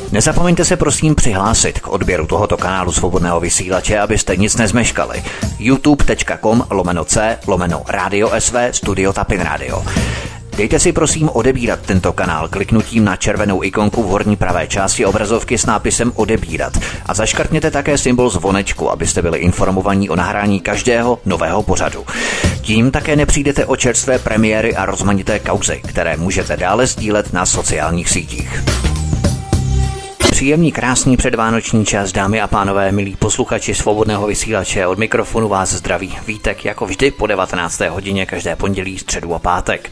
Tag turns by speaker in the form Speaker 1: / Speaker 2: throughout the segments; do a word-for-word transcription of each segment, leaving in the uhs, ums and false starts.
Speaker 1: Nezapomeňte se prosím přihlásit k odběru tohoto kanálu Svobodného vysílače, abyste nic nezmeškali. youtube.com lomeno c lomeno Radio S V Studio Tapin Radio. Dejte si prosím odebírat tento kanál kliknutím na červenou ikonku v horní pravé části obrazovky s nápisem odebírat a zaškrtněte také symbol zvonečku, abyste byli informovaní o nahrání každého nového pořadu. Tím také nepřijdete o čerstvé premiéry a rozmanité kauzy, které můžete dále sdílet na sociálních sítích. Příjemný, krásný předvánoční čas, dámy a pánové, milí posluchači Svobodného vysílače. Od mikrofonu vás zdraví Vítek, jako vždy po devatenácté hodině každé pondělí, středu a pátek.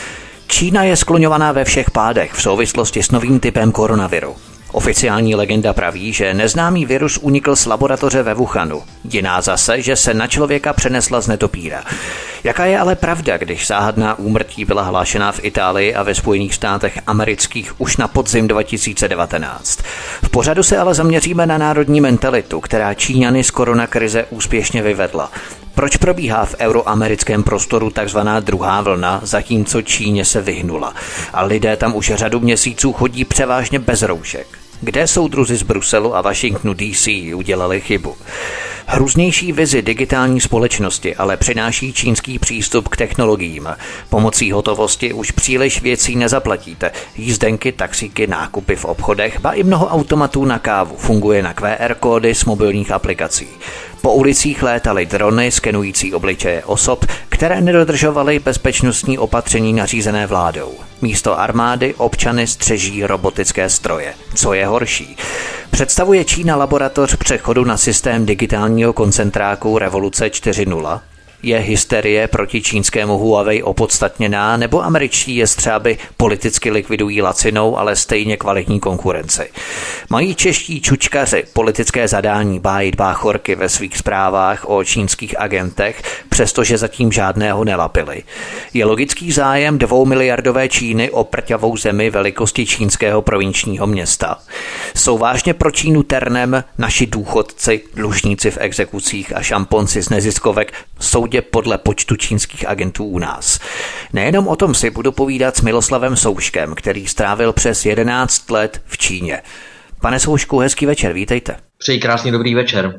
Speaker 1: Čína je skloňovaná ve všech pádech v souvislosti s novým typem koronaviru. Oficiální legenda praví, že neznámý virus unikl z laboratoře ve Wuhanu. Jiná zase, že se na člověka přenesla z netopíra. Jaká je ale pravda, když záhadná úmrtí byla hlášená v Itálii a ve Spojených státech amerických už na podzim dva tisíce devatenáct? V pořadu se ale zaměříme na národní mentalitu, která Číňany z koronakrize úspěšně vyvedla. Proč probíhá v euroamerickém prostoru takzvaná druhá vlna, zatímco Číně se vyhnula? A lidé tam už řadu měsíců chodí převážně bez roušek. Kde soudruzi z Bruselu a Washingtonu D C udělali chybu? Hrůznější vizi digitální společnosti ale přináší čínský přístup k technologiím. Pomocí hotovosti už příliš věcí nezaplatíte. Jízdenky, taxíky, nákupy v obchodech, ba i mnoho automatů na kávu funguje na Q R kódy z mobilních aplikací. Po ulicích létaly drony skenující obličeje osob, které nedodržovaly bezpečnostní opatření nařízené vládou. Místo armády občany střeží robotické stroje. Co je horší? Představuje Čína laboratoř přechodu na systém digitálního koncentráku Revoluce čtyři tečka nula? Je hysterie proti čínskému Huawei opodstatněná, nebo američtí jestřáby politicky likvidují lacinou, ale stejně kvalitní konkurenci? Mají čeští čučkaři politické zadání bájit báchorky ve svých zprávách o čínských agentech, přestože zatím žádného nelapili? Je logický zájem dvoumiliardové Číny o prťavou zemi velikosti čínského provinčního města? Jsou vážně pro Čínu ternem naši důchodci, dlužníci v exekucích a šamponci z neziskovek soudě podle počtu čínských agentů u nás? Nejenom o tom si budu povídat s Miloslavem Souškem, který strávil přes jedenáct let v Číně. Pane Soušku, hezký večer, vítejte.
Speaker 2: Přeji krásný dobrý večer.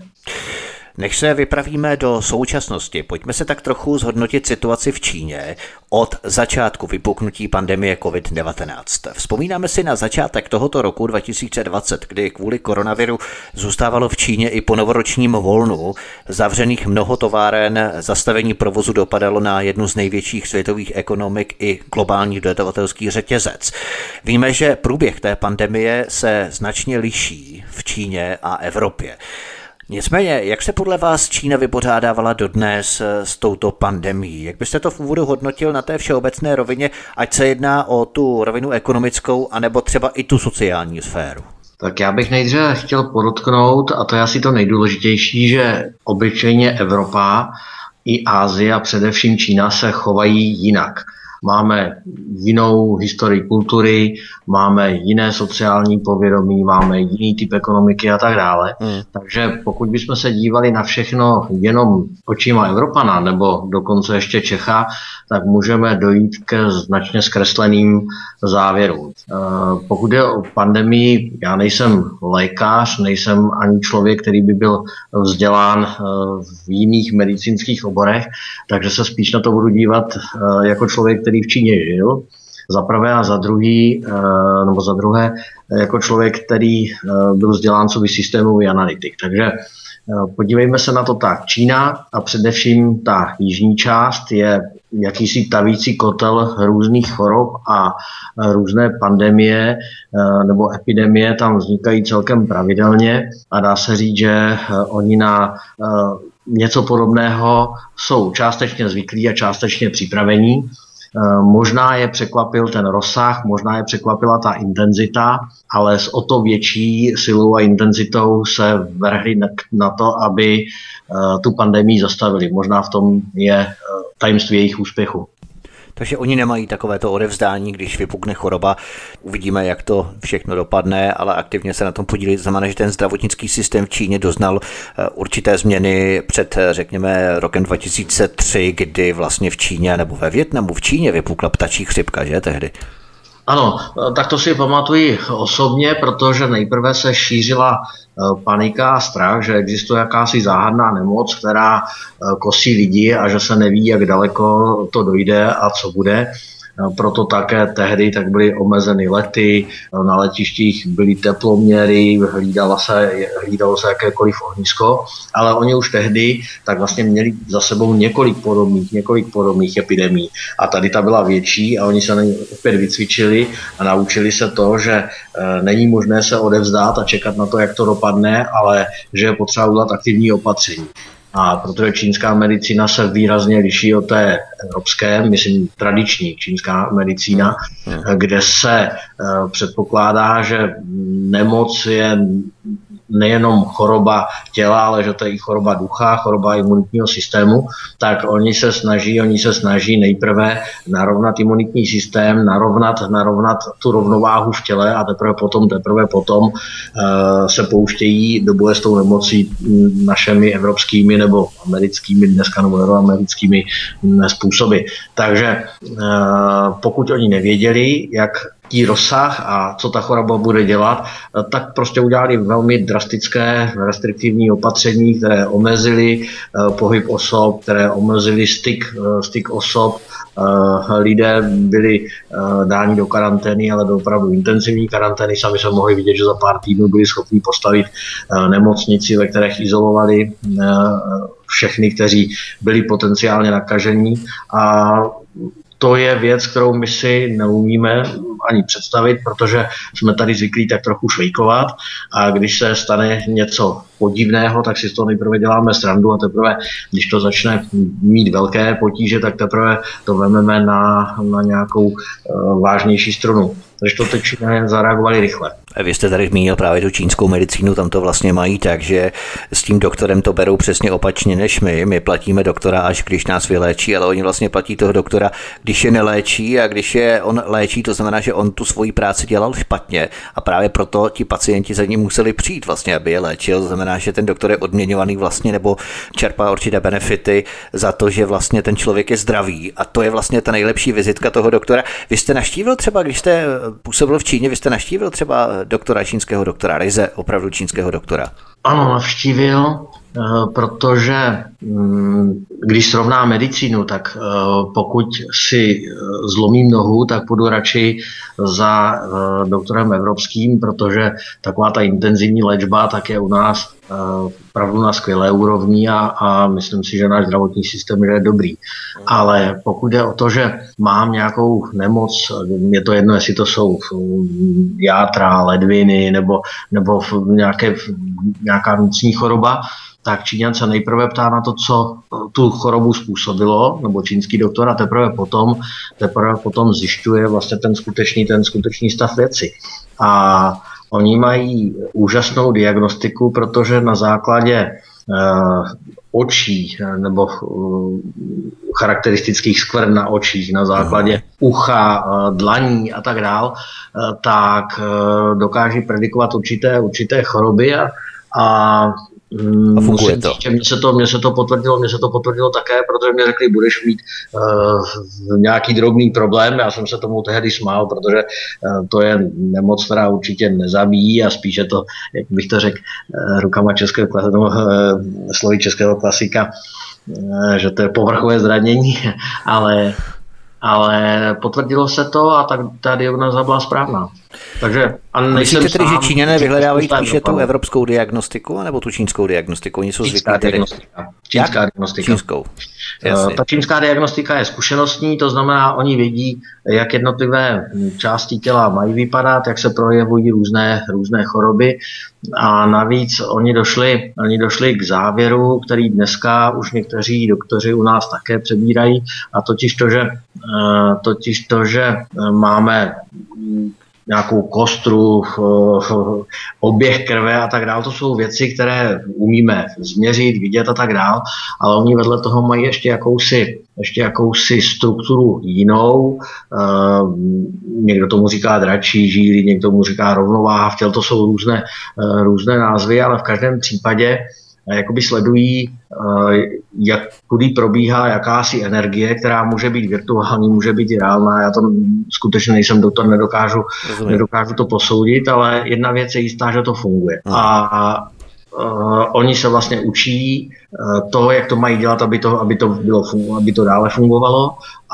Speaker 1: Než se vypravíme do současnosti, pojďme se tak trochu zhodnotit situaci v Číně od začátku vypuknutí pandemie covid devatenáct. Vzpomínáme si na začátek tohoto roku dva tisíce dvacet, kdy kvůli koronaviru zůstávalo v Číně i po novoročním volnu zavřených mnoho továren, zastavení provozu dopadalo na jednu z největších světových ekonomik i globální dodavatelský řetězec. Víme, že průběh té pandemie se značně liší v Číně a Evropě. Nicméně, jak se podle vás Čína vypořádávala dodnes s touto pandemií? Jak byste to v úvodu hodnotil na té všeobecné rovině, ať se jedná o tu rovinu ekonomickou, anebo třeba i tu sociální sféru?
Speaker 2: Tak já bych nejdříve chtěl podotknout, a to je asi to nejdůležitější, že obyčejně Evropa i Asie a především Čína se chovají jinak. Máme jinou historii kultury, máme jiné sociální povědomí, máme jiný typ ekonomiky a tak dále. Hmm. Takže pokud bychom se dívali na všechno jenom očima Evropana nebo dokonce ještě Čecha, tak můžeme dojít ke značně zkresleným závěrům. Pokud je o pandemii, já nejsem lékař, nejsem ani člověk, který by byl vzdělán v jiných medicínských oborech, takže se spíš na to budu dívat jako člověk, který v Číně žil, za prvé a za druhý, nebo za druhé, jako člověk, který byl vzdělán coby systémový analytik. Takže podívejme se na to tak. Čína a především ta jižní část je jakýsi tavící kotel různých chorob a různé pandemie nebo epidemie tam vznikají celkem pravidelně a dá se říct, že oni na něco podobného jsou částečně zvyklí a částečně připravení. Možná je překvapil ten rozsah, možná je překvapila ta intenzita, ale s o to větší silou a intenzitou se vrhli na to, aby tu pandemii zastavili. Možná v tom je tajemství jejich úspěchu.
Speaker 1: Takže oni nemají takovéto odevzdání, když vypukne choroba. Uvidíme, jak to všechno dopadne, ale aktivně se na tom podílí. Znamená, že ten zdravotnický systém v Číně doznal určité změny před, řekněme, rokem dva tisíce tři, kdy vlastně v Číně nebo ve Vietnamu v Číně vypukla ptačí chřipka, že tehdy?
Speaker 2: Ano, tak to si pamatuji osobně, protože nejprve se šířila panika a strach, že existuje jakási záhadná nemoc, která kosí lidi a že se neví, jak daleko to dojde a co bude. Proto také tehdy tak byly omezeny lety, na letištích byly teploměry, hlídalo se, hlídalo se jakékoliv ohnisko, ale oni už tehdy tak vlastně měli za sebou několik podobných, několik podobných epidemií. A tady ta byla větší a oni se na ní opět vycvičili a naučili se to, že není možné se odevzdát a čekat na to, jak to dopadne, ale že je potřeba udělat aktivní opatření. A protože čínská medicína se výrazně liší od té evropské, myslím tradiční čínská medicína, kde se předpokládá, že nemoc je nejenom choroba těla, ale že to je i choroba ducha, choroba imunitního systému, tak oni se snaží, oni se snaží nejprve narovnat imunitní systém, narovnat, narovnat tu rovnováhu v těle a teprve potom, teprve potom uh, se pouštějí do boje s tou nemocí našimi evropskými nebo americkými, dneska nebo americkými způsoby. Takže uh, pokud oni nevěděli, jak rozsah a co ta choroba bude dělat, tak prostě udělali velmi drastické restriktivní opatření, které omezily pohyb osob, které omezily styk, styk osob. Lidé byli dáni do karantény, ale do opravdu intenzivní karantény. Sami jsme mohli vidět, že za pár týdnů byli schopni postavit nemocnici, ve které izolovali všechny, kteří byli potenciálně nakažení. A to je věc, kterou my si neumíme ani představit, protože jsme tady zvyklí tak trochu švejkovat a když se stane něco podivného, tak si z toho nejprve děláme srandu a teprve, když to začne mít velké potíže, tak teprve to vememe na, na nějakou uh, vážnější strunu. Takže to teď zareagovali rychle.
Speaker 1: Vy jste tady zmínil právě tu čínskou medicínu, tam to vlastně mají tak, že s tím doktorem to berou přesně opačně než my. My platíme doktora, až když nás vyléčí, ale oni vlastně platí toho doktora, když je neléčí a když je on léčí, to znamená, že on tu svoji práci dělal špatně a právě proto ti pacienti za ním museli přijít vlastně, aby je léčil. To znamená, že ten doktor je odměňovaný vlastně nebo čerpá určité benefity za to, že vlastně ten člověk je zdravý a to je vlastně ta nejlepší vizitka toho doktora. Vy jste navštívil třeba, když jste působil v Číně, vy jste navštívil třeba doktora čínského doktora, ryze opravdu čínského doktora?
Speaker 2: Ano, navštívil, protože když srovná medicínu, tak pokud si zlomím nohu, tak půjdu radši za doktorem evropským, protože taková ta intenzivní léčba tak je u nás opravdu na skvělé úrovni a, a myslím si, že náš zdravotní systém je dobrý. Ale pokud jde o to, že mám nějakou nemoc, je to jedno, jestli to jsou játra, ledviny nebo, nebo nějaké, nějaká vnitřní choroba, tak Číňan se nejprve ptá na to, co tu chorobu způsobilo, nebo čínský doktor, a teprve potom, teprve potom zjišťuje vlastně ten skutečný, ten skutečný stav věci. A oni mají úžasnou diagnostiku, protože na základě uh, očí nebo uh, charakteristických skvrn na očích, na základě ucha, uh, dlaní a tak dál, uh, tak uh, dokáží predikovat určité, určité choroby a, a
Speaker 1: A funguje to.
Speaker 2: Mně se to, mně se to potvrdilo, mně se to potvrdilo také, protože mě řekli, budeš mít uh, nějaký drobný problém. Já jsem se tomu tehdy smál, protože uh, to je nemoc, která určitě nezabíjí a spíše to, jak bych to řekl, uh, rukama českého, uh, slovy českého klasika, uh, že to je povrchové zranění, ale ale potvrdilo se to a tak ta diagnoza byla správná. Takže a
Speaker 1: myslíte tedy, že Číňané vyhledávají spíše tu evropskou diagnostiku nebo tu čínskou diagnostiku? Oni jsou
Speaker 2: čínská
Speaker 1: zvyklí
Speaker 2: diagnostika. Čínská
Speaker 1: Jak?
Speaker 2: diagnostika.
Speaker 1: Čínskou. Jasně.
Speaker 2: Ta čínská diagnostika je zkušenostní, to znamená, oni vědí, jak jednotlivé části těla mají vypadat, jak se projevují různé, různé choroby a navíc oni došli, oni došli k závěru, který dneska už někteří doktoři u nás také přebírají, a totiž to, že, totiž to, že máme nějakou kostru, oběh krve a tak dále. To jsou věci, které umíme změřit, vidět a tak dále, ale oni vedle toho mají ještě jakousi, ještě jakousi strukturu jinou. Někdo tomu říká dračí žíly, někdo tomu říká rovnováha v těle, to jsou různé, různé názvy, ale v každém případě jakoby sledují, jak kudy probíhá jakási energie, která může být virtuální, může být i reálná. Já to skutečně nejsem doktor, nedokážu, nedokážu to posoudit, ale jedna věc je jistá, že to funguje. A Uh, oni se vlastně učí uh, to, jak to mají dělat, aby to, aby to, bylo, aby to dále fungovalo,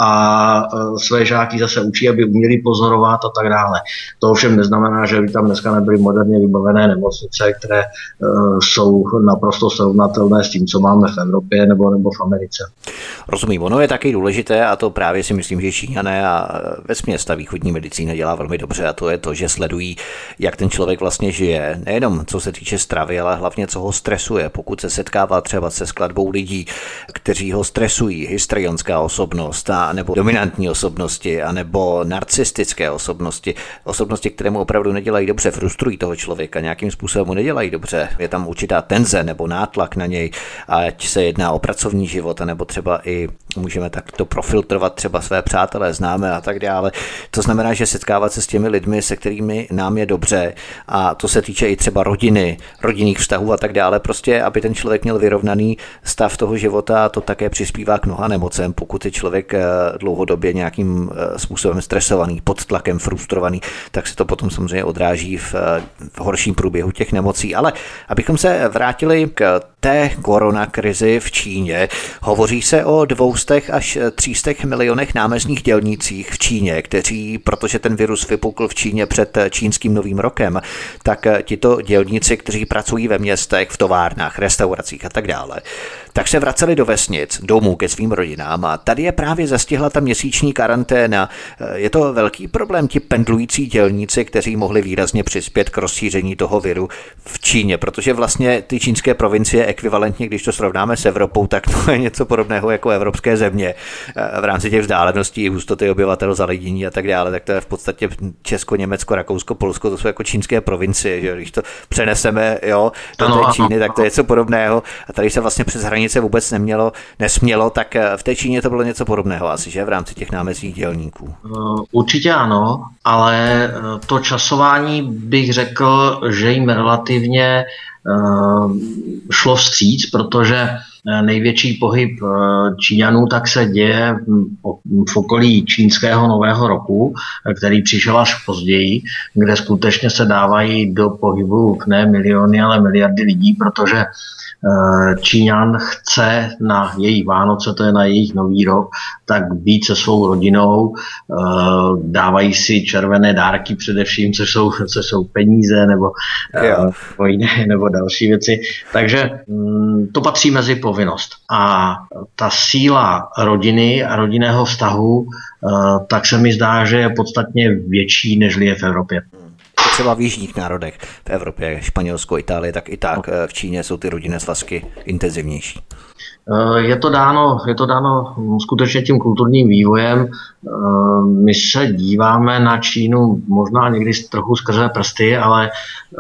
Speaker 2: a uh, své žáky zase učí, aby uměli pozorovat a tak dále. To ovšem neznamená, že by tam dneska nebyly moderně vybavené nemocnice, které uh, jsou naprosto srovnatelné s tím, co máme v Evropě nebo, nebo v Americe.
Speaker 1: Rozumím, ono je taky důležité, a to právě si myslím, že Číňané a vesměs ta východní medicína dělá velmi dobře, a to je to, že sledují, jak ten člověk vlastně žije, nejenom co se týče stravy, ale hlavně co ho stresuje. Pokud se setkává třeba se skladbou lidí, kteří ho stresují, histrionská osobnost, a nebo dominantní osobnosti, a nebo narcistické osobnosti, osobnosti, které mu opravdu nedělají dobře, frustrují toho člověka, nějakým způsobem mu nedělají dobře. Je tam určitá tenze nebo nátlak na něj, ať se jedná o pracovní život, nebo třeba i můžeme takto profiltrovat třeba své přátelé, známé a tak dále. To znamená, že setkávat se s těmi lidmi, se kterými nám je dobře, a to se týče i třeba rodiny, rodinných vztahů a tak dále, prostě aby ten člověk měl vyrovnaný stav toho života, a to také přispívá k mnoha nemocem. Pokud je člověk dlouhodobě nějakým způsobem stresovaný, pod tlakem, frustrovaný, tak se to potom samozřejmě odráží v, v horším průběhu těch nemocí. Ale abychom se vrátili k té koronakrizi v Číně, hovoří se o dvoustech až třístech milionech námezních dělnících v Číně, kteří, protože ten virus vypukl v Číně před čínským novým rokem, tak tito dělníci, kteří pracují ve městech, v továrnách, restauracích a tak dále, tak se vraceli do vesnic, domů ke svým rodinám, a tady je právě zastihla ta měsíční karanténa. Je to velký problém, ti pendlující dělníci, kteří mohli výrazně přispět k rozšíření toho viru v Číně, protože vlastně ty čínské provincie ekvivalentně, když to srovnáme s Evropou, tak to je něco podobného jako evropské země. V rámci těch vzdáleností, hustoty obyvatel, zaledění a tak dále, tak to je v podstatě Česko, Německo, Rakousko, Polsko, to jsou jako čínské provincie, že když to přeneseme, jo, do té Číny, tak to je něco podobného. A tady se vlastně přes hranice vůbec nemělo, nesmělo, tak v té Číně to bylo něco podobného asi, že v rámci těch námezních dělníků.
Speaker 2: Určitě ano, ale to časování bych řekl, že jim relativně šlo vstříc, protože největší pohyb Číňanů tak se děje v okolí čínského nového roku, který přišel až později, kde skutečně se dávají do pohybu ne miliony, ale miliardy lidí, protože Číňan chce na jejich Vánoce, to je na jejich nový rok, tak být se svou rodinou, dávají si červené dárky především, což jsou, což jsou peníze nebo, nebo jiné, nebo další věci. Takže to patří mezi povinnost. A ta síla rodiny a rodinného vztahu, tak se mi zdá, že je podstatně větší, než je v Evropě.
Speaker 1: Třeba v jižních národech v Evropě, Španělsko, Itálie, tak i tak v Číně jsou ty rodinné svazky intenzivnější.
Speaker 2: Je to dáno, je to dáno skutečně tím kulturním vývojem. My se díváme na Čínu možná někdy trochu skrze prsty, ale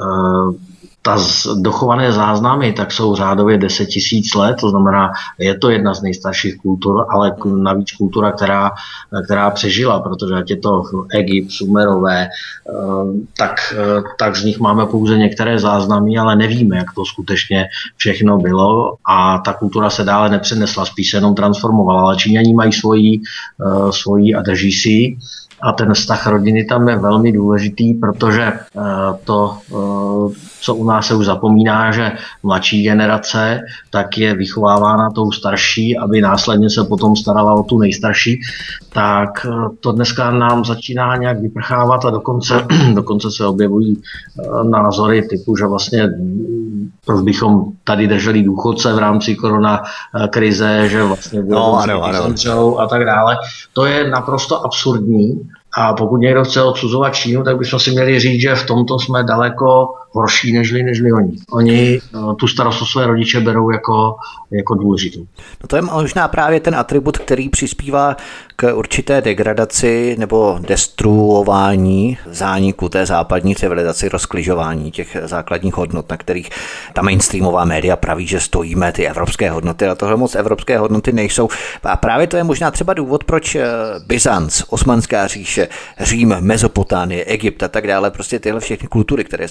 Speaker 2: ta dochované záznamy tak jsou řádově deset tisíc let, to znamená, je to jedna z nejstarších kultur, ale navíc kultura, která, která přežila, protože ať je to Egypt, Sumerové, tak, tak z nich máme pouze některé záznamy, ale nevíme, jak to skutečně všechno bylo, a ta kultura se dále nepřenesla, spíš se jenom transformovala, ale Číňaní mají svoji, svoji a drží si ji. A ten vztah rodiny tam je velmi důležitý, protože to, co u nás se už zapomíná, že mladší generace tak je vychovávána tou starší, aby následně se potom starala o tu nejstarší, tak to dneska nám začíná nějak vyprchávat, a dokonce, dokonce se objevují názory typu, že vlastně proč bychom tady drželi důchodce v rámci korona krize, že vlastně
Speaker 1: no, ano, ano.
Speaker 2: a tak dále. To je naprosto absurdní. A pokud někdo chce odsuzovat Čínu, tak bychom si měli říct, že v tomto jsme daleko horší nežli, nežli oni. Oni tu starost o své rodiče berou jako, jako důležitou.
Speaker 1: No to je možná právě ten atribut, který přispívá k určité degradaci nebo destruování zániku té západní civilizaci, rozkližování těch základních hodnot, na kterých ta mainstreamová média praví, že stojíme, ty evropské hodnoty, a tohle moc evropské hodnoty nejsou. A právě to je možná třeba důvod, proč Byzanc, Osmanská říše, Řím, Mezopotánie, Egypt a tak dále, prostě tyhle všechny kultury, které jste jmenoval,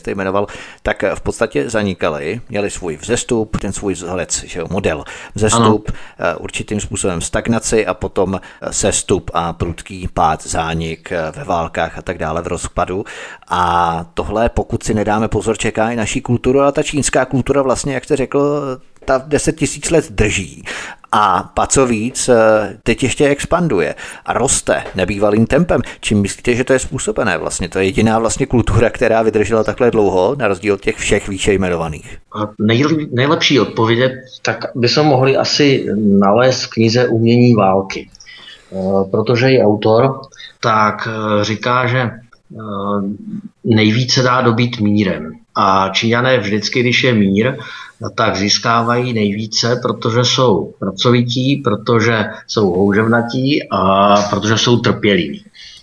Speaker 1: tak v podstatě zanikaly, měli svůj vzestup, ten svůj vzhled, že jo, model vzestup, ano. určitým způsobem stagnaci a potom sestup a prudký pád, zánik ve válkách a tak dále, v rozpadu. A tohle, pokud si nedáme pozor, čeká i naší kulturu, ale ta čínská kultura vlastně, jak jste řekl, ta deset tisíc let drží. A pa co víc, teď ještě expanduje a roste nebývalým tempem. Čím myslíte, že to je způsobené vlastně? To je jediná vlastně kultura, která vydržela takhle dlouho, na rozdíl od těch všech výše jmenovaných.
Speaker 2: Nej, nejlepší odpověď, tak bychom mohli asi nalézt v knize Umění války. Protože i autor tak říká, že nejvíce dá dobít mírem. A Číňané vždycky, když je mír, tak získávají nejvíce, protože jsou pracovití, protože jsou houževnatí a protože jsou trpěliví.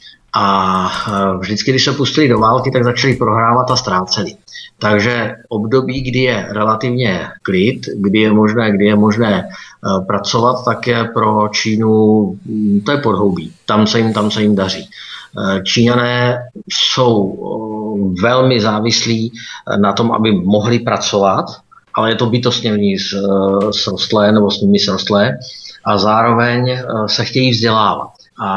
Speaker 2: A vždycky, když se pustili do války, tak začali prohrávat a ztráceli. Takže období, kdy je relativně klid, kdy je možné, kdy je možné pracovat, tak je pro Čínu, to je podhoubí. Tam se jim, tam se jim daří. Číňané jsou velmi závislí na tom, aby mohli pracovat, ale je to bytostně v ní srostlé nebo s nimi srostlé a zároveň se chtějí vzdělávat.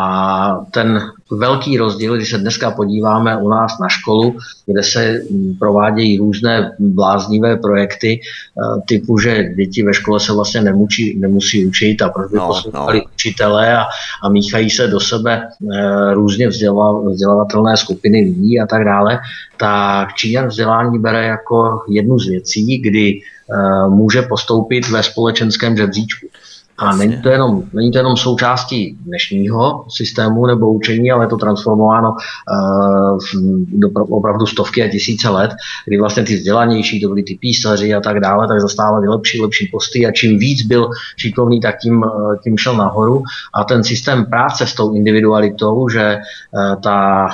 Speaker 2: A ten velký rozdíl, když se dneska podíváme u nás na školu, kde se provádějí různé bláznivé projekty typu, že děti ve škole se vlastně nemusí, nemusí učit a proč by no, poslouchali no. učitelé a, a míchají se do sebe e, různě vzdělávatelné skupiny lidí a tak dále, tak Číňan vzdělání bere jako jednu z věcí, kdy e, může postoupit ve společenském žebříčku. A není to, jenom, není to jenom součástí dnešního systému nebo učení, ale je to transformováno uh, do opravdu stovky a tisíce let, kdy vlastně ty vzdělanější, to byli ty písaři a tak dále, tak zastávali lepší, lepší posty a čím víc byl šikovný, tak tím, tím šel nahoru. A ten systém práce s tou individualitou, že uh, ta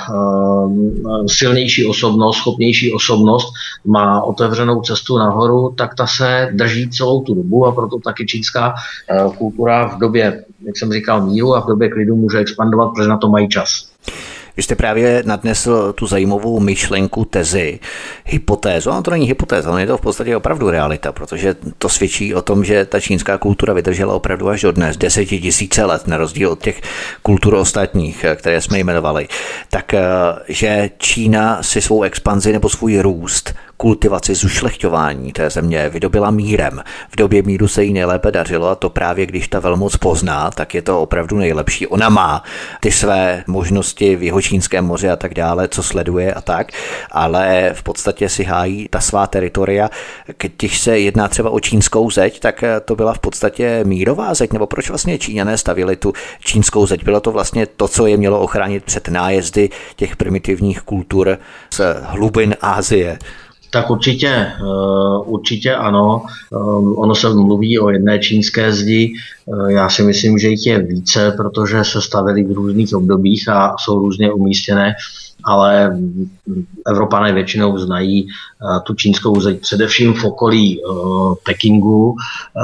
Speaker 2: uh, silnější osobnost, schopnější osobnost má otevřenou cestu nahoru, tak ta se drží celou tu dobu a proto taky čínská uh, kultura v době, jak jsem říkal, míru a v době klidu může expandovat, protože na to mají čas.
Speaker 1: Vy jste právě nadnesl tu zajímavou myšlenku, tezi, hypotézu. No to není hypotéza, ale je to v podstatě opravdu realita, protože to svědčí o tom, že ta čínská kultura vydržela opravdu až do dnes, desetitisíce let, na rozdíl od těch kultur ostatních, které jsme jmenovali. Tak, že Čína si svou expanzi nebo svůj růst, kultivaci, zušlechťování té země vydobila mírem. V době míru se jí nejlépe dařilo a to právě když ta velmoc pozná, tak je to opravdu nejlepší. Ona má ty své možnosti v Jihočínském moři a tak dále, co sleduje a tak, ale v podstatě si hájí ta svá teritoria. Když se jedná třeba o čínskou zeď, tak to byla v podstatě mírová zeď, nebo proč vlastně Číňané stavili tu čínskou zeď? Bylo to vlastně to, co je mělo ochránit před nájezdy těch primitivních kultur z hlubin Asie?
Speaker 2: Tak určitě, určitě ano. Ono se mluví o jedné čínské zdi. Já si myslím, že jich je více, protože se stavěly v různých obdobích a jsou různě umístěné, ale Evropané většinou znají tu čínskou zeď především v okolí Pekingu,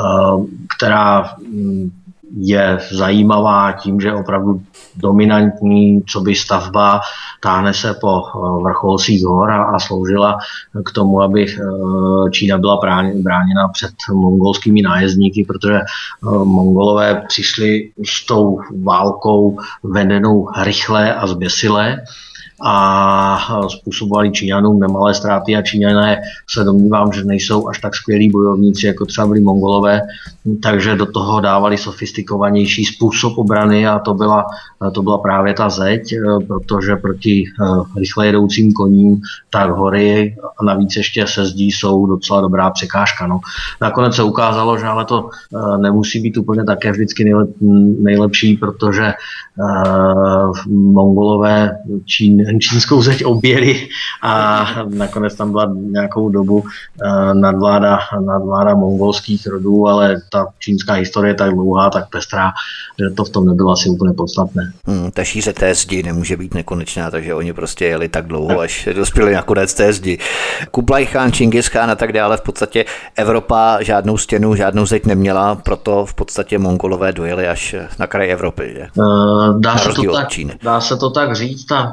Speaker 2: která je zajímavá tím, že je opravdu dominantní, co by stavba, táhne se po vrcholcích hor a, a sloužila k tomu, aby Čína byla bráněna před mongolskými nájezdníky, protože Mongolové přišli s tou válkou vedenou rychle a zběsile a způsobovali Číňanům nemalé ztráty a Číňané se domnívám, že nejsou až tak skvělí bojovníci, jako třeba byli Mongolové, takže do toho dávali sofistikovanější způsob obrany a to byla, to byla právě ta zeď, protože proti rychle jedoucím koním tak hory a navíc ještě se zdí jsou docela dobrá překážka. No. Nakonec se ukázalo, že ale to nemusí být úplně také vždycky nejlepší, protože Mongolové Čín čínskou zeď objeli a nakonec tam byla nějakou dobu nadvláda, nadvláda mongolských rodů, ale ta čínská historie je tak dlouhá, tak pestrá, že to v tom nebylo asi úplně podstatné.
Speaker 1: Hmm, ta šíře té zdi nemůže být nekonečná, takže oni prostě jeli tak dlouho, až dospěli na konec té zdi. Kublaj Chán, Čingis Chán a tak dále, v podstatě Evropa žádnou stěnu, žádnou zeď neměla, proto v podstatě Mongolové dojeli až na kraj Evropy. Že?
Speaker 2: Dá, se to tak, dá se to tak říct a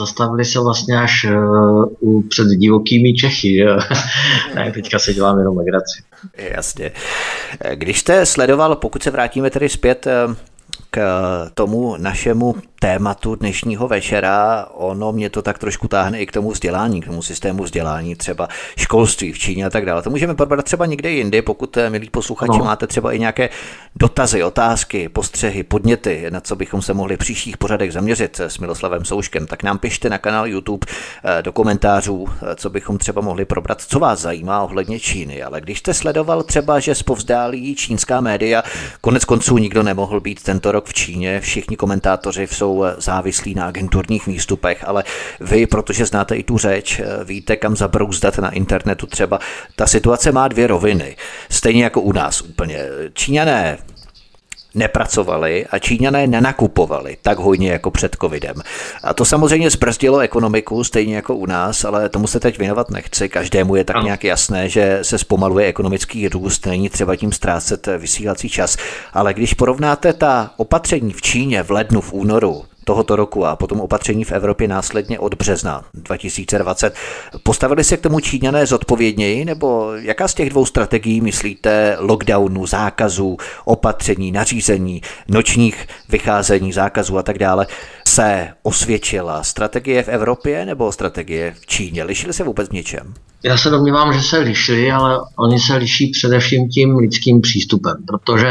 Speaker 2: zastavili se vlastně až uh, před divokými Čechy. Že? Ne, teďka se dělám jenom legraci.
Speaker 1: Jasně. Když jste sledoval, pokud se vrátíme tedy zpět k tomu našemu tématu dnešního večera, ono mě to tak trošku táhne i k tomu vzdělání, k tomu systému vzdělání, třeba školství v Číně a tak dále. To můžeme probrat třeba někde jindy, pokud, milí posluchači, no. máte třeba i nějaké dotazy, otázky, postřehy, podněty, na co bychom se mohli v příštích pořadech zaměřit s Miloslavem Souškem, tak nám pište na kanál YouTube do komentářů, co bychom třeba mohli probrat, co vás zajímá ohledně Číny. Ale když jste sledoval třeba, že zpovzdálí čínská média, konec konců nikdo nemohl být tento rok v Číně, všichni komentátoři jsou závislí na agenturních výstupech, ale vy, protože znáte i tu řeč, víte, kam zabrouzdat na internetu třeba. Ta situace má dvě roviny. Stejně jako u nás úplně. Číňané nepracovali a Číňané nenakupovali tak hojně jako před covidem. A to samozřejmě zbrzdilo ekonomiku, stejně jako u nás, ale tomu se teď věnovat nechci. Každému je tak nějak jasné, že se zpomaluje ekonomický růst, není třeba tím ztrácet vysílací čas. Ale když porovnáte ta opatření v Číně v lednu, v únoru tohoto roku a potom opatření v Evropě následně od března dva tisíce dvacet. Postavili se k tomu Číňané zodpovědněji, nebo jaká z těch dvou strategií myslíte, lockdownu, zákazů, opatření, nařízení, nočních vycházení, zákazů a tak dále, se osvědčila? Strategie v Evropě nebo strategie v Číně? Lišily se vůbec v něčem?
Speaker 2: Já se domnívám, že se lišili, ale oni se liší především tím lidským přístupem, protože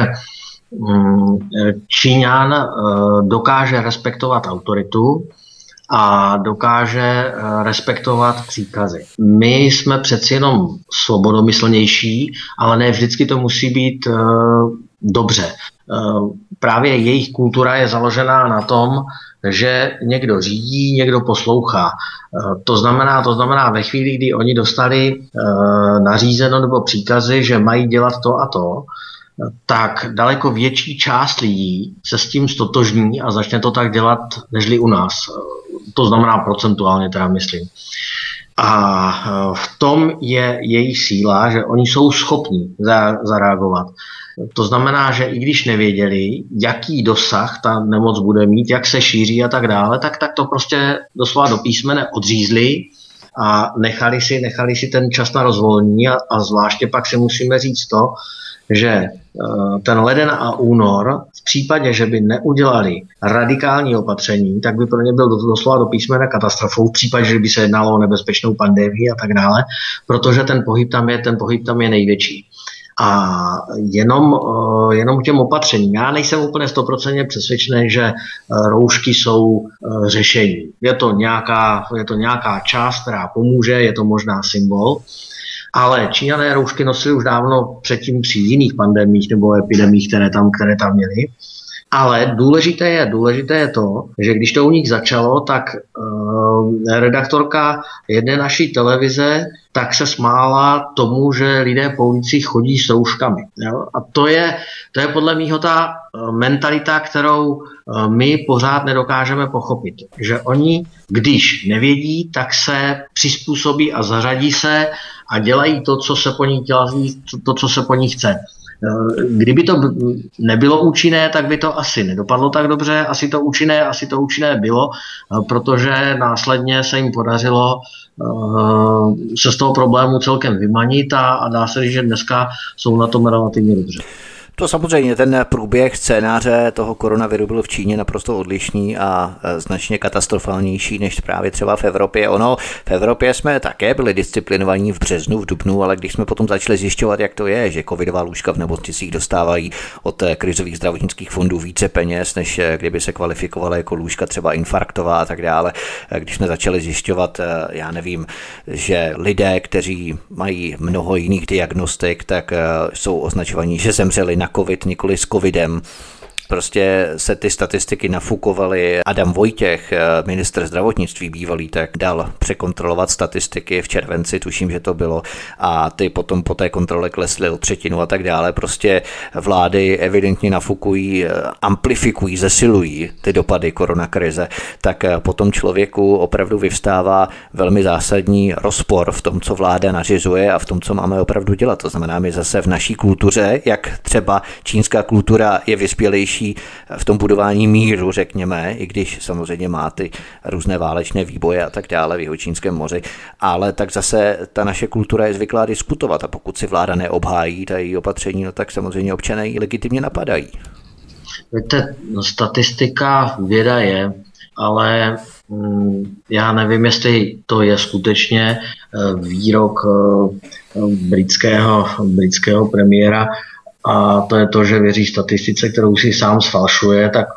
Speaker 2: Číňan dokáže respektovat autoritu a dokáže respektovat příkazy. My jsme přeci jenom svobodomyslnější, ale ne vždycky to musí být dobře. Právě jejich kultura je založená na tom, že někdo řídí, někdo poslouchá. To znamená, to znamená ve chvíli, kdy oni dostali nařízeno nebo příkazy, že mají dělat to a to, tak daleko větší část lidí se s tím stotožní a začne to tak dělat, nežli u nás. To znamená procentuálně teda myslím. A v tom je jejich síla, že oni jsou schopní zareagovat. To znamená, že i když nevěděli, jaký dosah ta nemoc bude mít, jak se šíří a tak dále, tak, tak to prostě doslova do písmene odřízli a nechali si, nechali si ten čas na rozvolnění a, a zvláště pak si musíme říct to, že ten leden a únor v případě, že by neudělali radikální opatření, tak by pro ně byl doslova do písmene katastrofou v případě, že by se jednalo o nebezpečnou pandemii a tak dále, protože ten pohyb tam je, ten pohyb tam je největší. A jenom, jenom k těm opatřením. Já nejsem úplně stoprocentně přesvědčený, že roušky jsou řešení. Je to nějaká, je to nějaká část, která pomůže, je to možná symbol, ale Číňané roušky nosili už dávno předtím při jiných pandemiích nebo epidemiích, které tam, které tam měli. Ale důležité je, důležité je to, že když to u nich začalo, tak uh, redaktorka jedné naší televize tak se smála tomu, že lidé po ulicích chodí s rouškami. Jo? A to je, to je podle mýho ta mentalita, kterou my pořád nedokážeme pochopit. Že oni, když nevědí, tak se přizpůsobí a zařadí se a dělají to, co se po nich dělí, to, co se po nich chce. Kdyby to nebylo účinné, tak by to asi nedopadlo tak dobře, asi to účinné, asi to účinné bylo, protože následně se jim podařilo se z toho problému celkem vymanit a, a dá se říct, že dneska jsou na tom relativně dobře.
Speaker 1: To samozřejmě, ten průběh scénáře toho koronaviru byl v Číně naprosto odlišný a značně katastrofálnější než právě třeba v Evropě. Ono, v Evropě jsme také byli disciplinovaní v březnu, v dubnu, ale když jsme potom začali zjišťovat, jak to je, že covidová lůžka v nemocnicích dostávají od krizových zdravotnických fondů více peněz, než kdyby se kvalifikovala jako lůžka třeba infarktová a tak dále. Když jsme začali zjišťovat, já nevím, že lidé, kteří mají mnoho jiných diagnostik, tak jsou označovaní, že zemřeli na covid, nikoli s covidem. Prostě se ty statistiky nafukovaly. Adam Vojtěch, ministr zdravotnictví bývalý, tak dal překontrolovat statistiky v červenci, tuším, že to bylo, a ty potom po té kontrole klesly o třetinu a tak dále. Prostě vlády evidentně nafukují, amplifikují, zesilují ty dopady koronakrize, tak potom člověku opravdu vyvstává velmi zásadní rozpor v tom, co vláda nařizuje a v tom, co máme opravdu dělat. To znamená, my zase v naší kultuře, jak třeba čínská kultura je vyspělejší úspěšnější v tom budování míru, řekněme, i když samozřejmě má ty různé válečné výboje a tak dále v Jihočínském moři, ale tak zase ta naše kultura je zvyklá diskutovat a pokud si vláda neobhájí ta její opatření, no tak samozřejmě občané ji legitimně napadají.
Speaker 2: Víte, statistika věda je, ale já nevím, jestli to je skutečně výrok britského, britského premiéra, a to je to, že věří statistice, kterou si sám sfalšuje, tak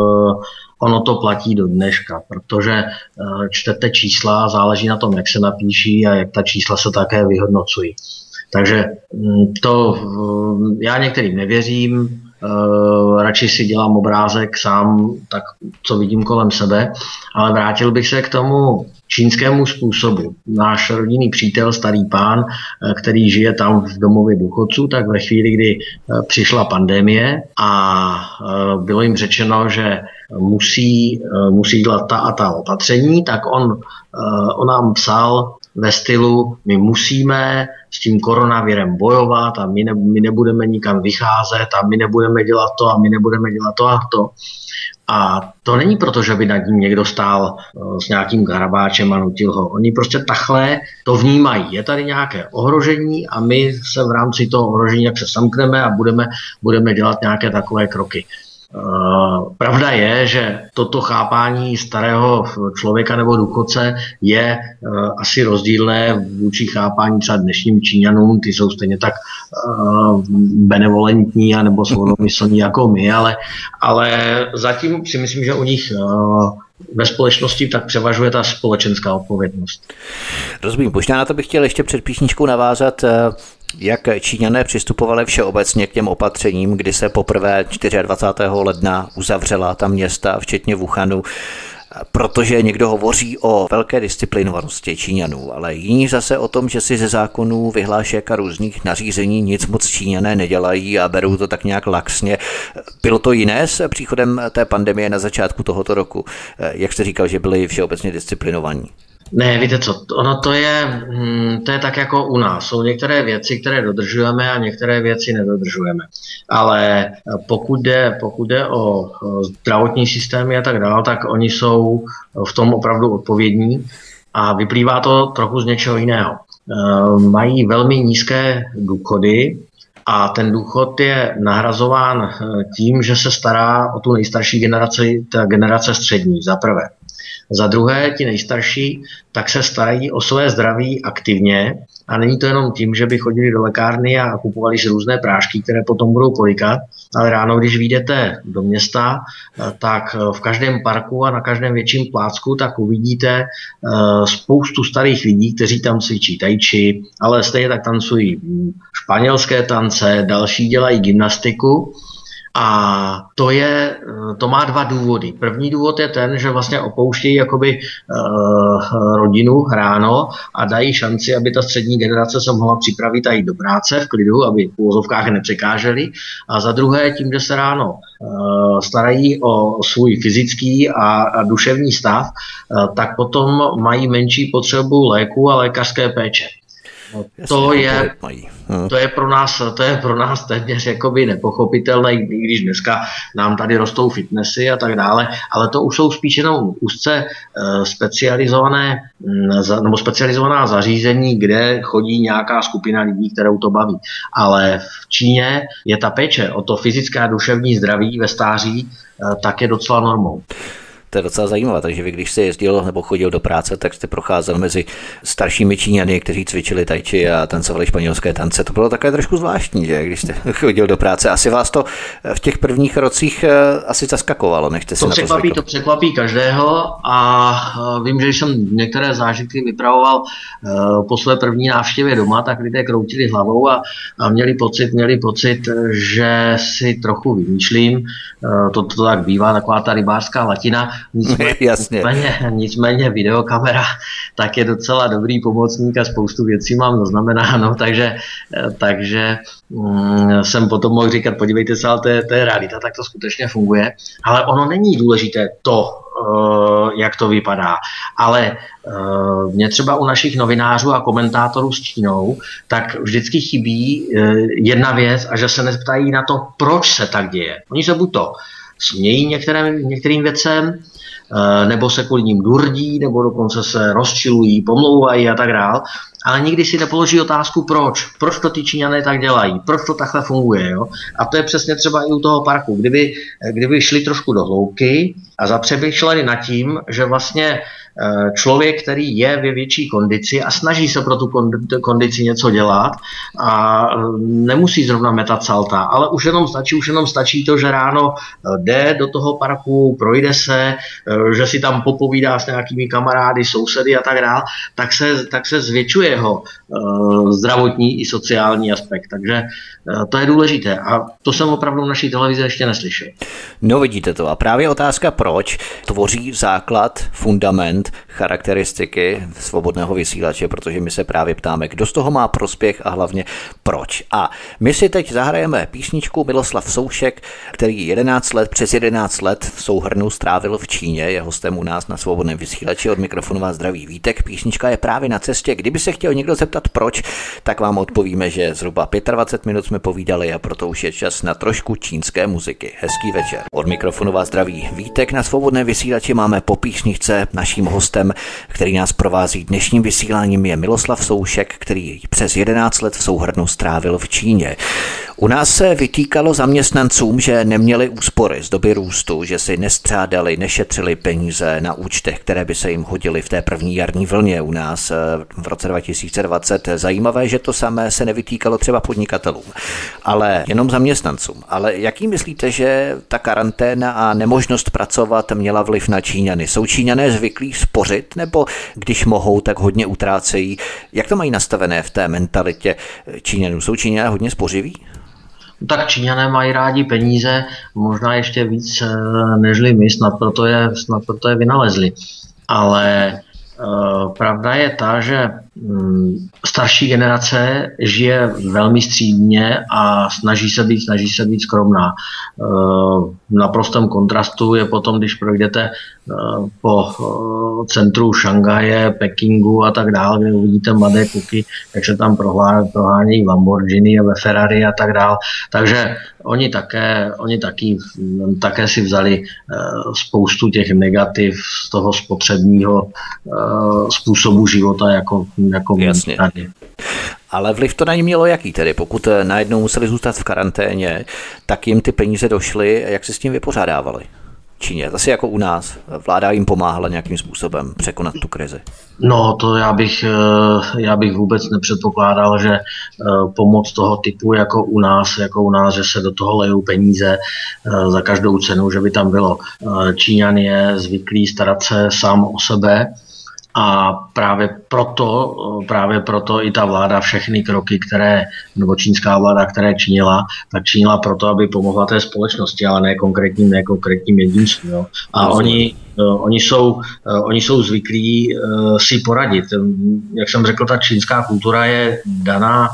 Speaker 2: ono to platí do dneška, protože čtete čísla, záleží na tom, jak se napíší a jak ta čísla se také vyhodnocují. Takže to já některým nevěřím, Uh, radši si dělám obrázek sám, tak co vidím kolem sebe, ale vrátil bych se k tomu čínskému způsobu. Náš rodinný přítel, starý pán, který žije tam v domově důchodců, tak ve chvíli, kdy přišla pandemie a bylo jim řečeno, že musí, musí dělat ta a ta opatření, tak on, on nám psal ve stylu, my musíme s tím koronavirem bojovat a my, ne, my nebudeme nikam vycházet a my nebudeme dělat to a my nebudeme dělat to a to. A to není proto, že by nad ním někdo stál s nějakým garabáčem a nutil ho. Oni prostě takhle to vnímají. Je tady nějaké ohrožení a my se v rámci toho ohrožení jak se samkneme a budeme, budeme dělat nějaké takové kroky. Uh, pravda je, že toto chápání starého člověka nebo důchodce je uh, asi rozdílné vůči chápání třeba dnešním Číňanům, ty jsou stejně tak uh, benevolentní a nebo svobodomyslní jako my, ale, ale zatím si myslím, že u nich uh, ve společnosti tak převažuje ta společenská odpovědnost.
Speaker 1: Rozumím, možná na to bych chtěl ještě před písničkou navázat, jak Číňané přistupovali všeobecně k těm opatřením, kdy se poprvé dvacátého čtvrtého ledna uzavřela ta města, včetně Wuhanu, protože někdo hovoří o velké disciplinovanosti Číňanů, ale jiní zase o tom, že si ze zákonů, vyhlášek a různých nařízení nic moc Číňané nedělají a berou to tak nějak laxně. Bylo to jiné s příchodem té pandemie na začátku tohoto roku? Jak jste říkal, že byli všeobecně disciplinovaní?
Speaker 2: Ne, víte co, ono to je, to je tak jako u nás. Jsou některé věci, které dodržujeme a některé věci nedodržujeme. Ale pokud jde, pokud jde o zdravotní systémy a tak dále, tak oni jsou v tom opravdu odpovědní a vyplývá to trochu z něčeho jiného. Mají velmi nízké důchody a ten důchod je nahrazován tím, že se stará o tu nejstarší generaci, ta generace střední, za prvé. Za druhé, ti nejstarší tak se starají o své zdraví aktivně a není to jenom tím, že by chodili do lékárny a kupovali si různé prášky, které potom budou kolikat, ale ráno, když vyjdete do města, tak v každém parku a na každém větším plácku tak uvidíte spoustu starých lidí, kteří tam cvičí tai chi, ale stejně tak tancují španělské tance, další dělají gymnastiku. A to, je, to má dva důvody. První důvod je ten, že vlastně opouštějí jakoby uh, rodinu ráno a dají šanci, aby ta střední generace se mohla připravit a jít do práce v klidu, aby v uvozovkách nepřekáželi. A za druhé tím, že se ráno uh, starají o svůj fyzický a, a duševní stav, uh, tak potom mají menší potřebu léku a lékařské péče. No, to, je, to, je pro nás, to je pro nás téměř jakoby nepochopitelné, i když dneska nám tady rostou fitnessy a tak dále, ale to už jsou spíš jenom úzce specializované nebo specializovaná zařízení, kde chodí nějaká skupina lidí, kterou to baví. Ale v Číně je ta péče o to fyzické a duševní zdraví ve stáří tak je docela normou.
Speaker 1: To je docela zajímavé, takže vy, když jste jezdil nebo chodil do práce, tak jste procházel mezi staršími Číňany, kteří cvičili tai chi a tancovali španělské tance. To bylo také trošku zvláštní, že když jste chodil do práce. Asi vás to v těch prvních rocích asi zaskakovalo, nechte si
Speaker 2: to
Speaker 1: na to
Speaker 2: překvapí,
Speaker 1: zvyknout.
Speaker 2: To překvapí každého a vím, že jsem některé zážitky vypravoval po své první návštěvě doma, tak lidé kroutili hlavou a, a měli pocit, měli pocit, že si trochu vymýšlím. To, to tak bývá, taková ta rybářská latina. Nicméně, nicméně, nicméně videokamera tak je docela dobrý pomocník a spoustu věcí mám zaznamenáno, takže, takže mm, jsem potom mohl říkat, podívejte se, ale to je, to je realita, tak to skutečně funguje. Ale ono není důležité to, jak to vypadá. Ale mě třeba u našich novinářů a komentátorů s Čínou tak vždycky chybí jedna věc a že se neptají na to, proč se tak děje. Oni se buď to smějí některým, některým věcem, nebo se kvůli ním durdí, nebo dokonce se rozčilují, pomlouvají a tak dál, ale nikdy si nepoloží otázku proč. Proč to ty Číňané tak dělají? Proč to takhle funguje? Jo? A to je přesně třeba i u toho parku. Kdyby, kdyby šli trošku do hloubky a zapřemýšleli nad tím, že vlastně člověk, který je ve větší kondici a snaží se pro tu kondici něco dělat a nemusí zrovna metat salta, ale už jenom stačí, už jenom stačí to, že ráno jde do toho parku, projde se, že si tam popovídá s nějakými kamarády, sousedy a tak dále, tak se, tak se zvětšuje jeho zdravotní i sociální aspekt. Takže to je důležité a to jsem opravdu v naší televizi ještě neslyšel.
Speaker 1: No vidíte to a právě otázka proč tvoří základ, fundament, charakteristiky svobodného vysílače, protože my se právě ptáme, kdo z toho má prospěch a hlavně proč. A my si teď zahrajeme písničku Miloslav Soušek, který jedenáct let, přes jedenáct let v souhrnu strávil v Číně, je hostem u nás na svobodném vysílači, od mikrofonu vás zdraví Vítek. Písnička je právě na cestě. Kdyby se chtěl někdo zeptat proč, tak vám odpovíme, že zhruba dvacet pět minut jsme povídali a proto už je čas na trošku čínské muziky. Hezký večer. Od mikrofonu vás zdraví Vítek, na svobodné vysílači máme po písničce. Naším hostem, který nás provází dnešním vysíláním, je Miloslav Soušek, který přes jedenáct let v souhrnu strávil v Číně. U nás se vytýkalo zaměstnancům, že neměli úspory z doby růstu, že si nestřádali, nešetřili peníze na účtech, které by se jim hodily v té první jarní vlně u nás v roce dva tisíce dvacet. Zajímavé, že to samé se nevytýkalo třeba podnikatelům, ale jenom zaměstnancům. Ale jaký myslíte, že ta karanténa a nemožnost pracovat měla vliv na Číňany? Jsou Číňané zvyklí spořit, nebo když mohou, tak hodně utrácejí? Jak to mají nastavené v té mentalitě Číňanů? Jsou Číňané hodně spořiví?
Speaker 2: Tak Číňané mají rádi peníze, možná ještě víc nežli my, snad proto je, snad proto je vynalezli. Ale uh, pravda je ta, že um, starší generace žije velmi střídmě a snaží se být, snaží se být skromná. Uh, v naprostém kontrastu je potom, když projdete uh, po uh, centru Šanghaje, Pekingu a tak dále, kde uvidíte mladé kluky, jak se tam prohánějí v Lamborghini a ve Ferrari a tak dále. Takže oni také, oni taky, také si vzali uh, spoustu těch negativ z toho spotřebního uh, způsobu života jako, jako
Speaker 1: Jasně. Tady. Ale vliv to na ně mělo jaký tedy? Pokud najednou museli zůstat v karanténě, tak jim ty peníze došly, jak se s tím vypořádávali? Číně, zase jako u nás, vláda jim pomáhala nějakým způsobem překonat tu krizi.
Speaker 2: No to já bych, já bych vůbec nepředpokládal, že pomoc toho typu jako u nás, jako u nás, že se do toho lejou peníze za každou cenu, že by tam bylo. Číňan je zvyklý starat se sám o sebe. A právě proto, právě proto i ta vláda všechny kroky, které, nebo čínská vláda, které činila, tak činila proto, aby pomohla té společnosti, ale ne konkrétním, ne konkrétním jedincům. Jo. A oni, oni, jsou, oni jsou zvyklí si poradit. Jak jsem řekl, ta čínská kultura je daná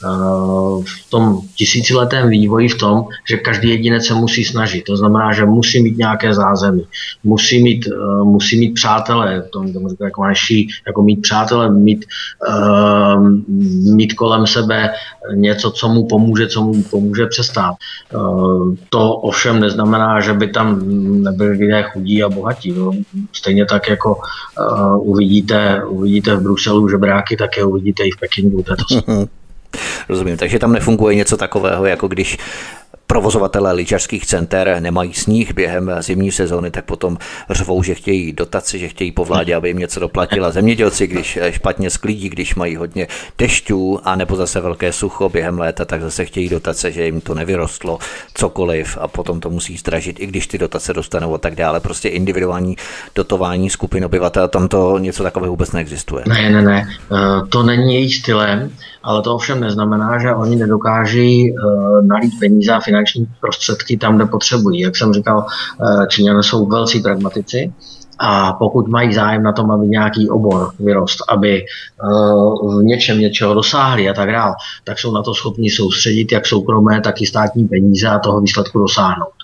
Speaker 2: v tom tisíciletém vývoji v tom, že každý jedinec se musí snažit. To znamená, že musí mít nějaké zázemí, musí mít, musí mít přátelé, to říká jako naši, jako mít přátelé, mít, uh, mít kolem sebe něco, co mu pomůže, co mu pomůže přestát. Uh, to ovšem neznamená, že by tam nebyli lidé chudí a bohatí. No. Stejně tak, jako uh, uvidíte, uvidíte v Bruselu žebráky, tak je uvidíte i v Pekingu.
Speaker 1: Rozumím, takže tam nefunguje něco takového, jako když provozovatelé lyžařských center nemají sníh během zimní sezóny, tak potom řvou, že chtějí dotaci, že chtějí po vládě, aby jim něco doplatila. Zemědělci, když špatně sklídí, když mají hodně dešťů, anebo zase velké sucho během léta, tak zase chtějí dotace, že jim to nevyrostlo, cokoliv a potom to musí zdražit, i když ty dotace dostanou a tak dále. Prostě individuální dotování skupin obyvatel, tam to něco takového vůbec neexistuje.
Speaker 2: Ne, ne, ne, to není jejich stylem, ale to ovšem neznamená, že oni nedokáží nalít peníze a finanční prostředky tam, kde potřebují. Jak jsem říkal, Číňané jsou velcí pragmatici a pokud mají zájem na tom, aby nějaký obor vyrost, aby v něčem něčeho dosáhli a tak dále, tak jsou na to schopni soustředit jak soukromé, tak i státní peníze a toho výsledku dosáhnout.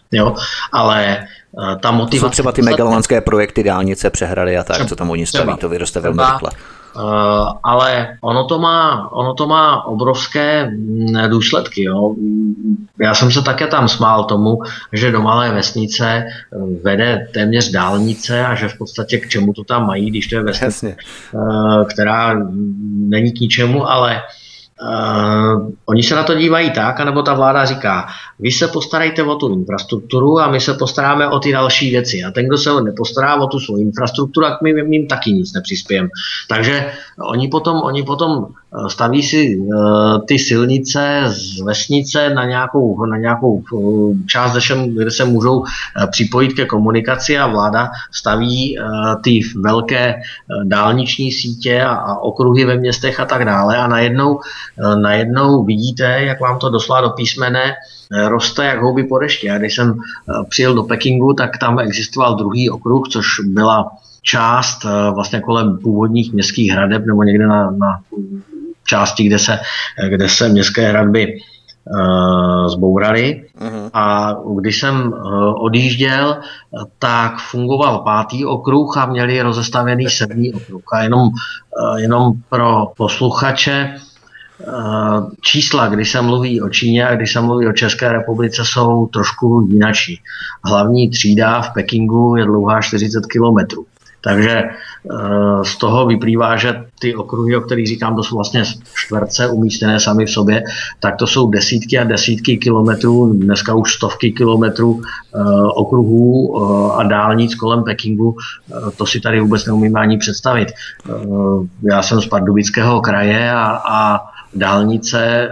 Speaker 2: Jo? Ale ta motivace...
Speaker 1: To jsou třeba ty megalomanské projekty, dálnice, přehrady a tak, třeba, co tam oni staví, to vyroste velmi rychle.
Speaker 2: Uh, ale ono to má, ono to má obrovské důsledky. Jo. Já jsem se také tam smál tomu, že do malé vesnice vede téměř dálnice a že v podstatě k čemu to tam mají, když to je vesnice, uh, která není k ničemu, ale Uh, oni se na to dívají tak, anebo ta vláda říká, vy se postarejte o tu infrastrukturu a my se postaráme o ty další věci. A ten, kdo se nepostará o tu svou infrastrukturu, tak my jim taky nic nepřispějeme. Takže oni potom, oni potom staví si uh, ty silnice z vesnice na nějakou, na nějakou uh, část, kde se, kde se můžou uh, připojit ke komunikaci a vláda staví uh, ty velké uh, dálniční sítě a, a okruhy ve městech a tak dále a najednou najednou vidíte, jak vám to doslova do písmene roste jak houby po dešti. A když jsem přijel do Pekingu, tak tam existoval druhý okruh, což byla část vlastně kolem původních městských hradeb nebo někde na, na části, kde se, kde se městské hradby uh, zbouraly. Uh-huh. A když jsem uh, odjížděl, tak fungoval pátý okruh a měli rozestavěný sedmý okruh. A jenom, uh, jenom pro posluchače, čísla, když se mluví o Číně a když se mluví o České republice, jsou trošku jinačí. Hlavní třída v Pekingu je dlouhá čtyřicet kilometrů. Takže z toho vyplývá, že ty okruhy, o kterých říkám, to jsou vlastně čtverce umístěné sami v sobě, tak to jsou desítky a desítky kilometrů, dneska už stovky kilometrů okruhů a dálnic kolem Pekingu. To si tady vůbec neumíme ani představit. Já jsem z Pardubického kraje a, a dálnice e,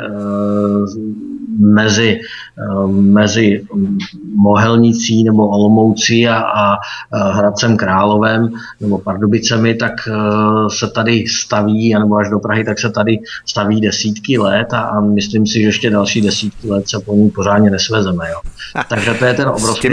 Speaker 2: mezi, e, mezi Mohelnicí nebo Olomoucí a, a Hradcem Královem nebo Pardubicemi, tak e, se tady staví, anebo až do Prahy, tak se tady staví desítky let a, a myslím si, že ještě další desítky let se po ní pořádně nesvezeme. Jo. Takže to je ten obrovský...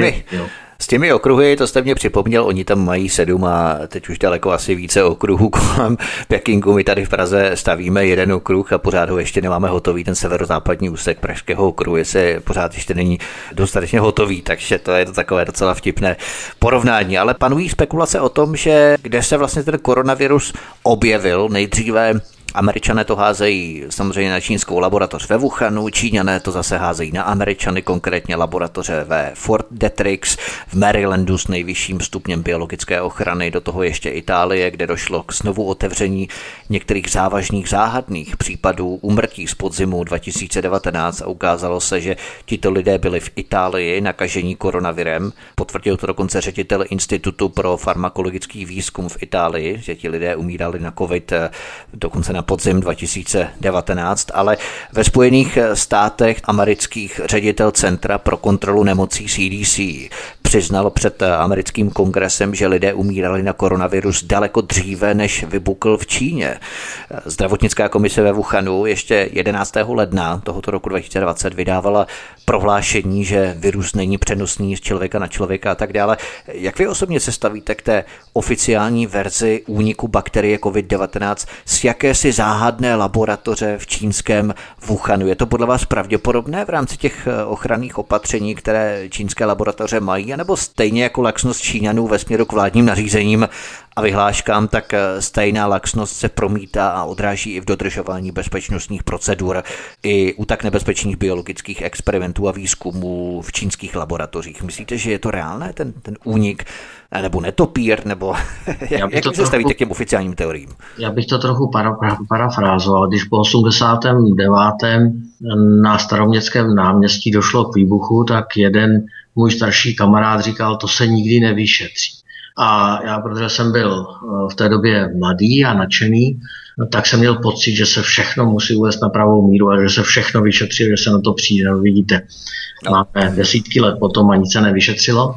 Speaker 1: S těmi okruhy, to jste mě připomněl, oni tam mají sedm a teď už daleko asi více okruhů kolem Pekingu. My tady v Praze stavíme jeden okruh a pořád ho ještě nemáme hotový, ten severozápadní úsek pražského okruhu, jestli pořád ještě není dostatečně hotový, takže to je to takové docela vtipné porovnání. Ale panují spekulace o tom, že kde se vlastně ten koronavirus objevil, nejdříve Američané to házejí samozřejmě na čínskou laboratoř ve Wuhanu, Číňané to zase házejí na Američany, konkrétně laboratoře ve Fort Detrick v Marylandu s nejvyšším stupněm biologické ochrany, do toho ještě Itálie, kde došlo k znovu otevření některých závažných záhadných případů úmrtí z podzimu dva tisíce devatenáct a ukázalo se, že tito lidé byli v Itálii nakažení koronavirem. Potvrdil to dokonce ředitel Institutu pro farmakologický výzkum v Itálii, že ti lidé umírali na covid dokonce na podzim dva tisíce devatenáct, ale ve Spojených státech amerických ředitel Centra pro kontrolu nemocí C D C přiznal před americkým kongresem, že lidé umírali na koronavirus daleko dříve, než vypukl v Číně. Zdravotnická komise ve Wuhanu ještě jedenáctého ledna tohoto roku dva tisíce dvacet vydávala prohlášení, že virus není přenosný z člověka na člověka a tak dále. Jak vy osobně se stavíte k té oficiální verzi úniku bakterie covid devatenáct z jakési záhadné laboratoře v čínském Wuhanu? Je to podle vás pravděpodobné v rámci těch ochranných opatření, které čínské laboratoře mají, nebo stejně jako laxnost Číňanů ve směru k vládním nařízením a vyhláškám, tak stejná laxnost se promítá a odráží i v dodržování bezpečnostních procedur i u tak nebezpečných biologických experimentů a výzkumů v čínských laboratořích? Myslíte, že je to reálné, ten, ten únik, nebo netopír, nebo jak, jak se trochu, stavíte k těm oficiálním teoriím?
Speaker 2: Já bych to trochu para, para, parafrázoval. Když po osmdesátém devátém na Staroměstském náměstí došlo k výbuchu, tak jeden můj starší kamarád říkal, to se nikdy nevyšetří. A já, protože jsem byl v té době mladý a nadšený, tak jsem měl pocit, že se všechno musí uvést na pravou míru a že se všechno vyšetří, že se na to přijde. Vidíte, máme desítky let potom a nic se nevyšetřilo.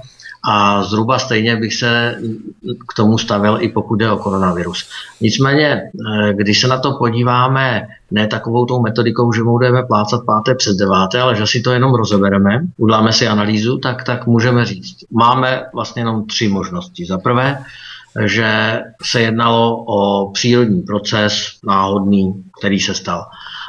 Speaker 2: A zhruba stejně bych se k tomu stavil i pokud jde o koronavirus. Nicméně, když se na to podíváme ne takovou tou metodikou, že budeme plácat páté přes deváté, ale že si to jenom rozebereme, uděláme si analýzu, tak, tak můžeme říct. Máme vlastně jenom tři možnosti. Za prvé, že se jednalo o přírodní proces náhodný, který se stal.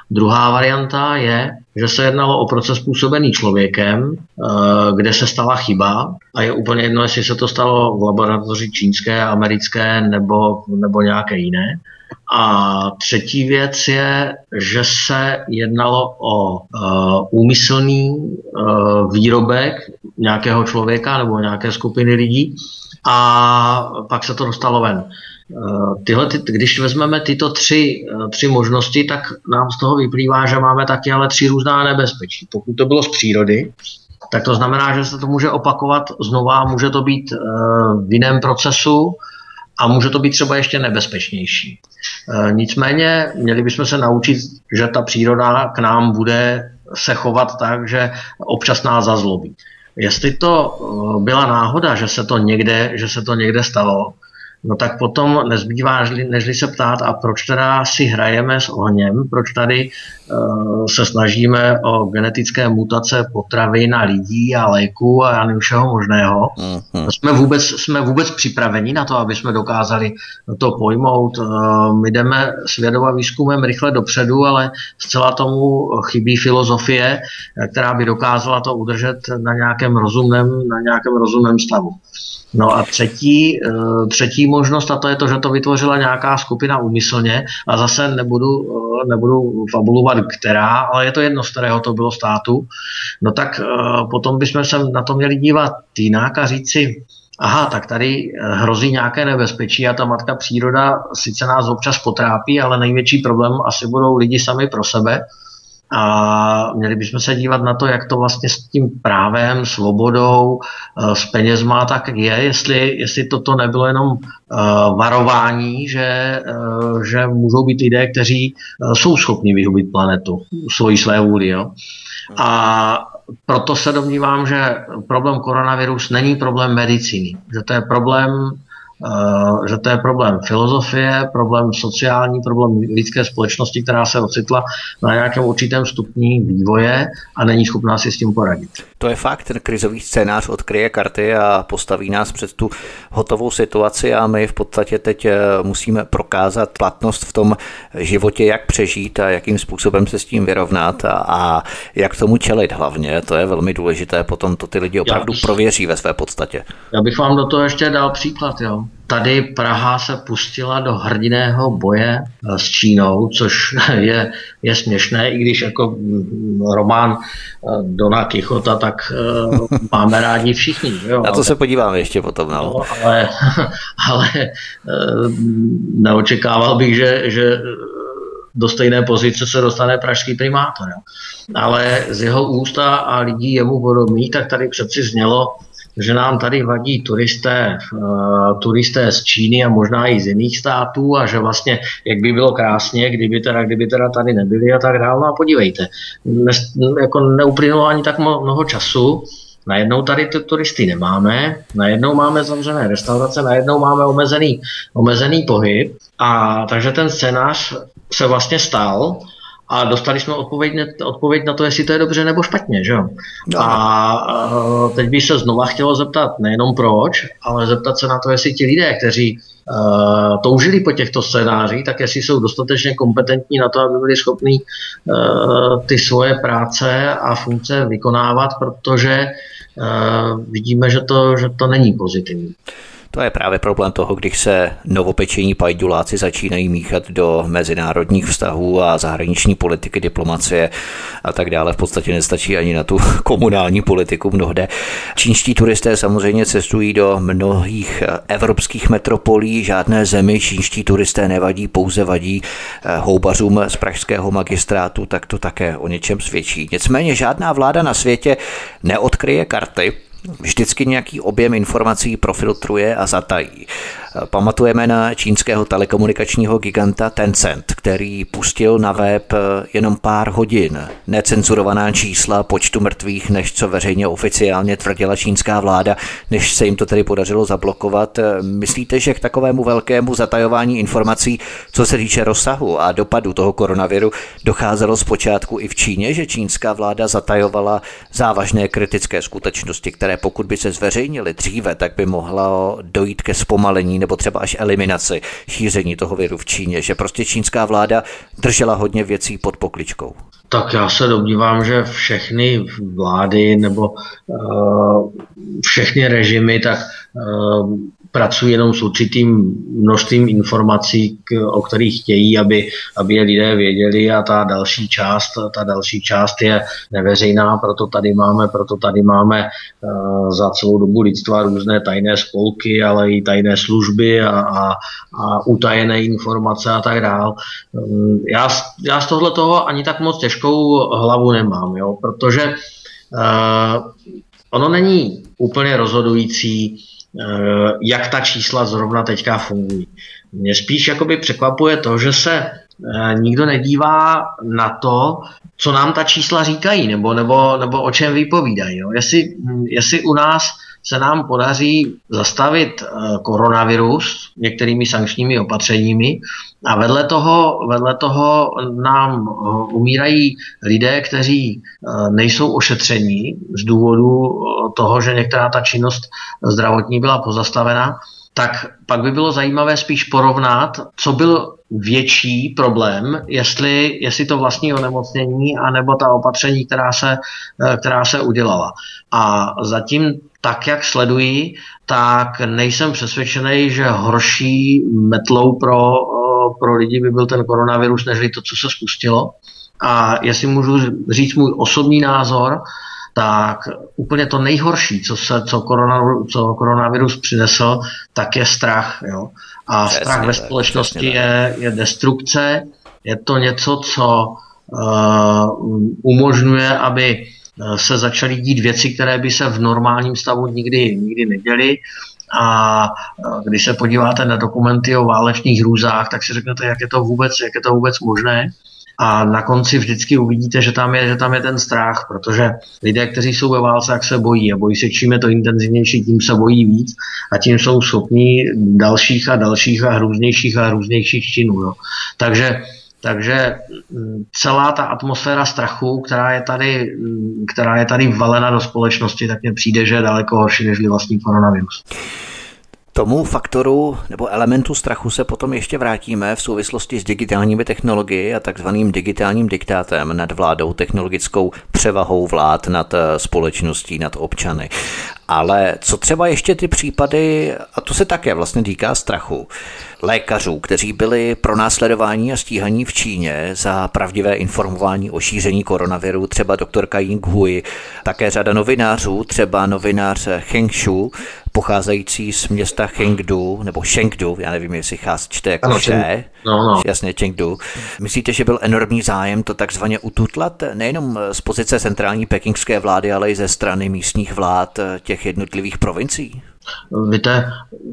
Speaker 2: Druhá varianta je, že se jednalo o proces způsobený člověkem, kde se stala chyba a je úplně jedno, jestli se to stalo v laboratoři čínské, americké nebo, nebo nějaké jiné. A třetí věc je, že se jednalo o uh, úmyslný uh, výrobek nějakého člověka nebo nějaké skupiny lidí a pak se to dostalo ven. Uh, tyhle, ty, když vezmeme tyto tři, uh, tři možnosti, tak nám z toho vyplývá, že máme taky ale tři různá nebezpečí. Pokud to bylo z přírody, tak to znamená, že se to může opakovat znova, může to být uh, v jiném procesu, a může to být třeba ještě nebezpečnější. E, nicméně měli bychom se naučit, že ta příroda k nám bude se chovat tak, že občas nás zazlobí. Jestli to byla náhoda, že se to někde, že se to někde stalo, no tak potom nezbývá, nežli se ptát, a proč teda si hrajeme s ohněm, proč tady uh, se snažíme o genetické mutace potravin a lidí a léků a já nevím všeho možného. Mm-hmm. Jsme vůbec, jsme vůbec připraveni na to, aby jsme dokázali to pojmout. Uh, my jdeme s vědou a výzkumem rychle dopředu, ale zcela tomu chybí filozofie, která by dokázala to udržet na nějakém rozumném, na nějakém rozumném stavu. No a třetí, třetí možnost, a to je to, že to vytvořila nějaká skupina úmyslně, a zase nebudu, nebudu fabulovat která, ale je to jedno, z kterého to bylo státu, no tak potom bychom se na to měli dívat jinak a říct si, aha, tak tady hrozí nějaké nebezpečí a ta matka příroda sice nás občas potrápí, ale největší problém asi budou lidi sami pro sebe. A měli bychom se dívat na to, jak to vlastně s tím právem, svobodou, s penězma tak je, jestli, jestli toto nebylo jenom uh, varování, že, uh, že můžou být lidé, kteří uh, jsou schopni vyhubit planetu svojí své vůli. Jo? A proto se domnívám, že problém koronavirus není problém medicíny, že to je problém Uh, že to je problém filozofie, problém sociální, problém lidské společnosti, která se ocitla na nějakém určitém stupni vývoje a není schopná si s tím poradit.
Speaker 1: To je fakt, ten krizový scénář odkryje karty a postaví nás před tu hotovou situaci a my v podstatě teď musíme prokázat platnost v tom životě, jak přežít a jakým způsobem se s tím vyrovnat a, a jak tomu čelit hlavně. To je velmi důležité, potom to ty lidi opravdu bych, prověří ve své podstatě.
Speaker 2: Já bych vám do toho ještě dal příklad, jo. Tady Praha se pustila do hrdinného boje s Čínou, což je, je směšné, i když jako román Dona Quixota, tak uh, máme rádi všichni. Jo,
Speaker 1: na to ale, se podíváme ještě potom. No.
Speaker 2: No, ale ale uh, neočekával bych, že, že do stejné pozice se dostane pražský primátor. Jo. Ale z jeho ústa a lidí jemu podobných, tak tady přeci znělo, že nám tady vadí turisté, uh, turisté z Číny a možná i z jiných států a že vlastně, jak by bylo krásně, kdyby teda, kdyby teda tady nebyli a tak dále. No a podívejte, ne, jako neuplynulo ani tak mnoho času, najednou tady ty turisty nemáme, najednou máme zavřené restaurace, najednou máme omezený, omezený pohyb a takže ten scénář se vlastně stal. A dostali jsme odpověď, odpověď na to, jestli to je dobře nebo špatně, že jo? A teď by se znova chtělo zeptat nejenom proč, ale zeptat se na to, jestli ti lidé, kteří uh, toužili po těchto scénářích, tak jestli jsou dostatečně kompetentní na to, aby byli schopní uh, ty svoje práce a funkce vykonávat, protože uh, vidíme, že to, že to není pozitivní.
Speaker 1: To je právě problém toho, když se novopečení pajduláci začínají míchat do mezinárodních vztahů a zahraniční politiky, diplomacie a tak dále. V podstatě nestačí ani na tu komunální politiku mnohde. Čínští turisté samozřejmě cestují do mnohých evropských metropolí, žádné zemi čínští turisté nevadí, pouze vadí houbařům z pražského magistrátu, tak to také o něčem svědčí. Nicméně žádná vláda na světě neodkryje karty, vždycky nějaký objem informací profiltruje a zatají. Pamatujeme na čínského telekomunikačního giganta Tencent, který pustil na web jenom pár hodin necenzurovaná čísla počtu mrtvých, než co veřejně oficiálně tvrdila čínská vláda, než se jim to tedy podařilo zablokovat. Myslíte, že k takovému velkému zatajování informací, co se týče rozsahu a dopadu toho koronaviru, docházelo zpočátku i v Číně, že čínská vláda zatajovala závažné kritické skutečnosti, které pokud by se zveřejnily dříve, tak by mohlo dojít ke zpomalení nebo třeba až eliminaci šíření toho viru v Číně, že prostě čínská vláda držela hodně věcí pod pokličkou?
Speaker 2: Tak já se domnívám, že všechny vlády nebo uh, všechny režimy tak uh, pracují jenom s určitým množstvím informací, k, o kterých chtějí, aby, aby je lidé věděli, a ta další část, ta další část je neveřejná, proto tady máme, proto tady máme uh, za celou dobu lidstva různé tajné spolky, ale i tajné služby a, a, a utajené informace a tak dál. Um, já, já z tohle toho ani tak moc těžkou hlavu nemám, jo, protože uh, ono není úplně rozhodující, jak ta čísla zrovna teďka fungují. Mě spíš jakoby překvapuje to, že se nikdo nedívá na to, co nám ta čísla říkají, nebo, nebo, nebo o čem vypovídají. Jo. Jestli, jestli u nás se nám podaří zastavit koronavirus některými sankčními opatřeními a vedle toho, vedle toho nám umírají lidé, kteří nejsou ošetření z důvodu toho, že některá ta činnost zdravotní byla pozastavena, tak pak by bylo zajímavé spíš porovnat, co byl větší problém, jestli, jestli to vlastní onemocnění, anebo ta opatření, která se, která se udělala. A zatím tak, jak sleduji, tak nejsem přesvědčený, že horší metlou pro, pro lidi by byl ten koronavirus, než to, co se spustilo. A jestli můžu říct můj osobní názor, tak úplně to nejhorší, co, se, co, korona, co koronavirus přinesl, tak je strach. Jo? A přesně, strach ve společnosti je, je destrukce, je to něco, co uh, umožňuje, aby se začaly dít věci, které by se v normálním stavu nikdy, nikdy neděly. A když se podíváte na dokumenty o válečných hrůzách, tak si řeknete, jak je to vůbec, jak je to vůbec možné. A na konci vždycky uvidíte, že tam je, že tam je ten strach, protože lidé, kteří jsou ve válce, jak se bojí a bojí se, čím je to intenzivnější, tím se bojí víc a tím jsou schopní dalších a dalších a hrůznějších a hrůznějších činů. Jo. Takže Takže celá ta atmosféra strachu, která je tady, která je tady valena do společnosti, tak mně přijde, že je daleko horší než vlastní koronavirus.
Speaker 1: Tomu faktoru nebo elementu strachu se potom ještě vrátíme v souvislosti s digitálními technologiemi a takzvaným digitálním diktátem nad vládou, technologickou převahou vlád nad společností, nad občany. Ale co třeba ještě ty případy, a to se také vlastně týká strachu, lékařů, kteří byli pronásledováni a stíhaní v Číně za pravdivé informování o šíření koronaviru, třeba doktorka Ying Hui, také řada novinářů, třeba novinář Heng Shu, pocházející z města Chengdu, nebo Chengdu, já nevím, jestli chás čte jako ano, vše, no, no. Jasně, Chengdu. Myslíte, že byl enormní zájem to takzvaně ututlat, nejenom z pozice centrální pekingské vlády, ale i ze strany místních vlád těch jednotlivých provincií?
Speaker 2: Víte,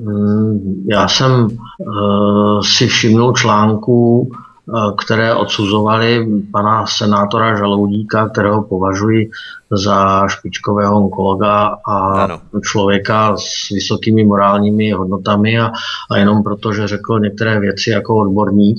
Speaker 2: já jsem si všimnul článků, které odsuzovali pana senátora Žaloudíka, kterého považuji za špičkového onkologa a ano. člověka s vysokými morálními hodnotami a, a jenom proto, že řekl některé věci jako odborník,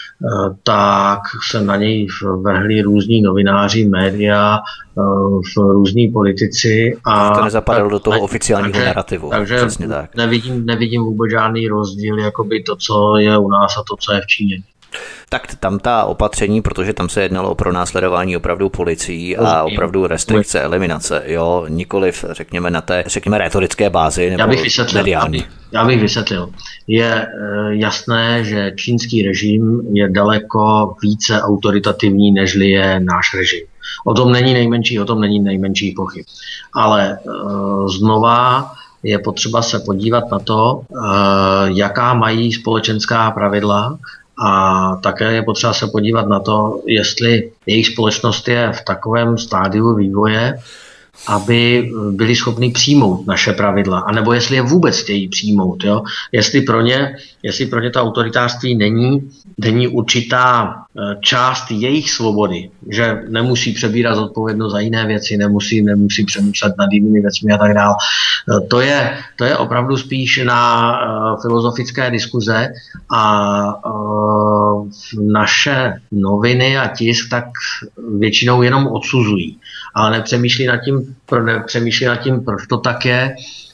Speaker 2: tak se na něj vrhli různí novináři, média, různí politici. A
Speaker 1: to nezapadalo do toho
Speaker 2: tak,
Speaker 1: oficiálního
Speaker 2: takže,
Speaker 1: narrativu.
Speaker 2: Takže tak. nevidím, nevidím vůbec žádný rozdíl, jakoby to, co je u nás a to, co je v Číně.
Speaker 1: Tak tam ta opatření, protože tam se jednalo o pronásledování opravdu policií a opravdu restrikce, eliminace, jo, nikoliv, řekněme, na té, řekněme, rétorické bázi nebo
Speaker 2: já bych vysvětlil,
Speaker 1: mediální.
Speaker 2: Já bych, já bych vysvětlil. Je e, jasné, že čínský režim je daleko více autoritativní, nežli je náš režim. O tom není nejmenší, o tom není nejmenší pochyb. Ale e, znova je potřeba se podívat na to, e, jaká mají společenská pravidla, a také je potřeba se podívat na to, jestli jejich společnost je v takovém stádiu vývoje, aby byli schopni přijmout naše pravidla, anebo jestli je vůbec chtějí přijmout. Jo? Jestli, pro ně, jestli pro ně to autoritářství není, není určitá část jejich svobody, že nemusí přebírat zodpovědnost za jiné věci, nemusí, nemusí přemýšlet nad jinými věcmi a tak dále. To je, to je opravdu spíš na uh, filozofické diskuze a uh, naše noviny a tisk tak většinou jenom odsuzují, ale nepřemýšlí nad tím, nepřemýšlí nad tím, proč to tak je,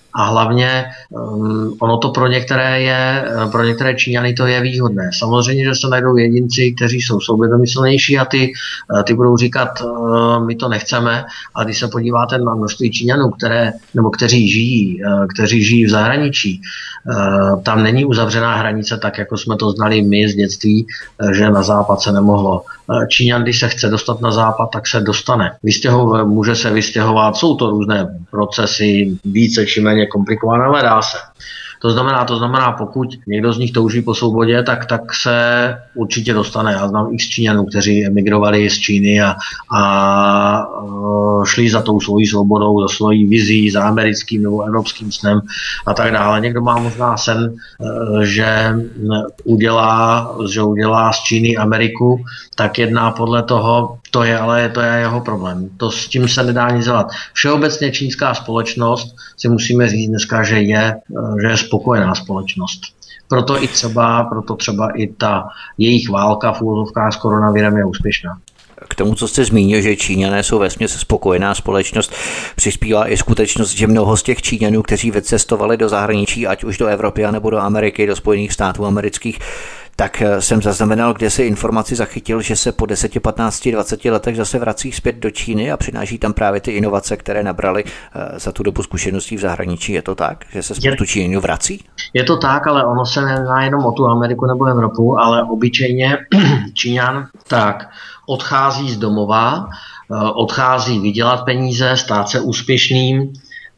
Speaker 2: A hlavně um, ono to pro některé je, pro některé Číňany to je výhodné. Samozřejmě, že se najdou jedinci, kteří jsou sobědomyslnější a ty, ty budou říkat, uh, my to nechceme, ale když se podíváte na množství Číňanů, které, nebo kteří žijí, uh, kteří žijí v zahraničí, uh, tam není uzavřená hranice tak, jako jsme to znali my z dětství, uh, že na západ se nemohlo. Uh, Číňan, když se chce dostat na západ, tak se dostane. Vystěhov, může se vystěhovat, jsou to různé procesy, více či méně komplikované, ale dá se. To znamená, to znamená, pokud někdo z nich touží po svobodě, tak, tak se určitě dostane. Já znám x Číňanů, kteří emigrovali z Číny a, a šli za tou svojí svobodou, za svojí vizí, za americkým nebo evropským snem a tak dále. Někdo má možná sen, že udělá, že udělá z Číny Ameriku, tak jedná podle toho. To je ale to je jeho problém. To s tím se nedá nic dělat. Všeobecně čínská společnost si musíme říct dneska, že je, že je spokojená společnost. Proto i třeba, proto třeba i ta jejich válka v úvozovkách s koronavirem je úspěšná.
Speaker 1: K tomu, co jste zmínil, že Číňané jsou vesměs spokojená společnost, přispívá i skutečnost, že mnoho z těch Číňanů, kteří vycestovali do zahraničí, ať už do Evropy, nebo do Ameriky, do Spojených států amerických, tak jsem zaznamenal, kde si informaci zachytil, že se po deseti, patnácti, dvaceti letech zase vrací zpět do Číny a přináší tam právě ty inovace, které nabrali za tu dobu zkušeností v zahraničí. Je to tak, že se spoustu Číňanů vrací?
Speaker 2: Je to tak, ale ono se nejedná jenom o tu Ameriku nebo Evropu, ale obyčejně Číňan tak odchází z domova, odchází vydělat peníze, stát se úspěšným,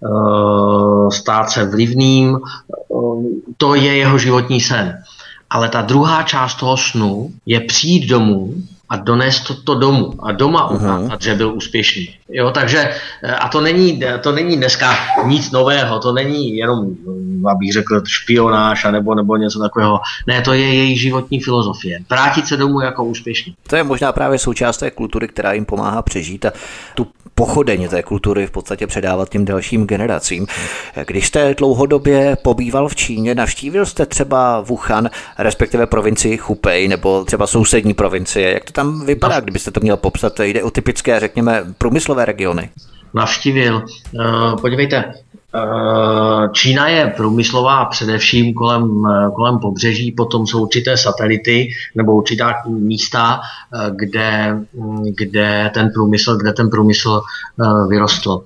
Speaker 2: stát se vlivným. To je jeho životní sen. Ale ta druhá část toho snu je přijít domů a donést to, to domů a doma ukázat, uh-huh. že byl úspěšný. Jo, takže, a to není, to není dneska nic nového, to není jenom, abych řekl, špionáž nebo, nebo něco takového. Ne, to je její životní filozofie. Vrátit se domů jako úspěšný.
Speaker 1: To je možná právě součást té kultury, která jim pomáhá přežít a tu pochodeň té kultury v podstatě předávat těm dalším generacím. Když jste dlouhodobě pobýval v Číně, navštívil jste třeba Wuhan, respektive provincii Hubei, nebo třeba sousední provincie. Jak to tam vypadá, kdybyste to měl popsat? Jde o typické, řekněme, průmyslové regiony.
Speaker 2: Navštívil. Podívejte, Čína je průmyslová především kolem, kolem pobřeží, potom jsou určité satelity nebo určitá místa, kde, kde, ten, průmysl, kde ten průmysl vyrostl.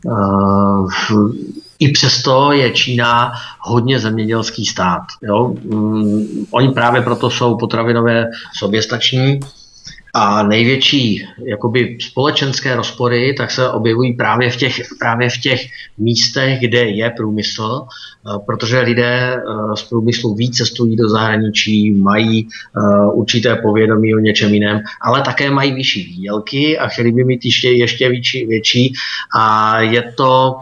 Speaker 2: I přesto je Čína hodně zemědělský stát. Jo? Oni právě proto jsou potravinově soběstační. A největší jakoby společenské rozpory tak se objevují právě v těch, právě v těch místech, kde je průmysl, protože lidé z průmyslu víc cestují do zahraničí, mají určité povědomí o něčem jiném, ale také mají vyšší výdělky a chtěli by mít ještě, ještě větší, větší a je to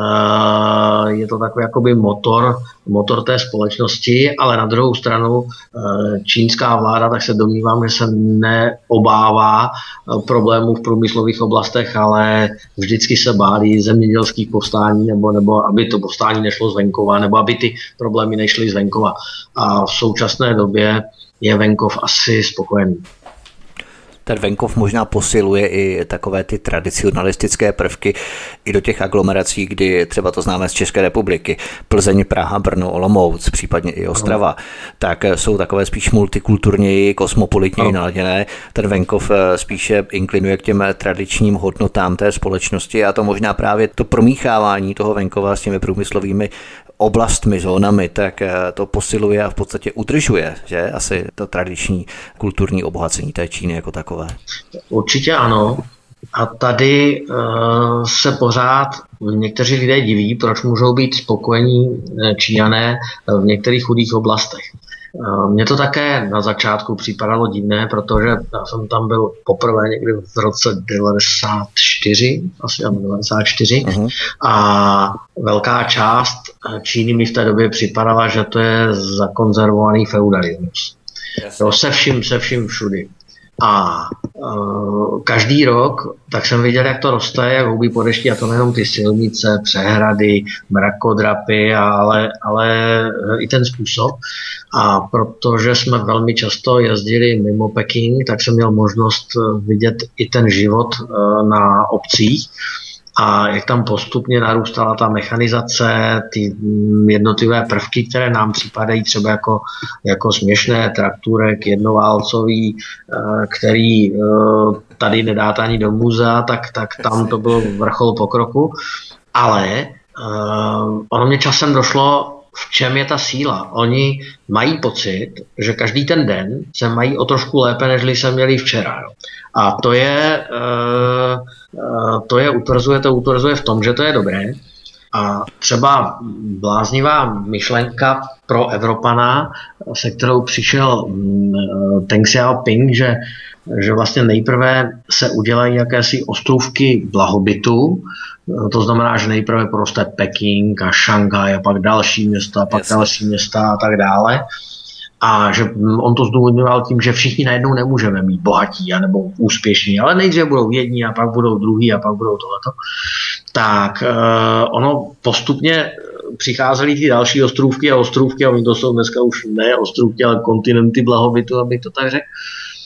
Speaker 2: je to takový jakoby motor, motor té společnosti, ale na druhou stranu čínská vláda, tak se domnívám, že se neobává problémů v průmyslových oblastech, ale vždycky se báli zemědělských povstání, nebo, nebo aby to povstání nešlo z venkova, nebo aby ty problémy nešly z venkova. A v současné době je venkov asi spokojený.
Speaker 1: Ten venkov možná posiluje i takové ty tradicionalistické prvky i do těch aglomerací, kdy třeba to známe z České republiky, Plzeň, Praha, Brno, Olomouc, případně i Ostrava, no. Tak jsou takové spíš multikulturněji, kosmopolitněji no. naladěné. Ten venkov spíše inklinuje k těm tradičním hodnotám té společnosti a to možná právě to promíchávání toho venkova s těmi průmyslovými oblastmi, zónami, tak to posiluje a v podstatě udržuje, že asi to tradiční kulturní obohacení té Číny jako takové.
Speaker 2: Určitě ano. A tady uh, se pořád někteří lidé diví, proč můžou být spokojení Číňané v některých chudých oblastech. Mně to také na začátku připadalo divné, protože já jsem tam byl poprvé někdy v roce devadesát čtyři, asi devadesát čtyři, uh-huh. a velká část Číny mi v té době připadala, že to je zakonzervovaný feudalismus. Jo, se vším, se vším všudy. A uh, každý rok, tak jsem viděl, jak to roste, jak hubí po dešti, a to nejenom ty silnice, přehrady, mrakodrapy, ale, ale i ten způsob. A protože jsme velmi často jezdili mimo Peking, tak jsem měl možnost vidět i ten život uh, na obcích. a jak tam postupně narůstala ta mechanizace, ty jednotlivé prvky, které nám připadají třeba jako, jako směšné, trakturek, jednoválcový, který tady nedáte ani do muzea, tak, tak tam to byl vrchol pokroku. Ale ono mě časem došlo, v čem je ta síla. Oni mají pocit, že každý ten den se mají o trošku lépe, nežli se měli včera. Jo. A to je, to je utvrzuje, to utvrzuje v tom, že to je dobré. A třeba bláznivá myšlenka pro Evropana, se kterou přišel Deng Xiaoping, že, že vlastně nejprve se udělají jakési ostrůvky blahobytu, to znamená, že nejprve poroste Peking a Šanghaj a pak další města, a pak Jasně. další města a tak dále. A že on to zdůvodňoval tím, že všichni najednou nemůžeme mít bohatí anebo úspěšní, ale nejdříve budou jedni a pak budou druhý a pak budou tohleto. Tak ono postupně přicházely ty další ostrůvky a ostrůvky, a oni to jsou dneska už ne ostrůvky, ale kontinenty blahobytu, abych to tak řekl.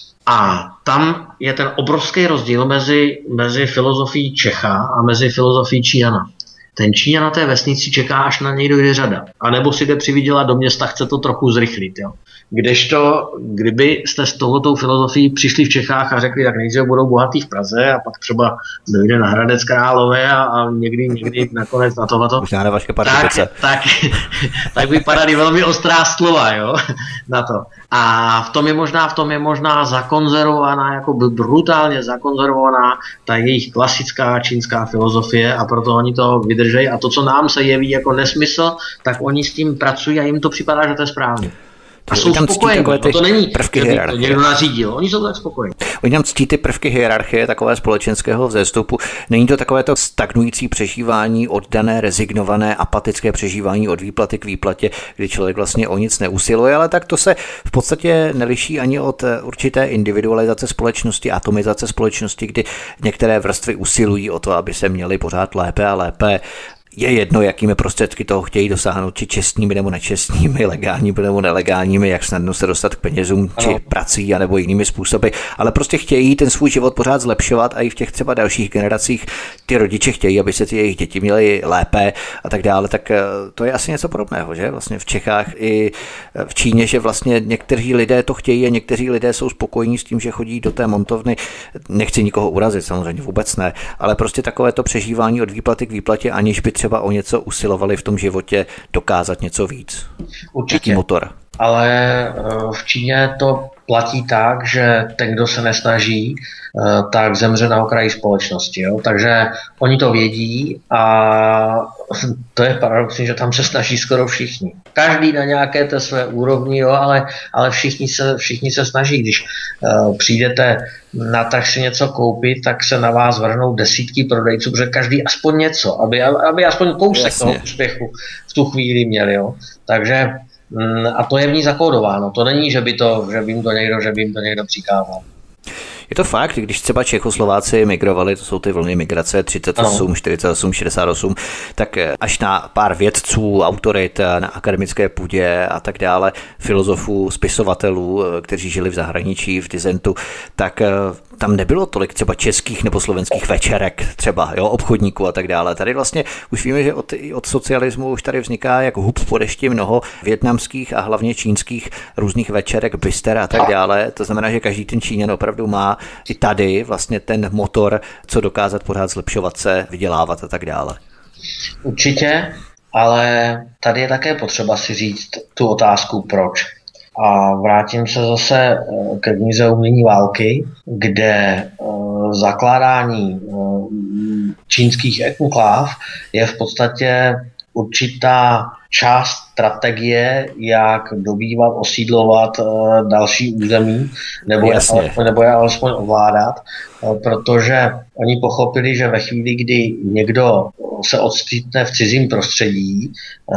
Speaker 2: A tam je ten obrovský rozdíl mezi, mezi filozofií Čecha a mezi filozofií Číňana. Ten Číňan na té vesnici čeká, až na něj dojde řada. A nebo si jde přivydělat do města, chce to trochu zrychlit. Jo. Kdežto, kdyby jste s touhletou filozofií přišli v Čechách a řekli, tak nejdříve budou bohatý v Praze a pak třeba dojde na Hradec Králové a, a někdy, někdy nakonec na tohleto.
Speaker 1: Už na vaše
Speaker 2: tak, tak, tak by padaly velmi ostrá slova, jo, na to. A v tom je možná, v tom je možná zakonzervovaná, jako by brutálně zakonzervovaná ta jejich klasická čínská filozofie a proto oni to vydržejí a to, co nám se jeví jako nesmysl, tak oni s tím pracují a jim to připadá, že to je správně. A jsou spokojení, no to není,
Speaker 1: prvky
Speaker 2: že by to někdo nařídil, oni jsou tak spokojení.
Speaker 1: Oni tam ctí ty prvky hierarchie, takové společenského vzestupu. Není to takové to stagnující přežívání, oddané, rezignované, apatické přežívání od výplaty k výplatě, kdy člověk vlastně o nic neusiluje, ale tak to se v podstatě neliší ani od určité individualizace společnosti, atomizace společnosti, kdy některé vrstvy usilují o to, aby se měly pořád lépe a lépe. Je jedno, jakými prostředky toho chtějí dosáhnout, či čestnými nebo nečestnými, legálními nebo nelegálními, jak snadno se dostat k penězům, či ano. prací, anebo jinými způsoby, ale prostě chtějí ten svůj život pořád zlepšovat a i v těch třeba dalších generacích ty rodiče chtějí, aby se ty jejich děti měly lépe a tak dále, tak to je asi něco podobného, že? Vlastně v Čechách i v Číně, že vlastně někteří lidé to chtějí a někteří lidé jsou spokojení s tím, že chodí do té montovny. Nechci nikoho urazit, samozřejmě vůbec ne, ale prostě takové to přežívání od výplaty k výplatě, aniž by třeba o něco usilovali v tom životě dokázat něco víc.
Speaker 2: Určitě.
Speaker 1: Jaký motor?
Speaker 2: Ale v Číně to platí tak, že ten, kdo se nesnaží, tak zemře na okraji společnosti. Jo? Takže oni to vědí a to je paradoxní, že tam se snaží skoro všichni. Každý na nějaké té své úrovni, jo, ale, ale všichni, se, všichni se snaží. Když uh, přijdete na trh si něco koupit, tak se na vás vrhnou desítky prodejců, protože každý aspoň něco, aby, aby aspoň kousek Jasně. toho úspěchu v tu chvíli měl. Jo? Takže a to je v ní zakódováno. To není, že by, to, že by jim to někdo, že by jim to někdo přikázal.
Speaker 1: Je to fakt, když třeba Čechoslováci migrovali, to jsou ty vlny migrace třicet osm, čtyřicet osm, šedesát osm, tak až na pár vědců, autorit na akademické půdě a tak dále, filozofů, spisovatelů, kteří žili v zahraničí, v dizentu, tak tam nebylo tolik třeba českých nebo slovenských večerek, třeba jo, obchodníků a tak dále. Tady vlastně už víme, že od, od socialismu už tady vzniká jak hub po dešti mnoho vietnamských a hlavně čínských různých večerek, bister a tak dále. To znamená, že každý ten Číňan opravdu má i tady vlastně ten motor, co dokázat pořád zlepšovat se, vydělávat a tak dále.
Speaker 2: Určitě, ale tady je také potřeba si říct tu otázku proč. A vrátím se zase ke knize Umění války, kde zakládání čínských enkláv je v podstatě určitá část strategie, jak dobývat, osídlovat další území, nebo je, alespoň, nebo je alespoň ovládat, protože oni pochopili, že ve chvíli, kdy někdo se odstřítne v cizím prostředí,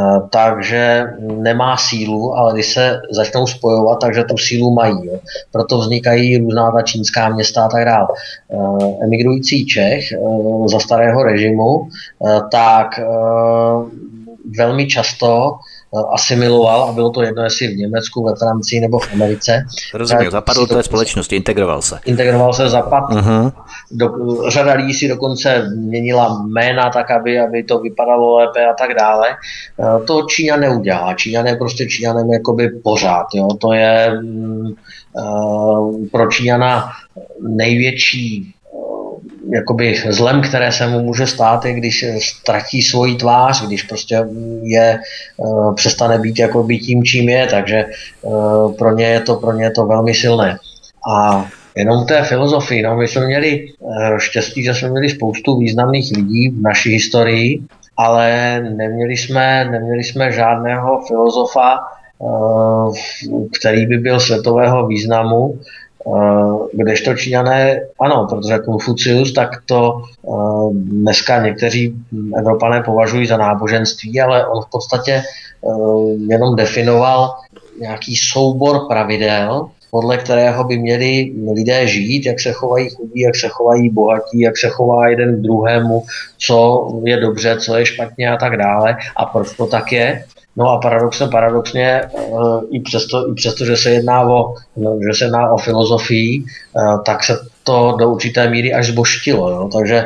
Speaker 2: takže nemá sílu, ale když se začnou spojovat, takže tu sílu mají. Jo. Proto vznikají různá ta čínská města a tak dále. Emigrující Čech za starého režimu, tak velmi často asimiloval a bylo to jedno, jestli v Německu, ve Francii nebo v Americe.
Speaker 1: Rozumím, zapadl do té společnosti, integroval se.
Speaker 2: Integroval se Západ.
Speaker 1: Uh-huh.
Speaker 2: Do, řada lidí si dokonce měnila jména tak, aby, aby to vypadalo lépe a tak dále. To Číňan neudělá. Číňan je prostě Číňanem jakoby pořád. Jo? To je uh, pro Číňana největší jakoby zlem, které se mu může stát, je, když ztratí svoji tvář, když prostě je, uh, přestane být jakoby tím, čím je, takže uh, pro ně je to, pro ně je to velmi silné. A jenom té filozofii, no, my jsme měli uh, štěstí, že jsme měli spoustu významných lidí v naší historii, ale neměli jsme, neměli jsme žádného filozofa, uh, který by byl světového významu. Kdežto Číňané, ano, protože Konfucius, tak to uh, dneska někteří Evropané považují za náboženství, ale on v podstatě uh, jenom definoval nějaký soubor pravidel, podle kterého by měli lidé žít, jak se chovají chudí, jak se chovají bohatí, jak se chová jeden k druhému, co je dobře, co je špatně a tak dále. A proč to tak je? No a paradoxně, paradoxně i přesto, i přesto, že se jedná o, že se jedná o filozofii, tak se to do určité míry až zbožtilo. Jo? Takže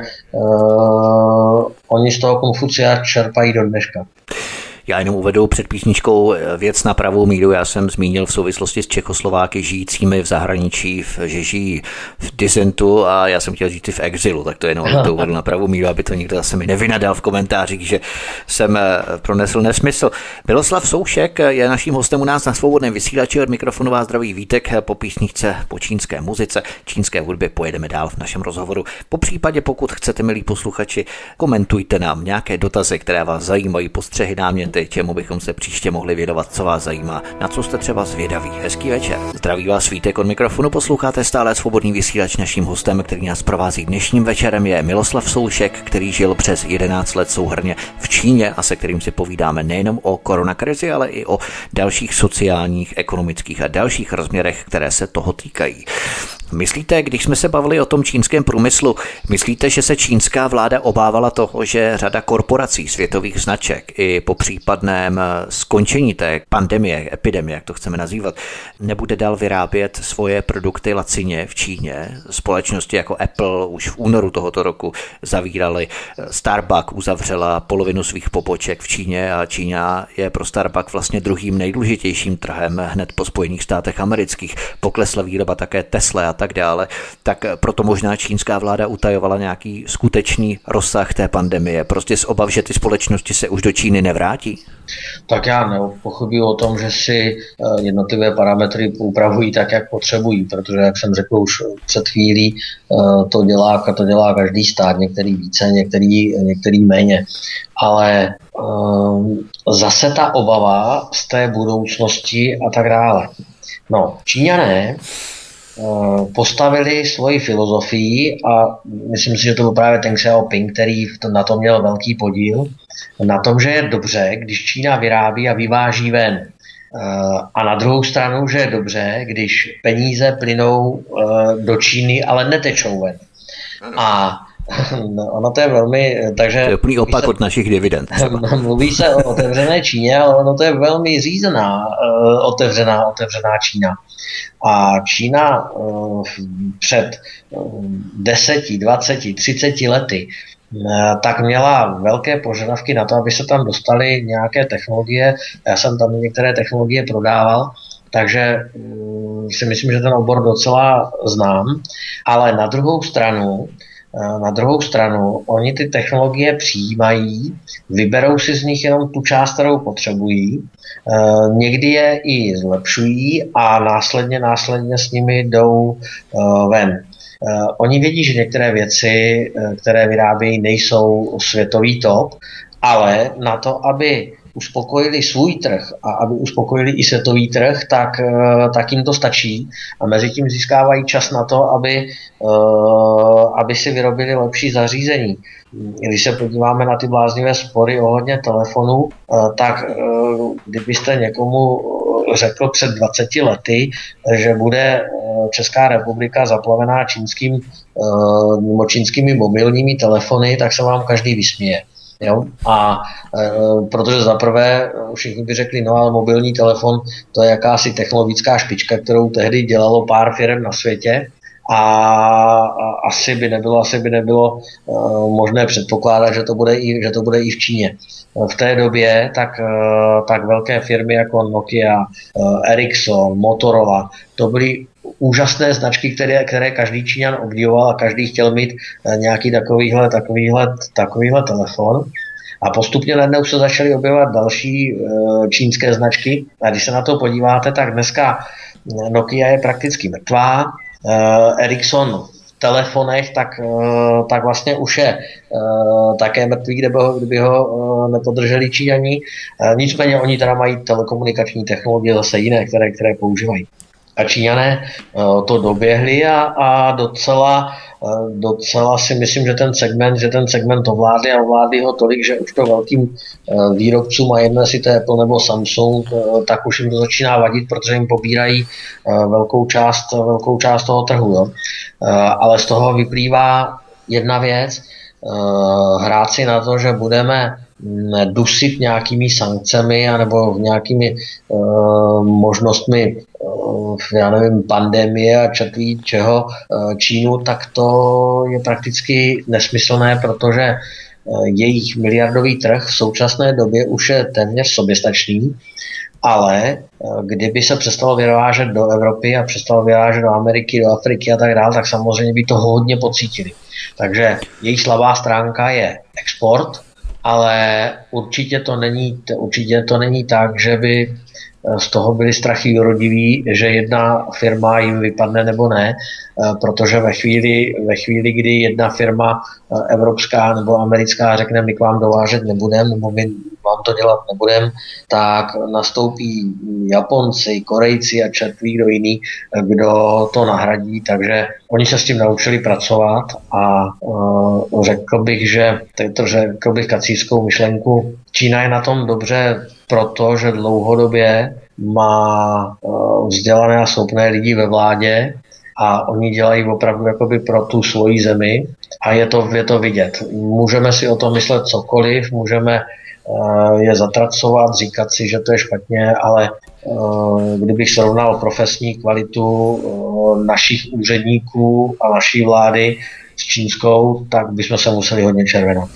Speaker 2: uh, oni z toho Konfucia čerpají do dneška.
Speaker 1: Já jenom uvedu před písničkou věc na pravou míru. Já jsem zmínil v souvislosti s Čechoslováky žijícími v zahraničí, že žijí v disentu a já jsem chtěl říct v exilu, tak to jenom to uvedu na pravou míru, aby to nikdo zase mi nevynadal v komentářích, že jsem pronesl nesmysl. Miloslav Soušek je naším hostem u nás na Svobodném vysílači. Od mikrofonu vás zdraví Vítek. Po písničce, po čínské muzice, čínské hudbě pojedeme dál v našem rozhovoru. Po případě, pokud chcete, milí posluchači, komentujte nám nějaké dotazy, které vás zajímají, postřehy, náměty, čemu bychom se příště mohli věnovat, co vás zajímá, na co jste třeba zvědaví. Hezký večer. Zdraví vás Vítek, od mikrofonu posloucháte stále Svobodný vysílač. Naším hostem, který nás provází dnešním večerem, je Miloslav Soušek, který žil přes jedenáct let souhrnně v Číně a se kterým si povídáme nejenom o koronakrizi, ale i o dalších sociálních, ekonomických a dalších rozměrech, které se toho týkají. Myslíte, když jsme se bavili o tom čínském průmyslu, myslíte, že se čínská vláda obávala toho, že řada korporací světových značek i po případném skončení té pandemie, epidemie, jak to chceme nazývat, nebude dál vyrábět svoje produkty lacině v Číně? Společnosti jako Apple už v únoru tohoto roku zavíraly, Starbucks uzavřela polovinu svých poboček v Číně a Čína je pro Starbucks vlastně druhým nejdůležitějším trhem hned po Spojených státech amerických. Poklesla výroba také Tesla a tak dále, tak proto možná čínská vláda utajovala nějaký skutečný rozsah té pandemie, prostě z obav, že ty společnosti se už do Číny nevrátí?
Speaker 2: Tak já nepochybuji o tom, že si jednotlivé parametry upravují tak, jak potřebují, protože, jak jsem řekl už před chvílí, to dělá, to dělá každý stát, některý více, některý, některý méně. Ale zase ta obava z té budoucnosti a tak dále. No, Číňané postavili svoji filozofii a myslím si, že to byl právě Deng Xiaoping, který na tom měl velký podíl, na tom, že je dobře, když Čína vyrábí a vyváží ven. A na druhou stranu, že je dobře, když peníze plynou do Číny, ale netečou ven. A no, ono to je velmi, takže...
Speaker 1: To je úplný opak se, od našich dividend.
Speaker 2: Mluví se o otevřené Číně, ale ono to je velmi řízená, otevřená, otevřená Čína. A Čína před deseti, dvaceti, třiceti lety tak měla velké požadavky na to, aby se tam dostaly nějaké technologie. Já jsem tam některé technologie prodával, takže si myslím, že ten obor docela znám. Ale na druhou stranu, na druhou stranu, oni ty technologie přijímají, vyberou si z nich jenom tu část, kterou potřebují, někdy je i zlepšují a následně, následně s nimi jdou ven. Oni vědí, že některé věci, které vyrábějí, nejsou světový top, ale na to, aby uspokojili svůj trh a aby uspokojili i světový trh, tak, tak jim to stačí a mezi tím získávají čas na to, aby, aby si vyrobili lepší zařízení. Když se podíváme na ty bláznivé spory ohledně telefonů, tak kdybyste někomu řekl před dvaceti lety, že bude Česká republika zaplavená čínským, čínskými mobilními telefony, tak se vám každý vysměje. Jo? A e, protože zaprvé všichni by řekli, no ale mobilní telefon to je jakási technologická špička, kterou tehdy dělalo pár firm na světě a, a asi by nebylo, asi by nebylo e, možné předpokládat, že to bude i, že to bude i v Číně. V té době tak, e, tak velké firmy jako Nokia, e, Ericsson, Motorola, to byly úžasné značky, které, které každý Číňan obdivoval a každý chtěl mít nějaký takovýhle, takovýhle, takovýhle telefon. A postupně najednou se začaly objevovat další e, čínské značky. A když se na to podíváte, tak dneska Nokia je prakticky mrtvá. E, Ericsson v telefonech, tak, e, tak vlastně už je e, také mrtvý, kdyby ho, kdyby ho e, nepodrželi Číňani. E, nicméně oni teda mají telekomunikační technologie zase jiné, které, které používají. A Číňané to doběhli a, a docela, docela si myslím, že ten segment, že ten segment ovládli a ovládli ho tolik, že už to velkým výrobcům, a jedno jestli to je Apple nebo Samsung, tak už jim to začíná vadit, protože jim pobírají velkou část, velkou část toho trhu. Jo. Ale z toho vyplývá jedna věc, hrát si na to, že budeme dusit nějakými sankcemi anebo nějakými uh, možnostmi uh, já nevím, pandemie a četví čeho uh, Čínu, tak to je prakticky nesmyslné, protože uh, jejich miliardový trh v současné době už je téměř soběstačný, ale uh, kdyby se přestalo vyvážet do Evropy a přestalo vyvážet do Ameriky, do Afriky a tak dále, tak samozřejmě by to hodně pocítili. Takže jejich slabá stránka je export, ale určitě to není, určitě to není tak, že by z toho byli strachy jurodivý, že jedna firma jim vypadne nebo ne, protože ve chvíli, ve chvíli, kdy jedna firma evropská nebo americká řekne, my k vám dovážet nebudeme, nebo my vám to dělat nebudeme, tak nastoupí Japonci, Korejci a četví kdo jiný, kdo to nahradí, takže oni se s tím naučili pracovat a uh, řekl bych, že to řekl bych kacířskou myšlenku, Čína je na tom dobře, protože dlouhodobě má uh, vzdělané a schopné lidi ve vládě a oni dělají opravdu jakoby pro tu svoji zemi a je to, je to vidět. Můžeme si o tom myslet cokoliv, můžeme uh, je zatracovat, říkat si, že to je špatně, ale uh, kdybych srovnal profesní kvalitu uh, našich úředníků a naší vlády s čínskou, tak bychom se museli hodně červenat.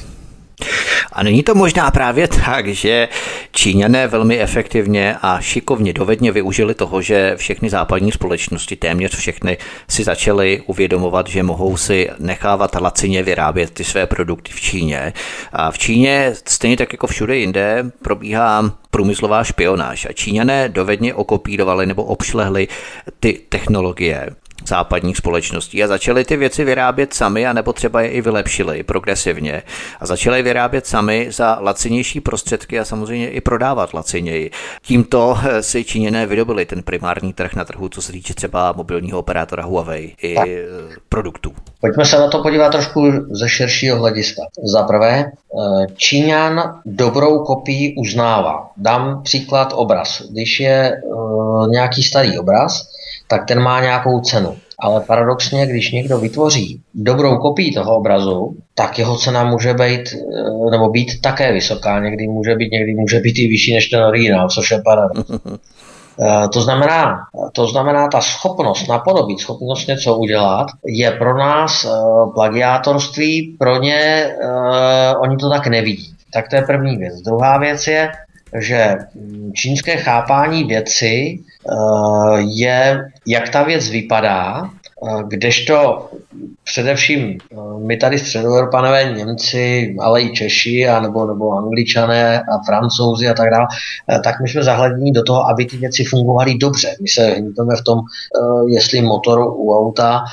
Speaker 1: A není to možná právě tak, že Číňané velmi efektivně a šikovně dovedně využili toho, že všechny západní společnosti, téměř všechny, si začaly uvědomovat, že mohou si nechávat lacině vyrábět ty své produkty v Číně. A v Číně, stejně tak jako všude jinde, probíhá průmyslová špionáž a Číňané dovedně okopírovali nebo obšlehli ty technologie západních společností a začaly ty věci vyrábět sami, anebo třeba je i vylepšili progresivně a začaly vyrábět sami za lacinější prostředky a samozřejmě i prodávat laciněji. Tímto si Číňané vydobili ten primární trh na trhu, co se týče třeba mobilního operátora Huawei i tak produktů.
Speaker 2: Pojďme se na to podívat trošku ze širšího hlediska. Za prvé, Číňan dobrou kopii uznává. Dám příklad obraz. Když je uh, nějaký starý obraz, tak ten má nějakou cenu. Ale paradoxně, když někdo vytvoří dobrou kopii toho obrazu, tak jeho cena může být, nebo být také vysoká. Někdy může být, někdy může být i vyšší než ten originál, což je paradox. To znamená, to znamená, ta schopnost napodobit, schopnost něco udělat, je pro nás plagiátorství, pro ně oni to tak nevidí. Tak to je první věc. Druhá věc je, že čínské chápání věci je, jak ta věc vypadá, kdežto především my tady středoevropanové, Němci, ale i Češi, a nebo, nebo Angličané a Francouzi a tak dále, tak my jsme zahledění do toho, aby ty věci fungovaly dobře. My se hýbeme v tom, jestli motor u auta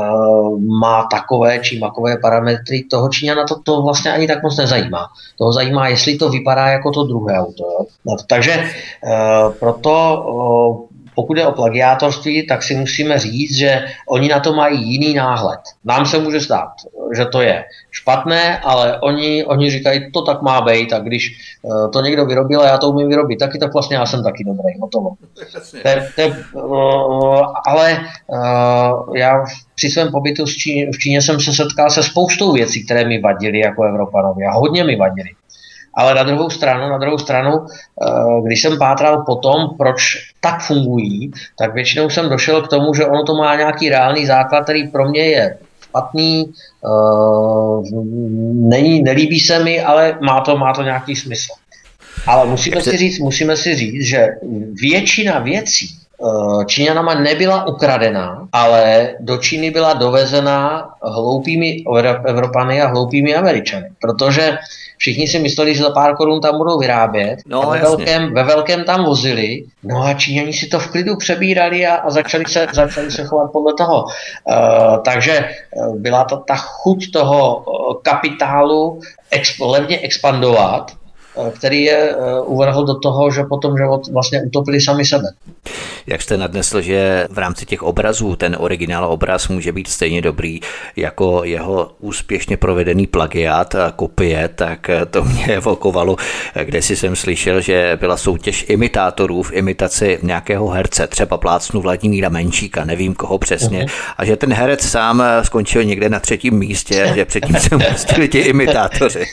Speaker 2: má takové či makové parametry, toho Číňana to, to vlastně ani tak moc nezajímá. Toho zajímá, jestli to vypadá jako to druhé auto. Jo? No, takže proto pokud je o plagiátorství, tak si musíme říct, že oni na to mají jiný náhled. Nám se může stát, že to je špatné, ale oni, oni říkají, to tak má být, a když uh, to někdo vyrobil a já to umím vyrobit taky, tak vlastně já jsem taky dobrý, hotovo. Te, te, uh, ale uh, já při svém pobytu v Číně, v Číně jsem se setkal se spoustou věcí, které mi vadily jako Evropanovi a hodně mi vadily. Ale na druhou stranu, na druhou stranu, když jsem pátral po tom, proč tak fungují, tak většinou jsem došel k tomu, že ono to má nějaký reálný základ, který pro mě je špatný, není, nelíbí se mi, ale má to, má to nějaký smysl. Ale musíme si říct, musíme si říct, že většina věcí Číňanama nebyla ukradená, ale do Číny byla dovezená hloupými Evropany a hloupými Američany, protože všichni si mysleli, že za pár korun tam budou vyrábět, no, a ve velkém, ve velkém tam vozili, no a Číňani si to v klidu přebírali a, a začali, se, začali se chovat podle toho. Uh, takže byla to ta chuť toho kapitálu exp, levně expandovat, který je uvrhl do toho, že potom že vlastně utopili sami sebe.
Speaker 1: Jak jste nadnesl, že v rámci těch obrazů ten originál obraz může být stejně dobrý jako jeho úspěšně provedený plagiát a kopie, tak to mě evokovalo, kde si jsem slyšel, že byla soutěž imitátorů v imitaci nějakého herce, třeba plácnu Vladimíra Menšíka, nevím koho přesně, uh-huh. a že ten herec sám skončil někde na třetím místě, že předtím se umístili ti imitátoři.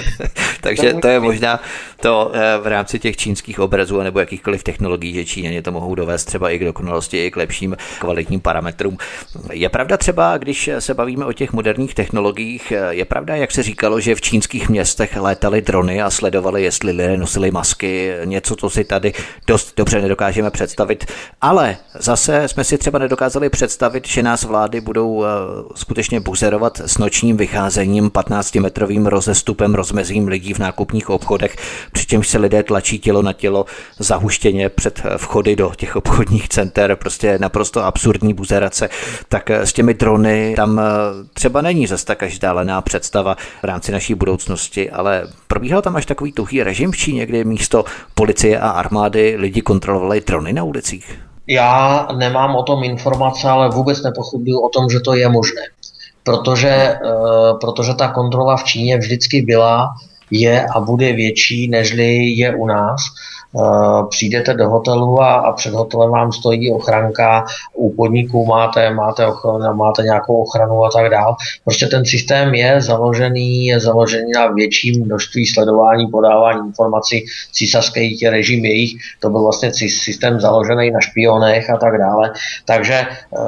Speaker 1: Takže to je možná to v rámci těch čínských obrazů nebo jakýchkoliv technologií, že Číňané to mohou dovést třeba i k dokonalosti, i k lepším kvalitním parametrům. Je pravda třeba, když se bavíme o těch moderních technologiích, je pravda, jak se říkalo, že v čínských městech létaly drony a sledovali, jestli lidé nosili masky, něco, co si tady dost dobře nedokážeme představit, ale zase jsme si třeba nedokázali představit, že nás vlády budou skutečně buzerovat s nočním vycházením, patnáctimetrovým rozestupem, rozmezím lidí v nákupních obchodech, přičemž se lidé tlačí tělo na tělo zahuštěně před vchody do těch obchodních center, prostě naprosto absurdní buzerace, tak s těmi drony tam třeba není zas tak až vzdálená představa v rámci naší budoucnosti, ale probíhal tam až takový tuhý režim v Číně, kdy místo policie a armády lidi kontrolovali drony na ulicích?
Speaker 2: Já nemám o tom informace, ale vůbec nepochybuju o tom, že to je možné. Protože, protože ta kontrola v Číně vždycky byla, je a bude větší, nežli je u nás. Přijdete do hotelu a, a před hotelem vám stojí ochranka, u podniků máte, máte, ochranu, máte nějakou ochranu a tak dál. Prostě ten systém je založený, je založený na větším množství sledování, podávání informací, císařský režim jejich, to byl vlastně systém založený na špionech a tak dále. Takže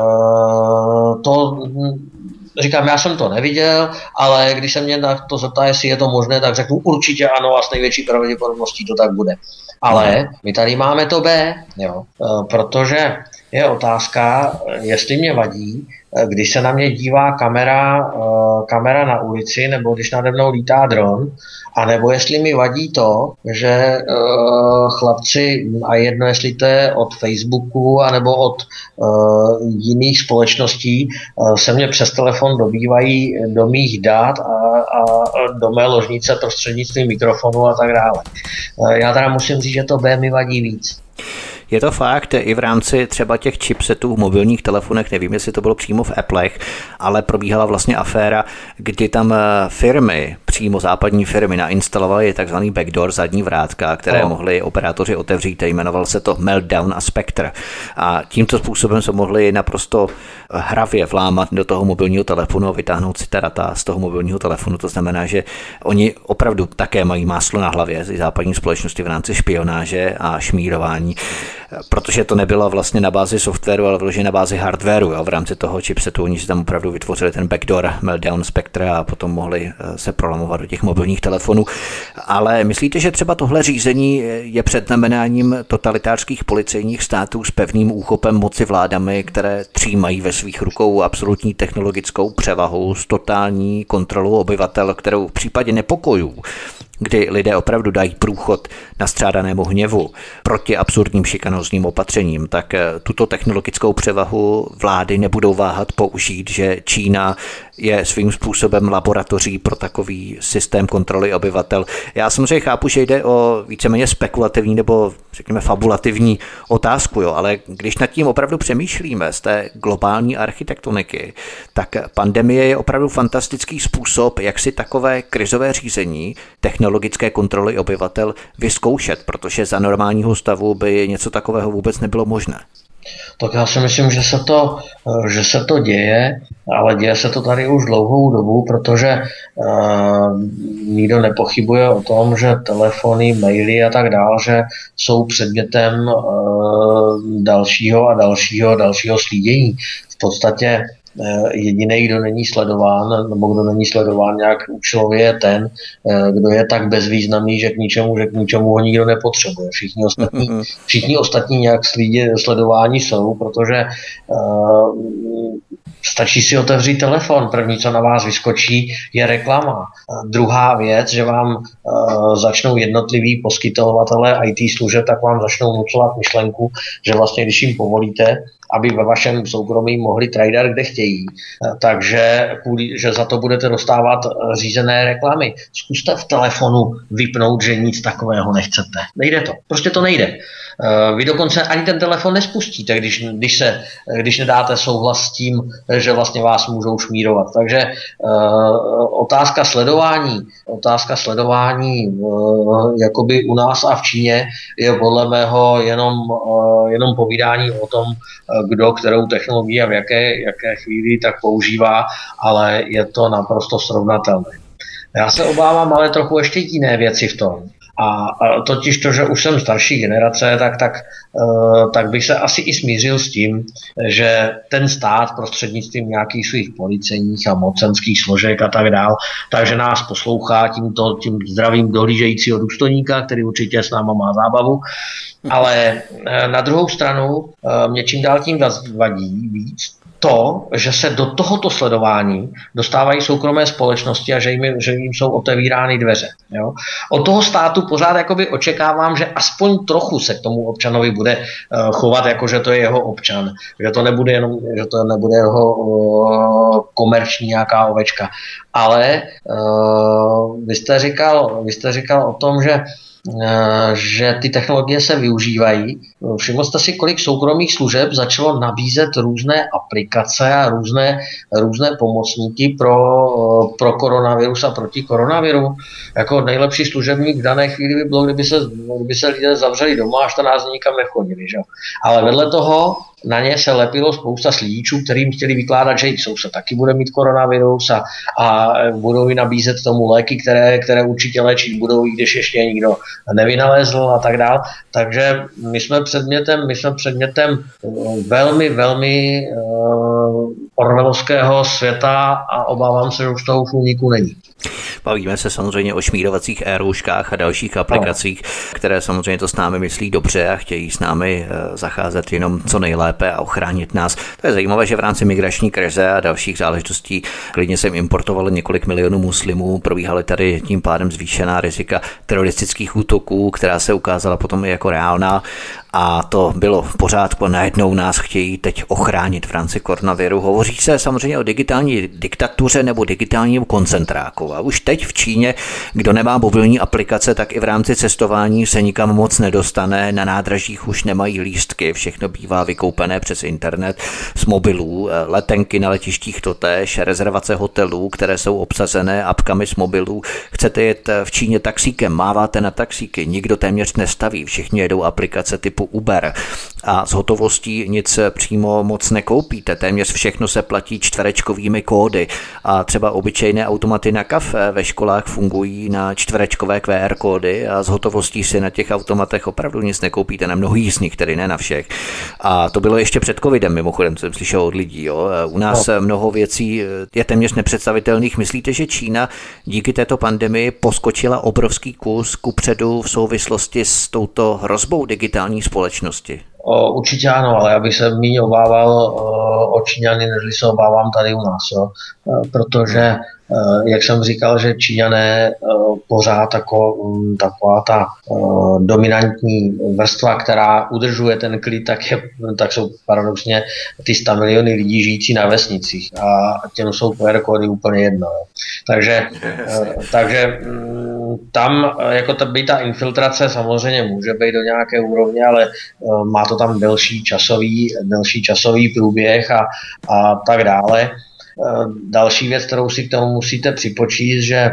Speaker 2: to... Říkám, já jsem to neviděl, ale když se mě na to zeptá, jestli je to možné, tak řeknu určitě ano a s největší pravděpodobností to tak bude. Ale my tady máme to B, jo, protože je otázka, jestli mě vadí, když se na mě dívá kamera, kamera na ulici, nebo když nade mnou lítá dron, anebo jestli mi vadí to, že chlapci, a jedno jestli to je od Facebooku, anebo od jiných společností, se mě přes telefon dobývají do mých dat a, a do mé ložnice prostřednictvím mikrofonu a tak dále. Já teda musím říct, že to B mi vadí víc.
Speaker 1: Je to fakt i v rámci třeba těch chipsetů v mobilních telefonech, nevím, jestli to bylo přímo v Applech, ale probíhala vlastně aféra, kdy tam firmy, přímo západní firmy, nainstalovaly takzvaný backdoor, zadní vrátka, které oh. mohli operátoři otevřít, jmenoval se to Meltdown a Spectre. A tímto způsobem se mohli naprosto hravě vlámat do toho mobilního telefonu a vytáhnout si ta data z toho mobilního telefonu. To znamená, že oni opravdu také mají máslo na hlavě z západní společnosti v rámci špionáže a šmírování, protože to nebylo vlastně na bázi softwaru, ale vložené na bázi hardwaru. Jo. V rámci toho chipsetu oni si tam opravdu vytvořili ten backdoor Meltdown Spectre a potom mohli se prolamovat do těch mobilních telefonů. Ale myslíte, že třeba tohle řízení je předznamenáním totalitářských policejních států s pevným úchopem moci vládami, které třímají ve svých rukou absolutní technologickou převahu s totální kontrolou obyvatel, kterou v případě nepokojů kdy lidé opravdu dají průchod nastřádanému hněvu proti absurdním šikanózním opatřením, tak tuto technologickou převahu vlády nebudou váhat použít, že Čína je svým způsobem laboratoří pro takový systém kontroly obyvatel. Já samozřejmě chápu, že jde o víceméně spekulativní nebo řekněme fabulativní otázku, jo, ale když nad tím opravdu přemýšlíme z té globální architektoniky, tak pandemie je opravdu fantastický způsob, jak si takové krizové řízení technologické kontroly obyvatel vyzkoušet, protože za normálního stavu by něco takového vůbec nebylo možné.
Speaker 2: Tak já si myslím, že se to, že se to děje, ale děje se to tady už dlouhou dobu, protože uh, nikdo nepochybuje o tom, že telefony, maily a tak dále, že jsou předmětem uh, dalšího a dalšího, dalšího slídění. V podstatě jediný, kdo není sledován, nebo kdo není sledován nějak účelově, je ten, kdo je tak bezvýznamný, že k ničemu, že k ničemu ho nikdo nepotřebuje. Všichni ostatní, všichni ostatní nějak slídě, sledování jsou, protože uh, stačí si otevřít telefon, první, co na vás vyskočí, je reklama. Druhá věc, že vám uh, začnou jednotliví poskytovatelé í té služeb, tak vám začnou nucovat myšlenku, že vlastně, když jim povolíte, aby ve vašem soukromí mohli tradat, kde chtějí. Takže že za to budete dostávat řízené reklamy. Zkuste v telefonu vypnout, že nic takového nechcete. Nejde to. Prostě to nejde. Vy dokonce ani ten telefon nespustíte, když, když, se, když nedáte souhlas s tím, že vlastně vás můžou šmírovat. Takže uh, otázka sledování, otázka sledování uh, jakoby u nás a v Číně je podle mého jenom, uh, jenom povídání o tom, kdo kterou technologii a v jaké, jaké chvíli tak používá, ale je to naprosto srovnatelné. Já se obávám ale trochu ještě jiné věci v tom. A, a totiž to, že už jsem starší generace, tak, tak, uh, tak bych se asi i smířil s tím, že ten stát prostřednictvím nějakých svých policejních a mocenských složek a tak dál, takže nás poslouchá tímto, tím zdravým dohlížejícího důstojníka, který určitě s náma má zábavu. Ale na druhou stranu mě čím dál tím vadí víc to, že se do tohoto sledování dostávají soukromé společnosti a že jim, že jim jsou otevírány dveře. Jo? Od toho státu pořád jakoby očekávám, že aspoň trochu se k tomu občanovi bude uh, chovat, jako že to je jeho občan. Že to nebude jenom, že to nebude jeho uh, komerční nějaká ovečka. Ale uh, vy jste říkal, vy jste říkal o tom, že že ty technologie se využívají. Všiml jste si, kolik soukromých služeb začalo nabízet různé aplikace a různé, různé pomocníky pro, pro koronavirus a proti koronaviru. Jako nejlepší služebník v dané chvíli by bylo, kdyby se, kdyby se lidé zavřeli doma a čtrnáct dní nikam nechodili. Že? Ale vedle toho na ně se lepilo spousta slídíčů, kterým chtěli vykládat, že jejich soused taky bude mít koronavirus a, a budou ji nabízet tomu léky, které, které určitě léčit budou, i když ještě nikdo nevynalezl a tak dál. Takže my jsme předmětem, my jsme předmětem velmi, velmi uh, orwellovského světa a obávám se, že už toho úniku není.
Speaker 1: Bavíme se samozřejmě o šmírovacích e-rouškách a dalších aplikacích, které samozřejmě to s námi myslí dobře a chtějí s námi zacházet jenom co nejlépe a ochránit nás. To je zajímavé, že v rámci migrační krize a dalších záležitostí klidně sem importovalo několik milionů muslimů, probíhaly tady tím pádem zvýšená rizika teroristických útoků, která se ukázala potom i jako reálná. A to bylo v pořádku, najednou nás chtějí teď ochránit v rámci koronaviru. Hovoří se samozřejmě o digitální diktatuře nebo digitálním koncentráku. A už teď v Číně, kdo nemá mobilní aplikace, tak i v rámci cestování se nikam moc nedostane. Na nádražích už nemají lístky, všechno bývá vykoupené přes internet z mobilů. Letenky na letištích totéž, rezervace hotelů, které jsou obsazené apkami z mobilů. Chcete jet v Číně taxíkem, máváte na taxíky, nikdo téměř nestaví, všichni jedou aplikace typu Uber a s hotovostí nic přímo moc nekoupíte. Téměř všechno se platí čtverečkovými kódy a třeba obyčejné automaty na kafe ve školách fungují na čtverečkové Q R kódy a s hotovostí si na těch automatech opravdu nic nekoupíte, na mnohých z nich, tedy ne na všech. A to bylo ještě před covidem, mimochodem, jsem slyšel od lidí. Jo. U nás no. mnoho věcí je téměř nepředstavitelných. Myslíte, že Čína díky této pandemii poskočila obrovský kus kupředu v souvislosti s touto hrozbou digitální společnosti?
Speaker 2: O, určitě ano, ale já bych se méně obával o, o Číňany, než se obávám tady u nás. Jo. Protože jak jsem říkal, že Číňané pořád jako taková ta dominantní vrstva, která udržuje ten klid, tak, je, tak jsou paradoxně ty sta miliony lidí žijící na vesnicích a těm jsou Q R kódy úplně jedno. Takže, takže tam jako ta, by ta infiltrace samozřejmě může být do nějaké úrovně, ale má to tam delší časový, delší časový průběh a, a tak dále. Další věc, kterou si k tomu musíte připočíst, že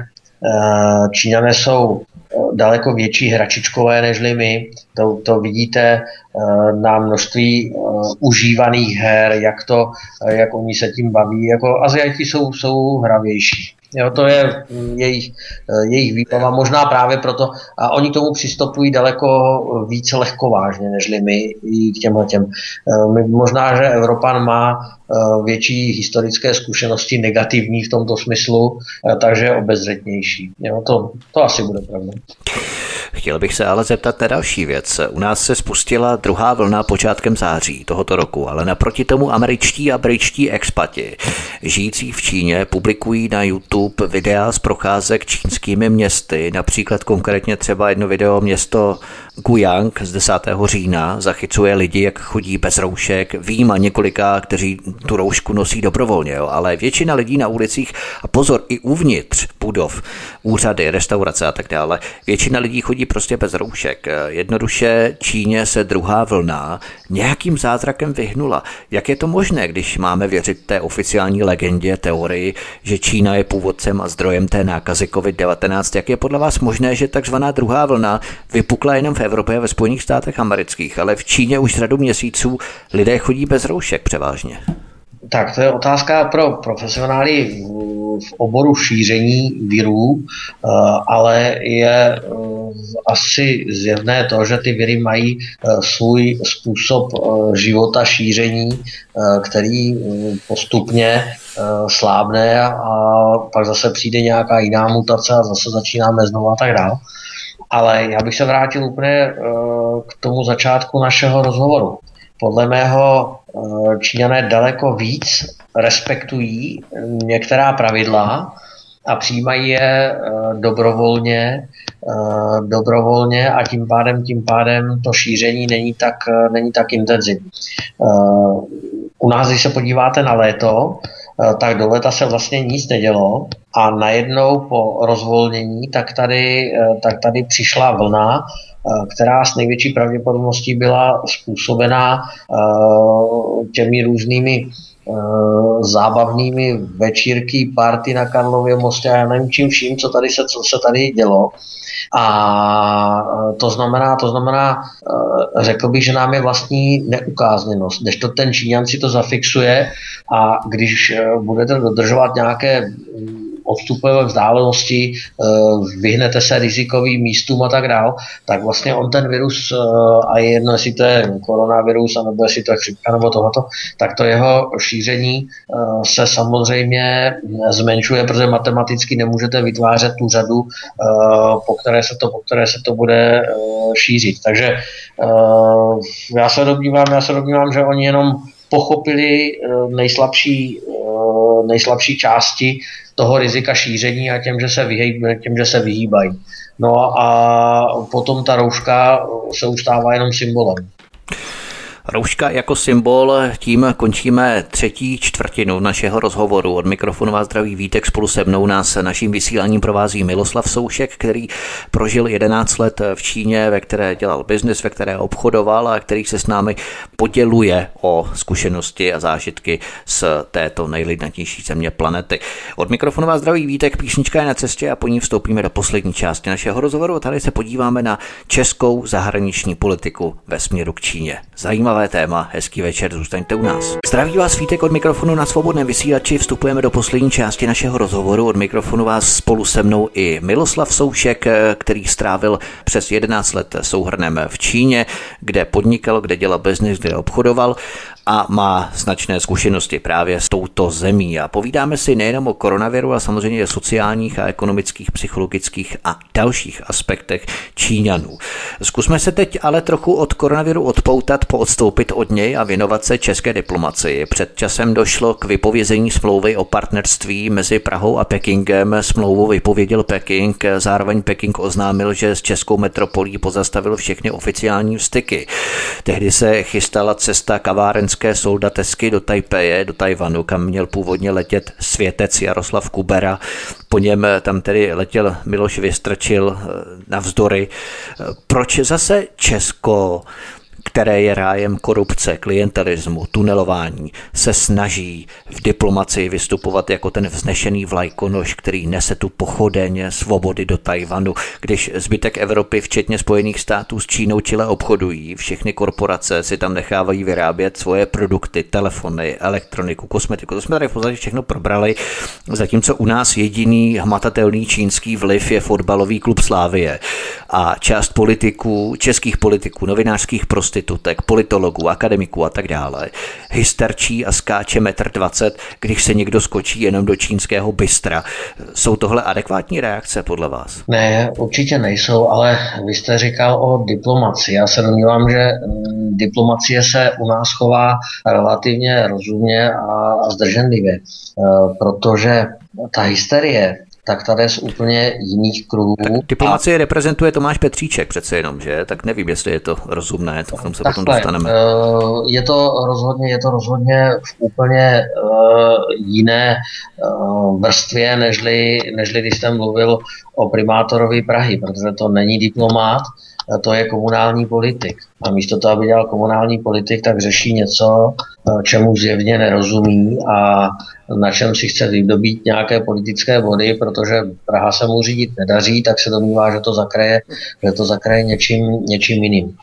Speaker 2: Číňané jsou daleko větší hračičkové nežli my. To, to vidíte na množství užívaných her, jak, to, jak oni se tím baví. Jako Aziati jsou, jsou hravější. Jo, to je jejich, jejich výbava, možná právě proto, a oni tomu přistupují daleko více lehkovážně nežli my i k těmhle těm. Možná, že Evropan má větší historické zkušenosti negativní v tomto smyslu, takže je obezřetnější. Jo, to, to asi bude pravda.
Speaker 1: Chtěl bych se ale zeptat na další věc. U nás se spustila druhá vlna počátkem září tohoto roku, ale naproti tomu američtí a britští expati žijící v Číně publikují na YouTube videa z procházek čínskými městy, například konkrétně třeba jedno video město Guiyang z desátého října zachycuje lidi, jak chodí bez roušek, výjima několika, kteří tu roušku nosí dobrovolně, jo, ale většina lidí na ulicích, a pozor, i uvnitř budov, úřady, restaurace a tak dále, většina lidí chodí prostě bez roušek. Jednoduše Číně se druhá vlna nějakým zázrakem vyhnula. Jak je to možné, když máme věřit té oficiální legendě, teorii, že Čína je původcem a zdrojem té nákazy covid devatenáct? Jak je podle vás možné, že takzvaná druhá vlna vypukla jenom v Evropě a ve Spojených státech amerických, ale v Číně už řadu měsíců lidé chodí bez roušek převážně?
Speaker 2: Tak to je otázka pro profesionály v oboru šíření virů, ale je asi zjevné to, že ty viry mají svůj způsob života šíření, který postupně slábne a pak zase přijde nějaká jiná mutace a zase začínáme znovu a tak dále. Ale já bych se vrátil úplně k tomu začátku našeho rozhovoru. Podle mého Číňané daleko víc respektují některá pravidla a přijímají je dobrovolně, dobrovolně a tím pádem, tím pádem to šíření není tak, není tak intenzivní. U nás, když se podíváte na léto, tak do léta se vlastně nic nedělo a najednou po rozvolnění tak tady, tak tady přišla vlna, která s největší pravděpodobností byla způsobená těmi různými zábavnými večírky, party na Karlově mostě a já nevím čím vším, co tady se, co se tady dělo. A to znamená, to znamená, řekl bych, že nám je vlastní neukázněnost, než to ten Číňan si to zafixuje a když budete dodržovat nějaké odstupové vzdálenosti, vyhnete se rizikovým místům a tak dál, tak vlastně on ten virus, a je jedno, jestli to je koronavirus, anebo jestli to je chřipka nebo tohoto, tak to jeho šíření se samozřejmě zmenšuje, protože matematicky nemůžete vytvářet tu řadu, po které se to, po které se to bude šířit. Takže já se domnívám, já se domnívám, že oni jenom pochopili nejslabší, nejslabší části toho rizika šíření a těm, že se, vyhýb, těm, že se vyhýbají. No a potom ta rouška se už stává jenom symbolem.
Speaker 1: Rouška jako symbol, tím končíme třetí čtvrtinu našeho rozhovoru. Od mikrofonu vás zdraví Vítek, spolu se mnou nás naším vysíláním provází Miloslav Soušek, který prožil jedenáct let v Číně, ve které dělal biznis, ve které obchodoval a který se s námi poděluje o zkušenosti a zážitky z této nejlidnatější země planety. Od mikrofonu vás zdraví Vítek, písnička je na cestě a po ní vstoupíme do poslední části našeho rozhovoru. Tady se podíváme na českou zahraniční politiku ve směru k Číně. Zajímavé téma, hezký večer, zůstaňte u nás. Zdraví vás Vítek od mikrofonu na Svobodném vysílači, vstupujeme do poslední části našeho rozhovoru. Od mikrofonu vás spolu se mnou i Miloslav Soušek, který strávil přes jedenáct let souhrnem v Číně, kde podnikal, kde dělal biznis, kde obchodoval a má značné zkušenosti právě s touto zemí. A povídáme si nejenom o koronaviru, a samozřejmě o sociálních a ekonomických, psychologických a dalších aspektech Číňanů. Zkusme se teď ale trochu od koronaviru odpoutat, poodstoupit od něj a věnovat se české diplomacii. Před časem došlo k vypovězení smlouvy o partnerství mezi Prahou a Pekingem. Smlouvu vypověděl Peking, zároveň Peking oznámil, že s českou metropolí pozastavil všechny oficiální styky. Tehdy se chystala cesta kavárenské soldatesky do Tajpeje, do Tajvanu, kam měl původně letět světec Jaroslav Kubera. Po něm tam tedy letěl Miloš Vystrčil navzdory. Proč zase Česko, které je rájem korupce, klientelismu, tunelování, se snaží v diplomacii vystupovat jako ten vznešený vlajkonoš, který nese tu pochodeň svobody do Tajvanu, když zbytek Evropy, včetně Spojených států, s Čínou čile obchodují, všechny korporace si tam nechávají vyrábět svoje produkty, telefony, elektroniku, kosmetiku. To jsme tady v podstatě všechno probrali, zatímco u nás jediný hmatatelný čínský vliv je fotbalový klub Slavie a část politiků, českých politiků, novinářských prostitutek, politologů, akademiků a tak dále hysterčí a skáče metr dvacet, když se někdo skočí jenom do čínského bystra. Jsou tohle adekvátní reakce podle vás?
Speaker 2: Ne, určitě nejsou, ale vy jste říkal o diplomacii. Já se domnívám, že diplomacie se u nás chová relativně rozumně a zdrženlivě, protože ta hysterie, tak tady z úplně jiných kruhů. Tak
Speaker 1: diplomacie a... reprezentuje Tomáš Petříček přece jenom, že? Tak nevím, jestli je to rozumné, to k tomu se
Speaker 2: Takhle,
Speaker 1: potom dostaneme.
Speaker 2: Je to rozhodně, je to rozhodně v úplně uh, jiné uh, vrstvě, nežli, nežli když jsem mluvil o primátorovi Prahy, protože to není diplomát, to je komunální politik. A místo toho, aby dělal komunální politik, tak řeší něco, čemu zjevně nerozumí a na čem si chce vydobít nějaké politické body, protože Praha se mu řídit nedaří, tak se domnívá, že to zakraje, že to zakraje něčím, něčím jiným.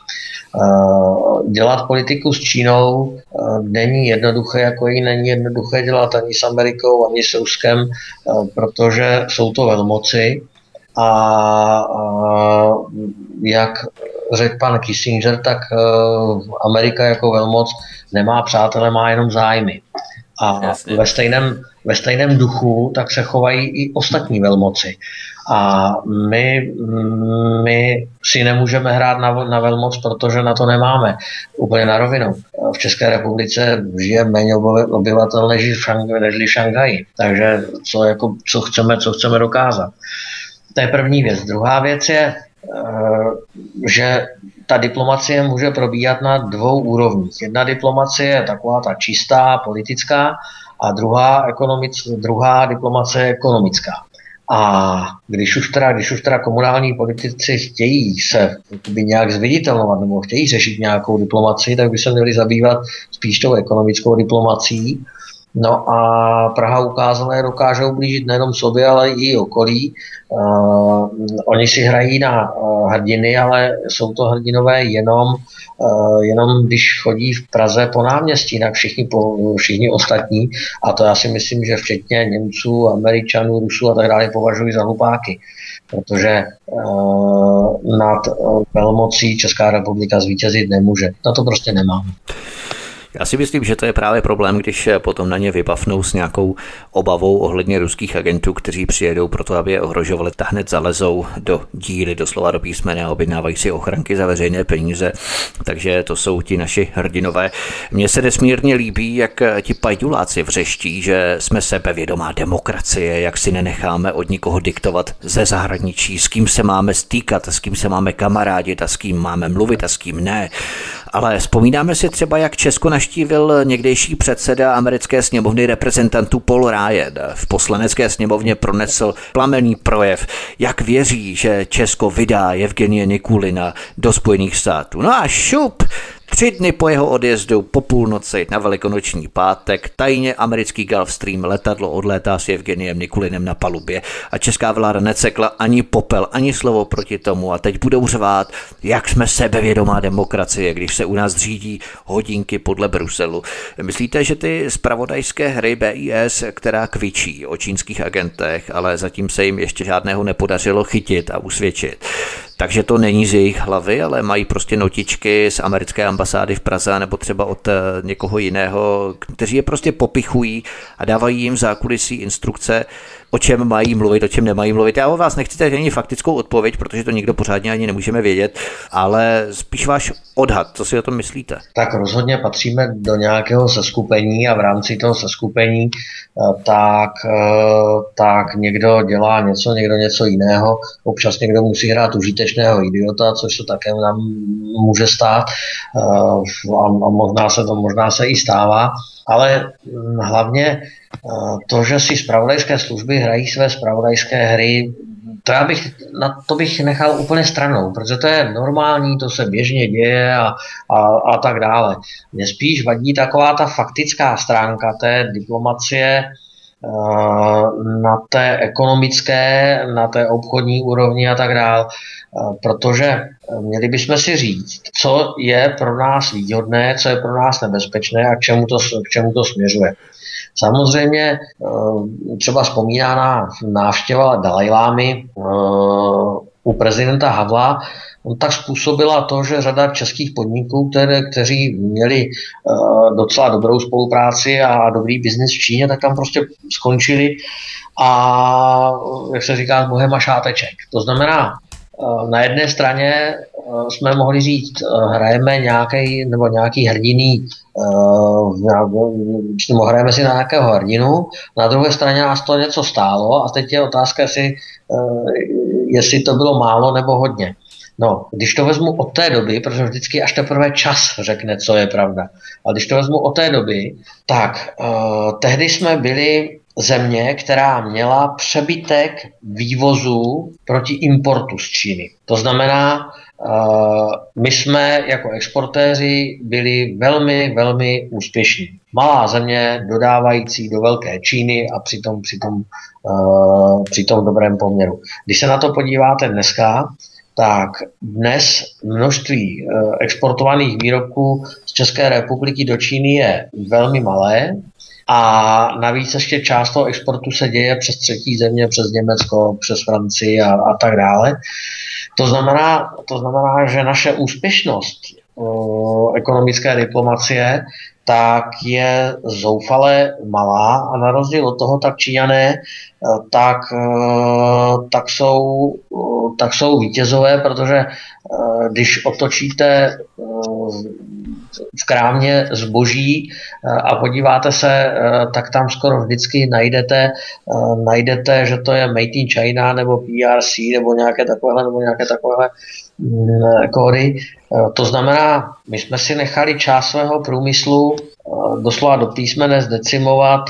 Speaker 2: Dělat politiku s Čínou není jednoduché, jako ji není jednoduché dělat ani s Amerikou, ani s Ruskem, protože jsou to velmoci. A, a jak řekl pan Kissinger, tak uh, Amerika jako velmoc nemá přátele, má jenom zájmy. A ve stejném, ve stejném duchu tak se chovají i ostatní velmoci. A my, my si nemůžeme hrát na, na velmoc, protože na to nemáme. Úplně na rovinu. V České republice žije méně obyvatel než v Šanghaji, Šanghaji. Takže co, jako, co, chceme, co chceme dokázat. To je první věc. Druhá věc je, že ta diplomacie může probíhat na dvou úrovních. Jedna diplomacie je taková ta čistá, politická, a druhá, ekonomic, druhá diplomacie je ekonomická. A když už teda, když už teda komunální politici chtějí se nějak zviditelnovat nebo chtějí řešit nějakou diplomacii, tak by se měli zabývat spíš tou ekonomickou diplomacií. No a Praha ukázala, že dokážou blížit nejenom sobě, ale i okolí. Uh, oni si hrají na uh, hrdiny, ale jsou to hrdinové jenom, uh, jenom když chodí v Praze po náměstí, jinak všichni, po, všichni ostatní. A to já si myslím, že včetně Němců, Američanů, Rusů a tak dále považují za hlupáky. Protože uh, nad uh, velmocí Česká republika zvítězit nemůže. Na to prostě nemám.
Speaker 1: Já si myslím, že to je právě problém, když potom na ně vybavnou s nějakou obavou ohledně ruských agentů, kteří přijedou proto, aby je ohrožovali, tak hned zalezou do díry, doslova do písmene a objednávají si ochranky za veřejné peníze. Takže to jsou ti naši hrdinové. Mně se nesmírně líbí, jak ti pajduláci vřeští, že jsme sebevědomá demokracie, jak si nenecháme od nikoho diktovat ze zahraničí, s kým se máme stýkat, s kým se máme kamarádit a s kým máme mluvit a s kým ne. Ale vzpomínáme si třeba, jak Česko navštívil někdejší předseda americké sněmovny reprezentantů Paul Ryan. V poslanecké sněmovně pronesl plamenný projev, jak věří, že Česko vydá Jevgenije Nikulina do Spojených států. No a šup! Tři dny po jeho odjezdu po půlnoci na velikonoční pátek tajně americký Gulfstream letadlo odlétá s Jevgeniem Nikulinem na palubě a česká vláda necekla ani popel, ani slovo proti tomu a teď budou řvát, jak jsme sebevědomá demokracie, když se u nás řídí hodinky podle Bruselu. Myslíte, že ty zpravodajské hry B I S, která kvičí o čínských agentech, ale zatím se jim ještě žádného nepodařilo chytit a usvědčit, Takže to není z jejich hlavy, ale mají prostě notičky z americké ambasády v Praze nebo třeba od někoho jiného, kteří je prostě popichují a dávají jim v zákulisí instrukce, o čem mají mluvit, o čem nemají mluvit. Já od vás nechci teď ani faktickou odpověď, protože to nikdo pořádně ani nemůžeme vědět, ale spíš váš odhad, co si o tom myslíte?
Speaker 2: Tak rozhodně patříme do nějakého seskupení a v rámci toho seskupení tak, tak někdo dělá něco, někdo něco jiného. Občas někdo musí hrát užitečného idiota, což se také nám může stát a možná se to možná se i stává. Ale hlavně to, že si zpravodajské služby hrají své zpravodajské hry, to, já bych, na to bych nechal úplně stranou, protože to je normální, to se běžně děje a, a, a tak dále. Mně spíš vadí taková ta faktická stránka té diplomacie na té ekonomické, na té obchodní úrovni a tak dále, protože měli bychom si říct, co je pro nás výhodné, co je pro nás nebezpečné a k čemu to, k čemu to směřuje. Samozřejmě třeba vzpomínaná návštěva Dalajlámy u prezidenta Havla tak způsobila to, že řada českých podniků, které, kteří měli docela dobrou spolupráci a dobrý biznis v Číně, tak tam prostě skončili a, jak se říká, s bohem a šáteček. To znamená, na jedné straně jsme mohli říct, hrajeme nějaký nebo nějaký hrdiný, nebo hrajeme si na nějakého hrdinu, na druhé straně nás to něco stálo a teď je otázka, jestli, jestli to bylo málo nebo hodně. No, když to vezmu od té doby, protože vždycky až teprve čas řekne, co je pravda, ale když to vezmu od té doby, tak uh, tehdy jsme byli země, která měla přebytek vývozu proti importu z Číny. To znamená, uh, my jsme jako exportéři byli velmi, velmi úspěšní. Malá země dodávající do velké Číny a přitom, přitom, uh, přitom v dobrém poměru. Když se na to podíváte dneska, tak dnes množství exportovaných výrobků z České republiky do Číny je velmi malé a navíc ještě část toho exportu se děje přes třetí země, přes Německo, přes Francii a, a tak dále. To znamená, to znamená, že naše úspěšnost o, ekonomické diplomacie tak je zoufale malá a na rozdíl od toho tak Číňané tak, tak, jsou, tak jsou vítězové, protože když otočíte v krámě zboží a podíváte se, tak tam skoro vždycky najdete, najdete, že to je Made in China nebo P R C nebo nějaké takovéhle, nebo nějaké takovéhle kódy. To znamená, my jsme si nechali část svého průmyslu doslova do písmene zdecimovat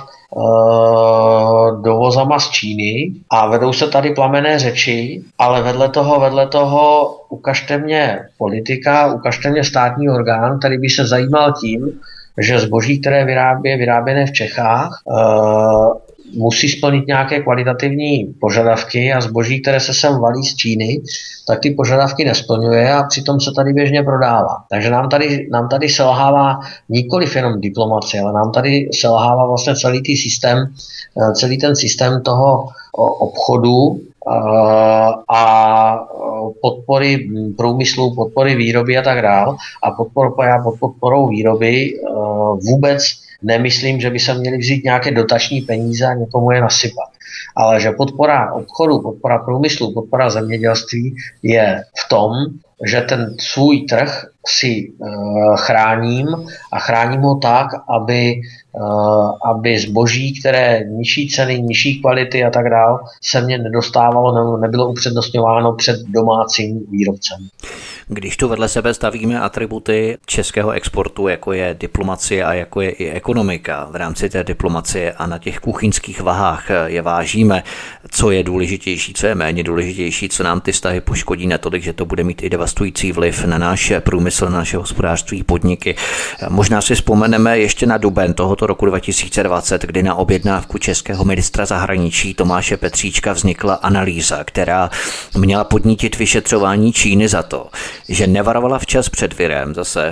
Speaker 2: dovozama z Číny a vedou se tady plamenné řeči, ale vedle toho, vedle toho ukažte mě politika, ukažte mě státní orgán, který by se zajímal tím, že zboží, které vyrábí, je vyráběné v Čechách, musí splnit nějaké kvalitativní požadavky a zboží, které se sem valí z Číny, tak ty požadavky nesplňuje a přitom se tady běžně prodává. Takže nám tady, nám tady selhává nikoliv jenom diplomacie, ale nám tady selhává vlastně celý, tý systém, celý ten systém toho obchodu a podpory průmyslu, podpory výroby a tak dál. A podpor, já pod podporou výroby vůbec nemyslím, že by se měli vzít nějaké dotační peníze a někomu je nasypat. Ale že podpora obchodu, podpora průmyslu, podpora zemědělství je v tom, že ten svůj trh si uh, chráním a chráním ho tak, aby, uh, aby zboží, které nižší ceny, nižší kvality a tak dále, se mně nedostávalo nebo nebylo upřednostňováno před domácím výrobcem.
Speaker 1: Když tu vedle sebe stavíme atributy českého exportu, jako je diplomacie a jako je i ekonomika, v rámci té diplomacie a na těch kuchyňských vahách je vážíme, co je důležitější, co je méně důležitější, co nám ty vztahy poškodí natolik, že to bude mít i devastující vliv na náš průmysl, na naše hospodářství, podniky. Možná si vzpomeneme ještě na duben tohoto roku dva tisíce dvacet, kdy na objednávku českého ministra zahraničí Tomáše Petříčka vznikla analýza, která měla podnítit vyšetřování Číny za to, že nevarovala včas před virem, zase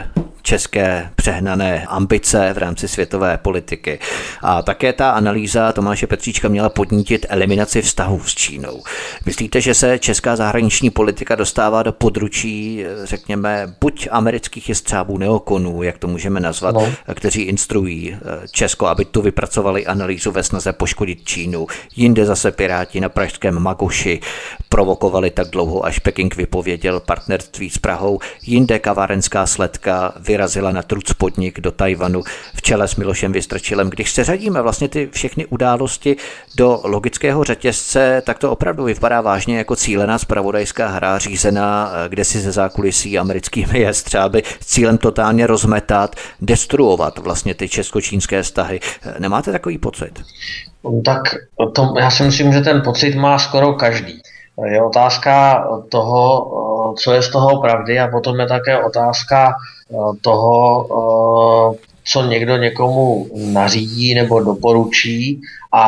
Speaker 1: české přehnané ambice v rámci světové politiky. A také ta analýza Tomáše Petříčka měla podnítit eliminaci vztahů s Čínou. Myslíte, že se česká zahraniční politika dostává do područí, řekněme, buď amerických jestřábů, neokonů, jak to můžeme nazvat, no. kteří instruují Česko, aby tu vypracovali analýzu ve snaze poškodit Čínu. Jinde zase Piráti na pražském Magoši provokovali tak dlouho, až Peking vypověděl partnerství s Prahou. Jinde kavárenská sledka vyrazila na truc podnik do Tajvanu v čele s Milošem Vystrčilem. Když se řadíme vlastně ty všechny události do logického řetězce, tak to opravdu vypadá vážně jako cílená zpravodajská hra řízená kdesi ze zákulisí americkými jestřáby s cílem totálně rozmetat, destruovat vlastně ty česko-čínské vztahy. Nemáte takový pocit?
Speaker 2: Tak to, já si myslím, že ten pocit má skoro každý. Je otázka toho, co je z toho pravdy, a potom je také otázka toho, co někdo někomu nařídí nebo doporučí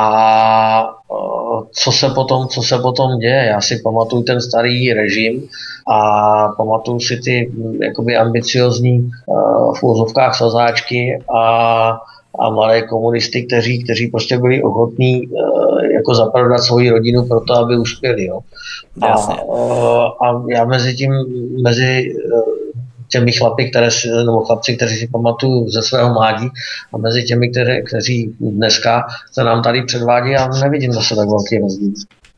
Speaker 2: a co se potom, co se potom děje. Já si pamatuju ten starý režim a pamatuju si ty jakoby ambiciozní v úzovkách sazáčky a a mladé komunisty, kteří, kteří prostě byli ochotní uh, jako zaprodat svoji rodinu pro to, aby uspěli. Jo. A, uh, a já mezi tím, mezi uh, těmi chlapy, které si, nebo chlapci, kteří si pamatuju ze svého mládí, a mezi těmi, které, kteří dneska se nám tady předvádí, já nevidím zase tak velký rozdíl.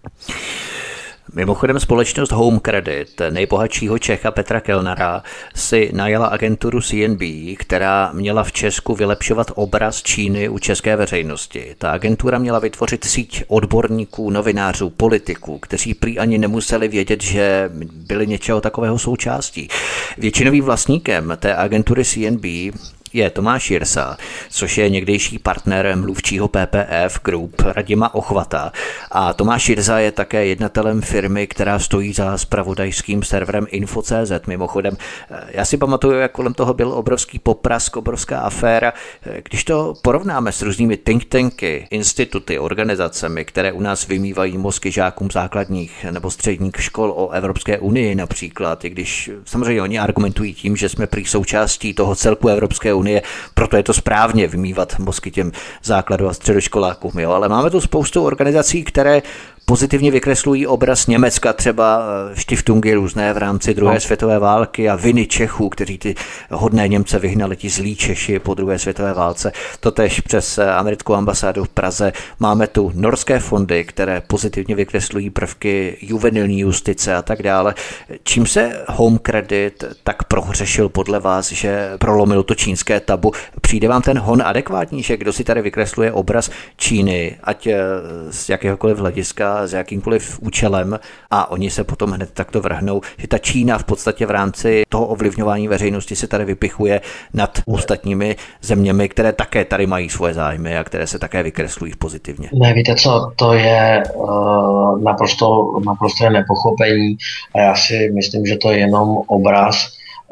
Speaker 1: Mimochodem společnost Home Credit nejbohatšího Čecha Petra Kellnera si najala agenturu C N B, která měla v Česku vylepšovat obraz Číny u české veřejnosti. Ta agentura měla vytvořit síť odborníků, novinářů, politiků, kteří prý ani nemuseli vědět, že byli něčeho takového součástí. Většinovým vlastníkem té agentury C N B je Tomáš Jirsa, což je někdejší partner mluvčího P P F Group Radima Ochvata. A Tomáš Jirsa je také jednatelem firmy, která stojí za zpravodajským serverem info tečka cé zet. Mimochodem, já si pamatuju, jak kolem toho byl obrovský poprask, obrovská aféra. Když to porovnáme s různými think tanky, instituty, organizacemi, které u nás vymývají mozky žákům základních nebo středních škol o Evropské unii například, i když samozřejmě oni argumentují tím, že jsme prý součástí toho celku Evropské unie, proto je to správně vymývat mozky těm základu a středoškolákům. Jo? Ale máme tu spoustu organizací, které pozitivně vykreslují obraz Německa, třeba štiftungy různé v rámci druhé no. světové války a viny Čechů, kteří ty hodné Němce vyhnali, ti zlí Češi po druhé světové válce. Totéž přes americkou ambasádu v Praze. Máme tu norské fondy, které pozitivně vykreslují prvky juvenilní justice a tak dále. Čím se Home Credit tak prohřešil podle vás, že prolomil to čínské tabu? Přijde vám ten hon adekvátní, že kdo si tady vykresluje obraz Číny, ať z jakéhokoliv hlediska, s jakýmkoliv účelem, a oni se potom hned takto vrhnou, že ta Čína v podstatě v rámci toho ovlivňování veřejnosti se tady vypichuje nad ostatními zeměmi, které také tady mají svoje zájmy a které se také vykreslují pozitivně.
Speaker 2: Ne, víte co, to je uh, naprosto, naprosto je nepochopení a já si myslím, že to je jenom obraz,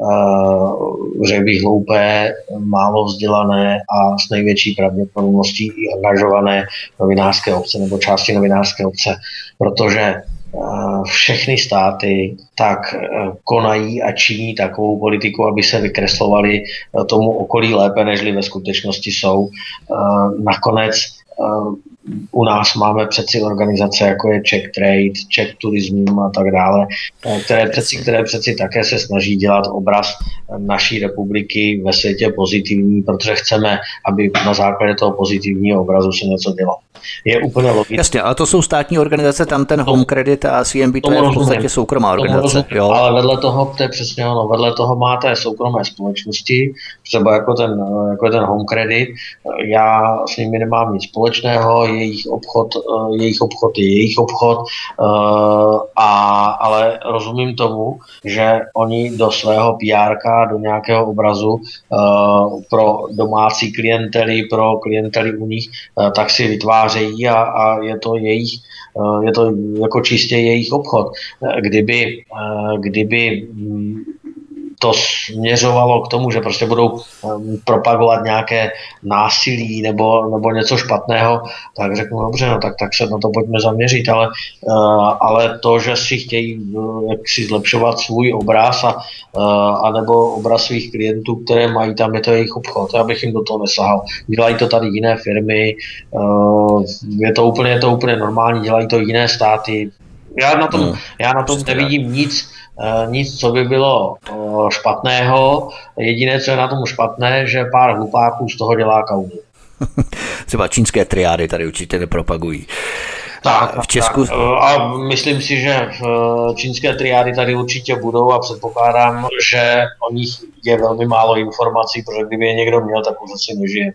Speaker 2: uh, řekl bych hloupé, málo vzdělané a s největší pravděpodobností i angažované novinářské obce nebo části novinářské obce, protože uh, všechny státy tak uh, konají a činí takovou politiku, aby se vykreslovali uh, tomu okolí lépe, nežli ve skutečnosti jsou. Uh, nakonec uh, u nás máme přeci organizace, jako je Czech Trade, Czech Tourism a tak dále, které přeci, které přeci také se snaží dělat obraz naší republiky ve světě pozitivní, protože chceme, aby na základě toho pozitivního obrazu se něco dělalo. Je úplně logické.
Speaker 1: Jasně, ale to jsou státní organizace, tam ten Home Credit a C N B, to je v podstatě soukromá organizace. Jo.
Speaker 2: Ale vedle toho, to je přesně ono, vedle toho máte soukromé společnosti, třeba jako ten, jako ten Home Credit, já s nimi nemám nic společného, jejich obchod, jejich obchod je jejich obchod, a, ale rozumím tomu, že oni do svého P R ka, do nějakého obrazu pro domácí klientely, pro klientely u nich, tak si vytvářejí a, a je to jejich, je to jako čistě jejich obchod. Kdyby, kdyby to směřovalo k tomu, že prostě budou propagovat nějaké násilí nebo, nebo něco špatného, tak řeknu, dobře, no, tak, tak se na to pojďme zaměřit, ale, ale to, že si chtějí jak si zlepšovat svůj obraz a, a nebo obraz svých klientů, které mají tam, je to jejich obchod, já bych jim do toho nesahal. Dělají to tady jiné firmy, je to úplně, je to úplně normální, dělají to jiné státy. Já na tom, no, já na tom nevidím nic, nic, co by bylo špatného. Jediné, co je na tom špatné, že pár hlupáků z toho dělá kauzu.
Speaker 1: Třeba čínské triády tady určitě nepropagují.
Speaker 2: Tak, v Česku... tak. A myslím si, že čínské triády tady určitě budou a předpokládám, že o nich je velmi málo informací, protože kdyby je někdo měl, tak už asi nežije.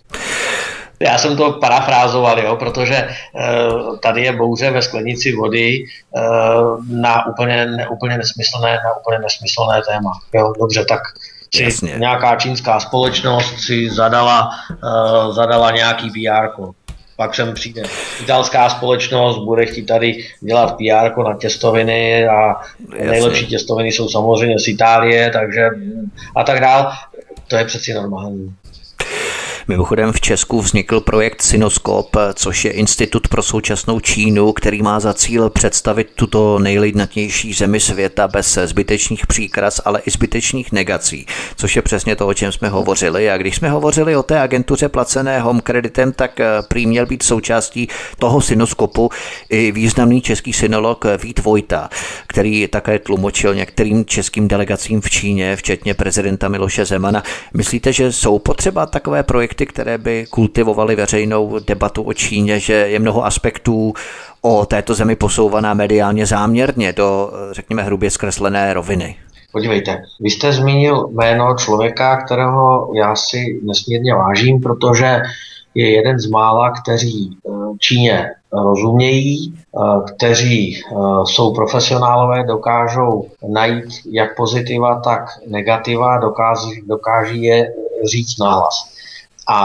Speaker 2: Já jsem to parafrázoval, jo, protože uh, tady je bouře ve sklenici vody uh, na úplně, ne, úplně nesmyslné, na úplně nesmyslné téma. Jo, dobře, tak si Jasně. nějaká čínská společnost si zadala, uh, zadala nějaký P R ko. Pak sem přijde italská společnost, bude chtít tady dělat P R ko na těstoviny a Jasně. nejlepší těstoviny jsou samozřejmě z Itálie, takže a tak dál. To je přeci normální.
Speaker 1: Mimochodem v Česku vznikl projekt Sinoskop, což je institut pro současnou Čínu, který má za cíl představit tuto nejlidnatější zemi světa bez zbytečných příkras, ale i zbytečných negací, což je přesně to, o čem jsme hovořili. A když jsme hovořili o té agentuře placené Home Creditem, tak prý měl být součástí toho Sinoskopu i významný český synolog Vít Vojta, který také tlumočil některým českým delegacím v Číně, včetně prezidenta Miloše Zemana. Myslíte, že jsou potřeba takové projekty, které by kultivovaly veřejnou debatu o Číně, že je mnoho aspektů o této zemi posouvaná mediálně záměrně do, řekněme, hrubě zkreslené roviny?
Speaker 2: Podívejte, vy jste zmínil jméno člověka, kterého já si nesmírně vážím, protože je jeden z mála, kteří Číně rozumějí, kteří jsou profesionálové, dokážou najít jak pozitiva, tak negativa, dokáží, dokáží je říct nahlas. A,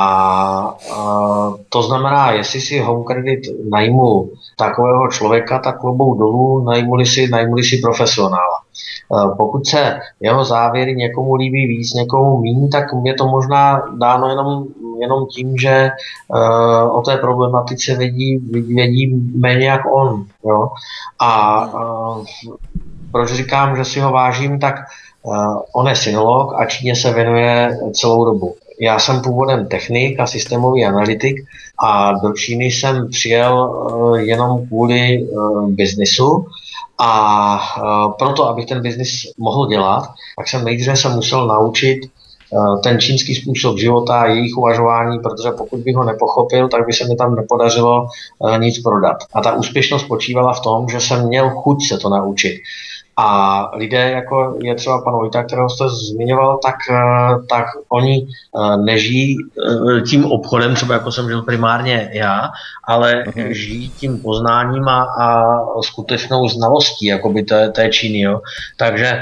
Speaker 2: a to znamená, jestli si Home Credit najmu takového člověka, tak klobou dolů, najmu-li si, najmu-li si profesionála. Pokud se jeho závěry někomu líbí víc, někomu míň, tak je to možná dáno jenom, jenom tím, že uh, o té problematice vědí, vědí méně jak on. Jo? A uh, proč říkám, že si ho vážím, tak uh, on je synolog a Číně se věnuje celou dobu. Já jsem původem technik a systémový analytik a do Číny jsem přijel uh, jenom kvůli uh, biznisu a uh, proto, abych ten biznis mohl dělat, tak jsem nejdříve se musel naučit uh, ten čínský způsob života a jejich uvažování, protože pokud bych ho nepochopil, tak by se mi tam nepodařilo uh, nic prodat. A ta úspěšnost spočívala v tom, že jsem měl chuť se to naučit. A lidé, jako je třeba pan Vojta, kterého jste zmiňoval, tak, tak oni nežijí tím obchodem, třeba jako jsem žil primárně já, ale uh-huh. žijí tím poznáním a, a skutečnou znalostí jakoby té, té Číny. Jo. Takže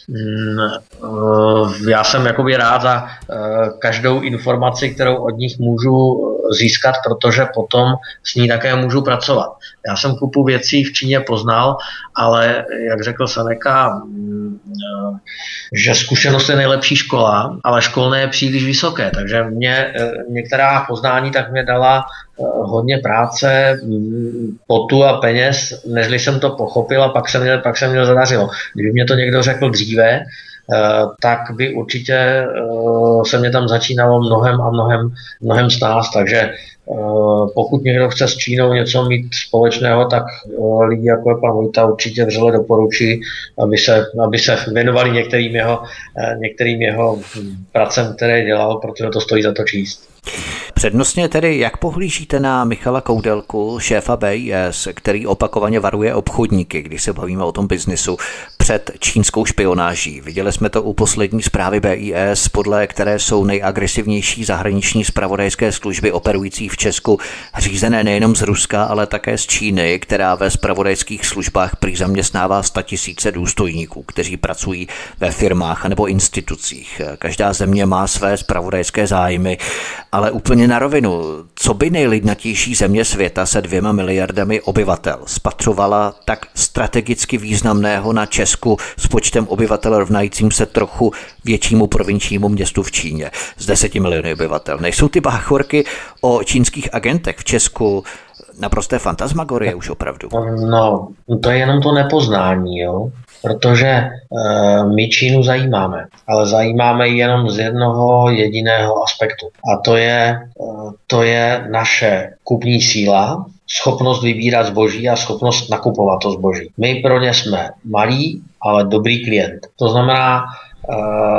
Speaker 2: já jsem jakoby rád za každou informaci, kterou od nich můžu získat, protože potom s ní také můžu pracovat. Já jsem kupu věcí v Číně poznal, ale jak řekl Seneca, že zkušenost je nejlepší škola, ale školné je příliš vysoké, takže mě některá poznání tak mě dala hodně práce, potu a peněz, nežli jsem to pochopil a pak se mě, pak se mě zadařilo. Kdyby mě to někdo řekl dříve, tak by určitě se mě tam začínalo mnohem a mnohem, mnohem snáz, takže pokud někdo chce s Čínou něco mít společného, tak lidi jako je pan Vojta určitě vřele doporučí, aby se, aby se věnovali některým jeho, některým jeho pracem, které dělal, protože to stojí za to číst.
Speaker 1: Přednostně tedy, jak pohlížíte na Michala Koudelku, šéfa B I S, který opakovaně varuje obchodníky, když se bavíme o tom biznisu, před čínskou špionáží? Viděli jsme to u poslední zprávy B I S, podle které jsou nejagresivnější zahraniční zpravodajské služby operující v Česku řízené nejenom z Ruska, ale také z Číny, která ve zpravodajských službách prý zaměstnává statisíce důstojníků, kteří pracují ve firmách nebo institucích. Každá země má své zpravodajské zájmy, ale úplně na rovinu, co by nejlidnatější země světa se dvěma miliardami obyvatel spatřovala tak strategicky významného na české Česku s počtem obyvatel rovnajícím se trochu většímu provinčnímu městu v Číně s deseti miliony obyvatel. Nejsou ty báchorky o čínských agentech v Česku naprosté fantasmagorie už opravdu?
Speaker 2: No, to je jenom to nepoznání, jo? Protože e, my Čínu zajímáme, ale zajímáme ji jenom z jednoho jediného aspektu. A to je, e, to je naše kupní síla, schopnost vybírat zboží a schopnost nakupovat to zboží. My pro ně jsme malí, ale dobrý klient. To znamená, e,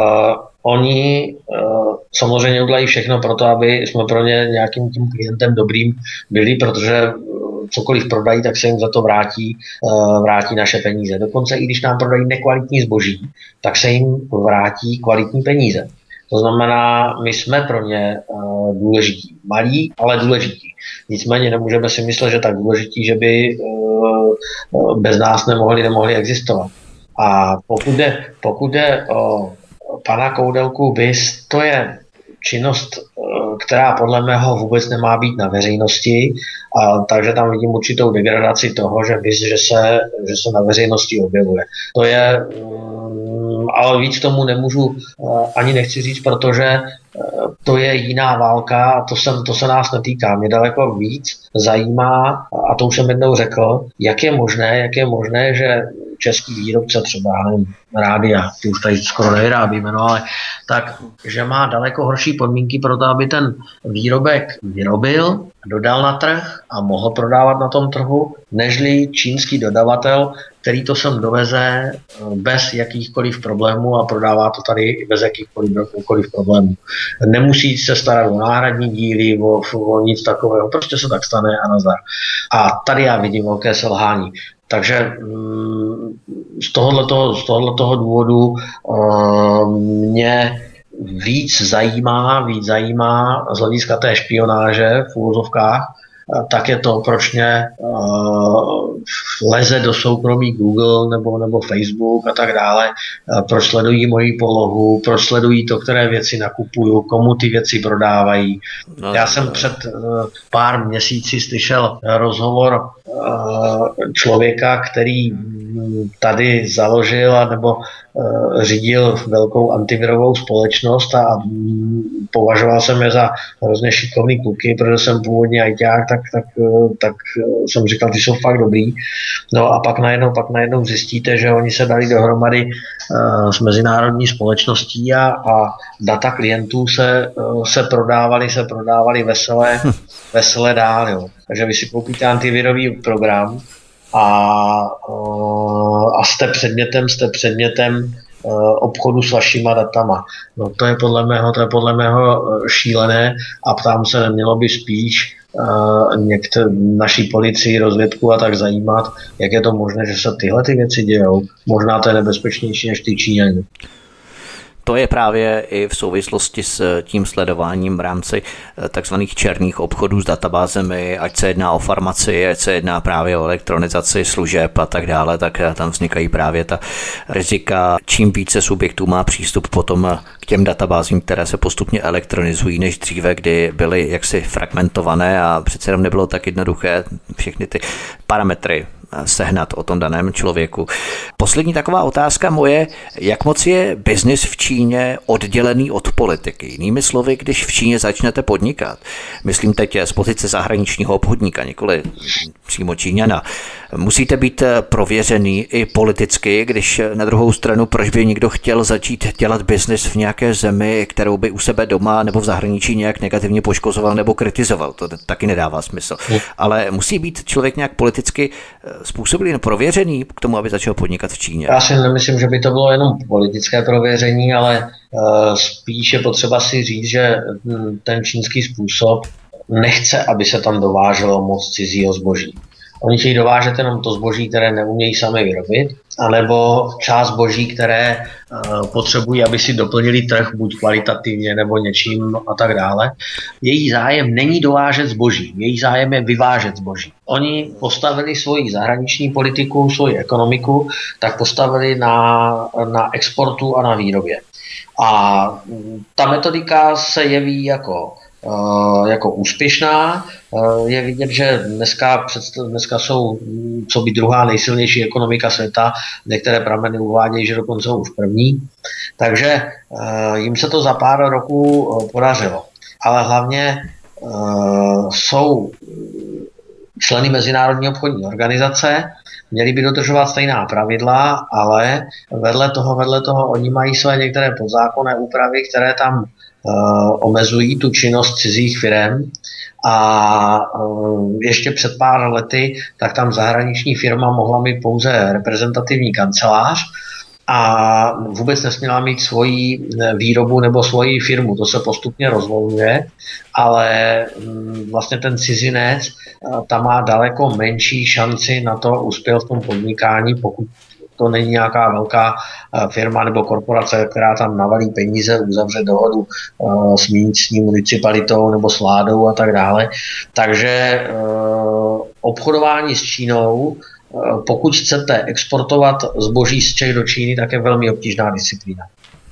Speaker 2: oni e, samozřejmě udělají všechno pro to, aby jsme pro ně nějakým tím klientem dobrým byli, protože cokoliv prodají, tak se jim za to vrátí, vrátí naše peníze. Dokonce i když nám prodají nekvalitní zboží, tak se jim vrátí kvalitní peníze. To znamená, my jsme pro ně důležití. Malí, ale důležití. Nicméně nemůžeme si myslet, že tak důležití, že by bez nás nemohli, nemohli existovat. A pokud jde, pokud jde o pana Koudelku BIS, to je činnost, která podle mého vůbec nemá být na veřejnosti, a takže tam vidím určitou degradaci toho, že BIS, že se, že se na veřejnosti objevuje. To je, ale víc tomu nemůžu, ani nechci říct, protože to je jiná válka a to, jsem, to se nás netýká. Mě daleko víc zajímá, a to už jsem jednou řekl, jak je možné, jak je možné, že český výrobce třeba, nevím, rádia, ty už tady skoro nevyrábíme, no ale tak, že má daleko horší podmínky pro to, aby ten výrobek vyrobil, dodal na trh a mohl prodávat na tom trhu, nežli čínský dodavatel, který to sem doveze bez jakýchkoliv problémů a prodává to tady bez jakýchkoliv problémů. Nemusí se starat o náhradní díly, o, o nic takového, prostě se tak stane a nazdar. A tady já vidím velké selhání. Takže z tohoto, z tohoto důvodu mě víc zajímá, víc zajímá z hlediska té špionáže v úvozovkách, tak je to, proč mě uh, leze do soukromí Google nebo, nebo Facebook a tak dále, uh, proč sledují moji polohu, proč sledují to, které věci nakupuju, komu ty věci prodávají. No, Já jsem před uh, pár měsíci slyšel rozhovor uh, člověka, který tady založil nebo uh, řídil velkou antivirovou společnost a um, považoval jsem je za hrozně šikovný kluky, protože jsem původně ajťák, tak, tak, tak jsem říkal, ty jsou fakt dobrý. No a pak najednou, pak najednou zjistíte, že oni se dali dohromady uh, s mezinárodní společností a, a data klientů se, uh, se prodávali, se prodávali veselé, veselé dál. Jo. Takže vy si koupíte antivirový program a, uh, a jste předmětem, jste předmětem obchodu s vašima datama. No to je podle mého, to je podle mého šílené a ptám se, nemělo by spíš uh, některé naší policii, rozvědku a tak zajímat, jak je to možné, že se tyhle ty věci dějou. Možná to je nebezpečnější než ty Číňani.
Speaker 1: To je právě i v souvislosti s tím sledováním v rámci takzvaných černých obchodů s databázemi, ať se jedná o farmacii, ať se jedná právě o elektronizaci služeb a tak dále, tak tam vznikají právě ta rizika. Čím více subjektů má přístup potom k těm databázím, které se postupně elektronizují než dříve, kdy byly jaksi fragmentované a přece jenom nebylo tak jednoduché všechny ty parametry sehnat o tom daném člověku. Poslední taková otázka moje, jak moc je biznis v Číně oddělený od politiky? Jinými slovy, když v Číně začnete podnikat, myslím teď z pozice zahraničního obchodníka, nikoli přímo Číňana, musíte být prověřený i politicky, když na druhou stranu, proč by někdo chtěl začít dělat biznis v nějaké zemi, kterou by u sebe doma nebo v zahraničí nějak negativně poškozoval nebo kritizoval. To taky nedává smysl. Ale musí být člověk nějak politicky způsobilý, prověřený k tomu, aby začal podnikat v Číně.
Speaker 2: Já si nemyslím, že by to bylo jenom politické prověření, ale uh, spíš je potřeba si říct, že ten čínský způsob nechce, aby se tam dováželo moc cizího zboží. Oni chtějí dovážet jenom to zboží, které neumějí sami vyrobit, anebo část zboží, které uh, potřebují, aby si doplnili trh, buď kvalitativně nebo něčím a tak dále. Její zájem není dovážet zboží, její zájem je vyvážet zboží. Oni postavili svoji zahraniční politiku, svoji ekonomiku, tak postavili na, na exportu a na výrobě. A ta metodika se jeví jako jako úspěšná. Je vidět, že dneska, dneska jsou co by druhá nejsilnější ekonomika světa, některé prameny uvádějí, že dokonce už první. Takže jim se to za pár roků podařilo. Ale hlavně jsou členy Mezinárodní obchodní organizace, měli by dodržovat stejná pravidla, ale vedle toho, vedle toho oni mají své některé podzákonné úpravy, které tam uh, omezují tu činnost cizích firem. A uh, ještě před pár lety, tak tam zahraniční firma mohla mít pouze reprezentativní kancelář a vůbec nesměla mít svoji výrobu nebo svoji firmu. To se postupně rozvolňuje, ale vlastně ten cizinec tam má daleko menší šanci na to uspět v tom podnikání, pokud to není nějaká velká firma nebo korporace, která tam navalí peníze, uzavře dohodu s místní municipalitou nebo s vládou a tak dále. Takže obchodování s Čínou, pokud chcete exportovat zboží z Čech do Číny, tak je velmi obtížná disciplína.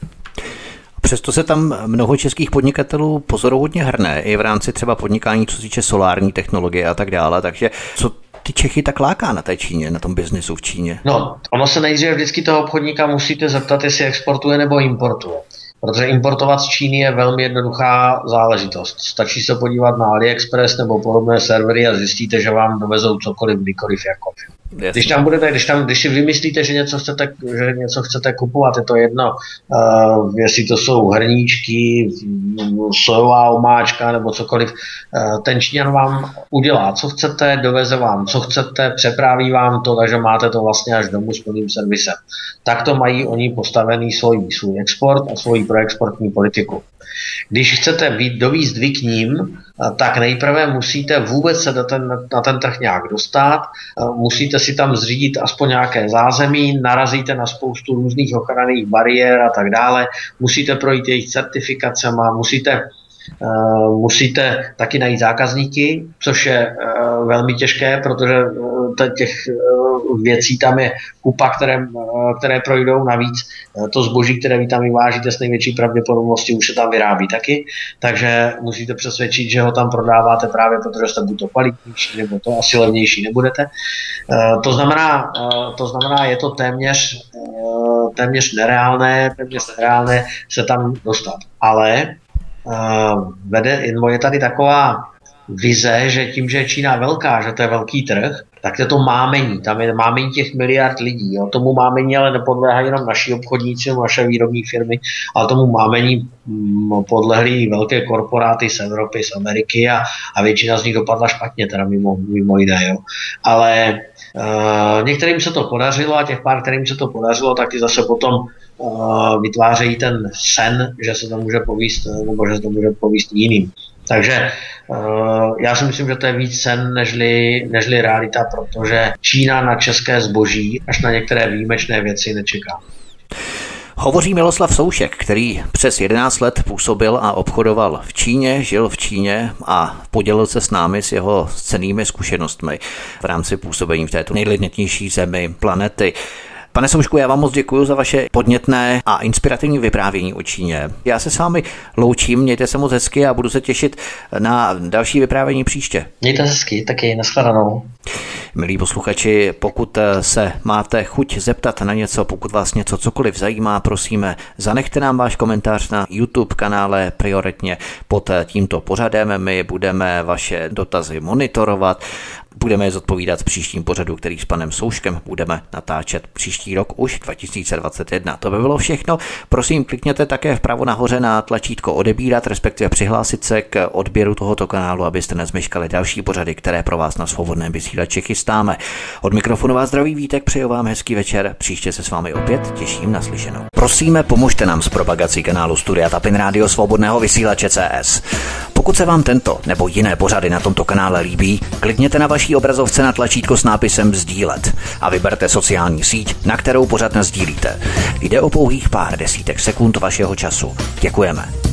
Speaker 1: Přesto se tam mnoho českých podnikatelů pozoruhodně hrne, i v rámci třeba podnikání, co se týče solární technologie a tak dále. Takže co ty Čechy tak láká na té Číně, na tom biznesu v Číně?
Speaker 2: No, ono se nejdříve vždycky toho obchodníka musíte zeptat, jestli exportuje nebo importuje. Protože importovat z Číny je velmi jednoduchá záležitost. Stačí se podívat na AliExpress nebo podobné servery a zjistíte, že vám dovezou cokoliv, kdykoliv, jakkoliv. Když tam budete, když tam, když si vymyslíte, že něco chcete, že něco chcete kupovat, je to jedno, uh, jestli to jsou hrníčky, sojová omáčka nebo cokoliv, uh, ten Číňan vám udělá, co chcete, doveze vám, co chcete, přepráví vám to, takže máte to vlastně až domů s plným servisem. Tak to mají oni postavený svůj, svůj export a svůj proexportní politiku. Když chcete být dovízt vy k ním, tak nejprve musíte vůbec se na ten, na ten trh nějak dostat, musíte si tam zřídit aspoň nějaké zázemí, narazíte na spoustu různých ochranných bariér a tak dále, musíte projít jejich certifikacema, musíte Uh, musíte taky najít zákazníky, což je uh, velmi těžké, protože uh, těch uh, věcí tam je kupa, které, uh, které projdou. Navíc uh, to zboží, které vy tam vyvážíte, s největší pravděpodobností už se tam vyrábí taky, takže musíte přesvědčit, že ho tam prodáváte právě protože jste buď to kvalitnější, nebo to asi levnější nebudete. Uh, to znamená, uh, to znamená, je to téměř, uh, téměř nereálné, téměř nereálné se tam dostat. Ale Uh, vede, je tady taková vize, že tím, že je Čína velká, že to je velký trh, tak je to mámení, tam je mámení těch miliard lidí. Jo. Tomu mámení ale nepodléhají jenom naši obchodníci, naše výrobní firmy, ale tomu mámení mm, podlehly velké korporáty z Evropy, z Ameriky a, a většina z nich dopadla špatně, teda mimo, mimo jiné. Jo. Ale uh, některým se to podařilo a těch pár, kterým se to podařilo, taky zase potom uh, vytvářejí ten sen, že se to může povíst, nebo že se to může povíst jiným. Takže uh, já si myslím, že to je víc sen nežli, nežli realita, protože Čína na české zboží až na některé výjimečné věci nečeká.
Speaker 1: Hovoří Miloslav Soušek, který přes jedenáct let působil a obchodoval v Číně, žil v Číně a podělil se s námi s jeho cennými zkušenostmi v rámci působení v této nejlidnější zemi planety. Pane Soušku, já vám moc děkuji za vaše podnětné a inspirativní vyprávění o Číně. Já se s vámi loučím, mějte se moc hezky a budu se těšit na další vyprávění příště.
Speaker 2: Mějte hezky, taky nashledanou.
Speaker 1: Milí posluchači, pokud se máte chuť zeptat na něco, pokud vás něco cokoliv zajímá, prosíme, zanechte nám váš komentář na YouTube kanále prioritně pod tímto pořadem. My budeme vaše dotazy monitorovat. Budeme je zodpovídat v příštím pořadu, který s panem Souškem budeme natáčet příští rok už dva tisíce dvacet jedna. To by bylo všechno. Prosím, klikněte také vpravo nahoře na tlačítko odebírat, respektive přihlásit se k odběru tohoto kanálu, abyste nezmeškali další pořady, které pro vás na Svobodném vysílači chystáme. Od mikrofonu vás zdraví Vítek, přeju vám hezký večer. Příště se s vámi opět těším na slyšenou. Prosíme, pomožte nám s propagací kanálu Studia Tapin Rádio Svobodného vysílače C S. Pokud se vám tento nebo jiné pořady na tomto kanále líbí, klikněte na vaší obrazovce na tlačítko s nápisem sdílet a vyberte sociální síť, na kterou pořad nasdílíte. Jde o pouhých pár desítek sekund vašeho času. Děkujeme.